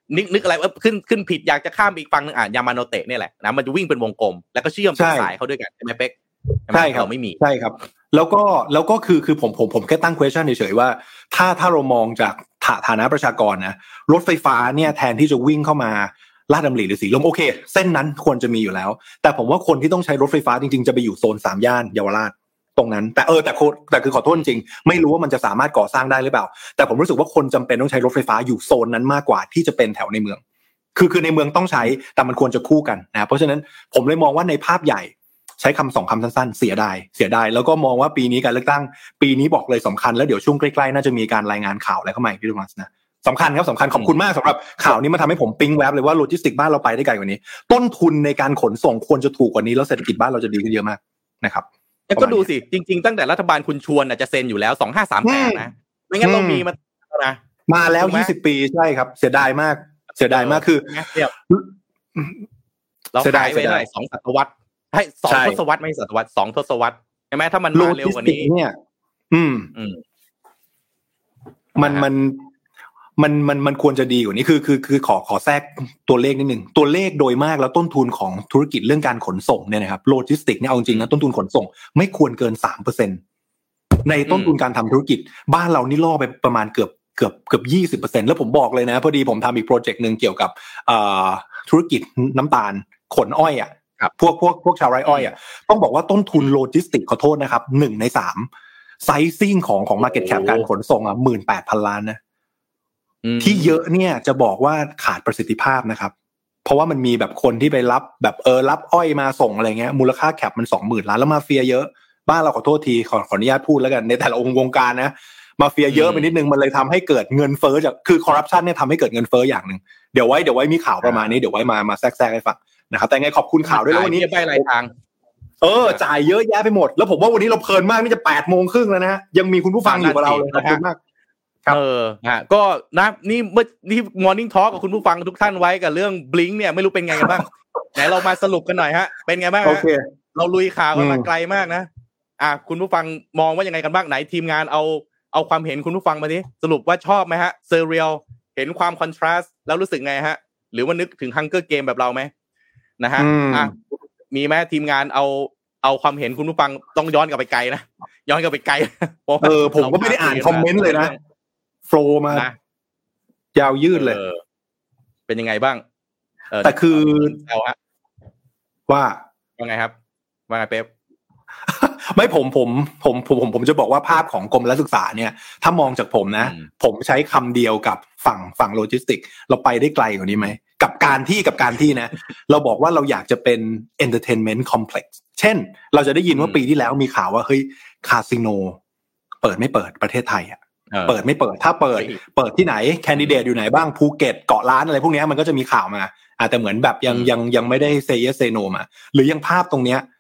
นึกอะไรว่าขึ้นผิดอยากจะข้ามอีกฝั่งนึงยามาโนเตะนี่แหละนะมันจะวิ่งเป็นวงกลมแล้วก็เชื่อมสายเข้าด้วยกันใช่มั้ยเป๊กใช่ครับไม่มีใช่ครับแล้วก็คือผมแค่ตั้ง question เฉยๆว่าถ้าเรามองจากฐานะประชากรนะรถไฟฟ้าเนี่ยแทนที่จะวิ่งเข้ามาลาดดำริหรือสีลมโอเคเส้นนั้นควรจะมีอยู่แล้วแต่ผมว่าคนที่ต้องใช้รถไฟฟ้าจริงๆจะไปอยู่โซน3ย่านเยาวราชตรงนั้นแต่คือขอโทษจริงไม่รู้ว่ามันจะสามารถก่อสร้างได้หรือเปล่าแต่ผมรู้สึกว่าคนจำเป็นต้องใช้รถไฟฟ้าอยู่โซนนั้นมากกว่าที่จะเป็นแถวในเมืองคือในเมืองต้องใช้แต่มันควรจะคู่กันนะเพราะฉะนั้นผมเลยมองว่าในภาพใหญ่ใช้คำ2คำสั้นๆเสียดายแล้วก็มองว่าปีนี้การเลือกตั้งปีนี้บอกเลยสำคัญแล้วเดี๋ยวช่วงใกล้ๆน่าจะมีการรายงานข่าวอะไรเข้ามาอีกพี่โทมัสนะสำคัญครับสำคัญขอบคุณมากสำหรับข่าวนี้มันทำให้ผมปิ๊งแวบเลยว่าโลจิสติกบ้านเราไปได้ไกลกว่านี้ต้นทุนในการขนส่งควรจะถูกกว่านี้แล้วเศรษฐกิจบ้านเราจะดีขึ้นเยอะมากนะครับก็ดูสิจริงๆตั้งแต่รัฐบาลคุณชวนจะเซ็นอยู่แล้ว2538นะไม่งั้นเรามีมาแล้ว20ปีใช่ครับเสียดายมากคือเราขายไปได้2ศตวรรษให้2ทศวรรษไม่ศตวรรษ2ทศวรรษใช่มั้ยถ้ามันมาเร็วกว่านี้เนี่ยมันควรจะดีกว่านี้คือขอแทรกตัวเลขนิดนึงตัวเลขโดยมากแล้วต้นทุนของธุรกิจเรื่องการขนส่งเนี่ยนะครับโลจิสติกเนี่ยเอาจริงนะต้นทุนขนส่งไม่ควรเกิน 3% ในต้นทุนการทำธุรกิจบ้านเรานี่ล่อไปประมาณเกือบ 20% แล้วผมบอกเลยนะพอดีผมทำอีกโปรเจกต์นึงเกี่ยวกับธุรกิจน้ำตาลขนอ้อยอ่ะพวกชาวไร่อ้อยอ่ะต้องบอกว่าต้นทุนโลจิสติกขอโทษนะครับ1ใน3ไซซิ่งของ market cap การขนส่งอ่ะ 18,000 ล้านนะที่เยอะเนี่ยจะบอกว่าขาดประสิทธิภาพนะครับเพราะว่ามันมีแบบคนที่ไปรับแบบรับอ้อยมาส่งอะไรเงี้ยมูลค่าแคปมัน 20,000 ล้านแล้วมาเฟียเยอะบ้านเราขอโทษทีขออนุญาตพูดแล้วกันในแต่ละวงการนะมาเฟียเยอะไปนิดนึงมันเลยทำให้เกิดเงินเฟ้อจากคือคอร์รัปชันเนี่ยทำให้เกิดเงินเฟ้ออย่างนึงเดี๋ยวไว้มีข่าวประมาณนี้เดี๋ยวไว้มาแทรกให้ฟังนะครับแต่ไงขอบคุณข่าวด้วยแล้ววันนี้ไปรายทางจ่ายเยอะแยะไปหมดแล้วผมว่าวันนี้เราเพลินมากนี่จะ 8:30 นแล้วนะยังมีคุณผู้ฟังอยู่กับเราเลยขอบคุณมากก็นะนี่Morning Talk กับคุณผู้ฟังทุกท่านไว้กับเรื่อง Blink เนี่ยไม่รู้เป็นไงกันบ้างไหนเรามาสรุปกันหน่อยฮะเป็นไงบ้างฮะเราลุยข่าวกันมาไกลมากนะคุณผู้ฟังมองว่ายังไงกันบ้างไหนทีมงานเอาความเห็นคุณผู้ฟังมาดิสรุปว่าชอบไหมฮะเซเรียลเห็นความคอนทราสต์แล้วรู้สึกไงฮะหรือว่านึกถึง Hunger Game แบบเราไหมนะฮะมีไหมทีมงานเอาความเห็นคุณผู้ฟังต้องย้อนกลับไปไกลนะย้อนกลับไปไกลผมก็ไม่ได้อ่านคอมเมนต์เลยนะโฟลว์มายาวยืดเลยเป็นยังไงบ้างแต่คือว่าไงครับว่าไงเป๊ปไม่ผมจะบอกว่าภาพของกรมการศึกษาเนี่ยถ้ามองจากผมนะผมใช้คำเดียวกับฝั่งโลจิสติกเราไปได้ไกลกว่านี้ไหมกับการที่นะเราบอกว่าเราอยากจะเป็น entertainment complex เช่นเราจะได้ยินว่าปีที่แล้วมีข่าวว่าเฮ้ยคาสิโนเปิดไม่เปิดประเทศไทยอ่ะเปิดไม่เปิดถ้าเปิดที่ไหนแคนดิเดตอยู่ไหนบ้างภูเก็ตเกาะล้านอะไรพวกนี้มันก็จะมีข่าวมาแต่เหมือนแบบยังไม่ได้เซเยสเซโนมาหรือยังภาพตรงเนี้ย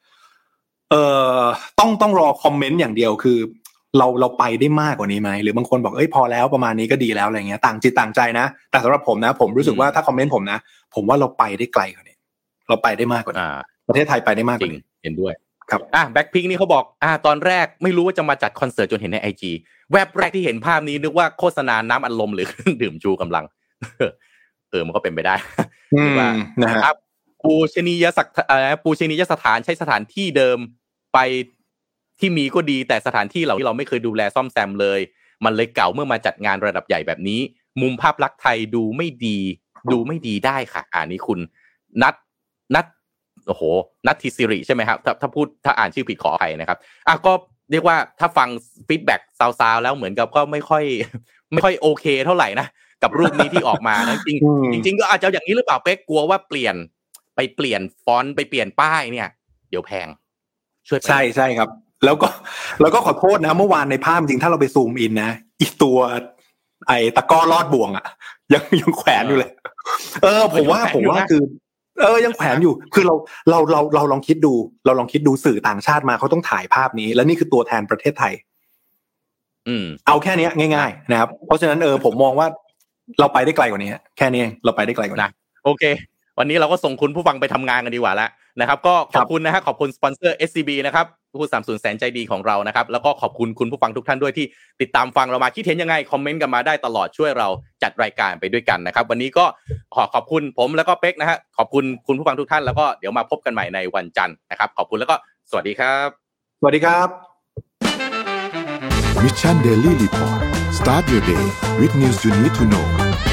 ต้องรอคอมเมนต์อย่างเดียวคือเราไปได้มากกว่านี้ไหมหรือบางคนบอกพอแล้วประมาณนี้ก็ดีแล้วอะไรเงี้ยต่างจิตต่างใจนะแต่สำหรับผมนะผมรู้สึกว่าถ้าคอมเมนต์ผมนะผมว่าเราไปได้ไกลกว่านี้เราไปได้มากกว่านี้ประเทศไทยไปได้มากกว่านี้เห็นด้วยครับแบ็คพิงค์นี่เขาบอกตอนแรกไม่รู้ว่าจะมาจัดคอนเสิร์ตจนเห็นใน IG แวบแรกที่เห็นภาพนี้นึกว่าโฆษณาน้ำอัดลมหรือเครื่องดื่มชูกำลังมันก็เป็นไปได้ว่านะครับปูชนียสถานใช้สถานที่เดิมไปที่มีก็ดีแต่สถานที่เหล่าที่เราไม่เคยดูแลซ่อมแซมเลยมันเลยเก่าเมื่อมาจัดงานระดับใหญ่แบบนี้มุมภาพลักษณ์ไทยดูไม่ดีได้ค่ะนี่คุณนัททิสิริใช่ไหมครับถ้าอ่านชื่อผิดขออภัยนะครับก็เรียกว่าถ้าฟังฟีดแบ็กซาวๆแล้วเหมือนกับก็ไม่ค่อยโอเคเท่าไหร่นะกับรูปนี้ที่ออกมานะจริงก็อาจจะอย่างนี้หรือเปล่าเป๊กกลัวว่าเปลี่ยนฟอนต์ไปเปลี่ยนป้ายเนี่ยเดี๋ยวแพงช่วยใช่ครับแล้วก็ขอโทษนะเมื่อวานในภาพจริงถ้าเราไปซูมอินนะอีกตัวตะก้อลอดบ่วงอ่ะยังแขวนอยู่เลยผมว่าคือยังแขวนอยู่คือเราลองคิดดูสื่อต่างชาติมาเขาต้องถ่ายภาพนี้แล้วนี่คือตัวแทนประเทศไทยเอาแค่นี้ง่ายๆนะครับเพราะฉะนั้นผมมองว่าเราไปได้ไกลกว่านี้แค่นี้เองเราไปได้ไกลกว่านี้โอเควันนี้เราก็ส่งคุณผู้ฟังไปทำงานกันดีกว่าแล้วนะครับก็ขอบคุณนะฮะขอบคุณสปอนเซอร์ SCB นะครับผู้สนับสนุนแสนใจดีของเรานะครับแล้วก็ขอบคุณคุณผู้ฟังทุกท่านด้วยที่ติดตามฟังเรามาคิดเห็นยังไงคอมเมนต์กันมาได้ตลอดช่วยเราจัดรายการไปด้วยกันนะครับวันนี้ก็ขอบคุณผมแล้วก็เป๊กนะฮะขอบคุณคุณผู้ฟังทุกท่านแล้วก็เดี๋ยวมาพบกันใหม่ในวันจันทร์นะครับขอบคุณแล้วก็สวัสดีครับสวัสดีครับ Mission Daily Report Start your day with news you need to know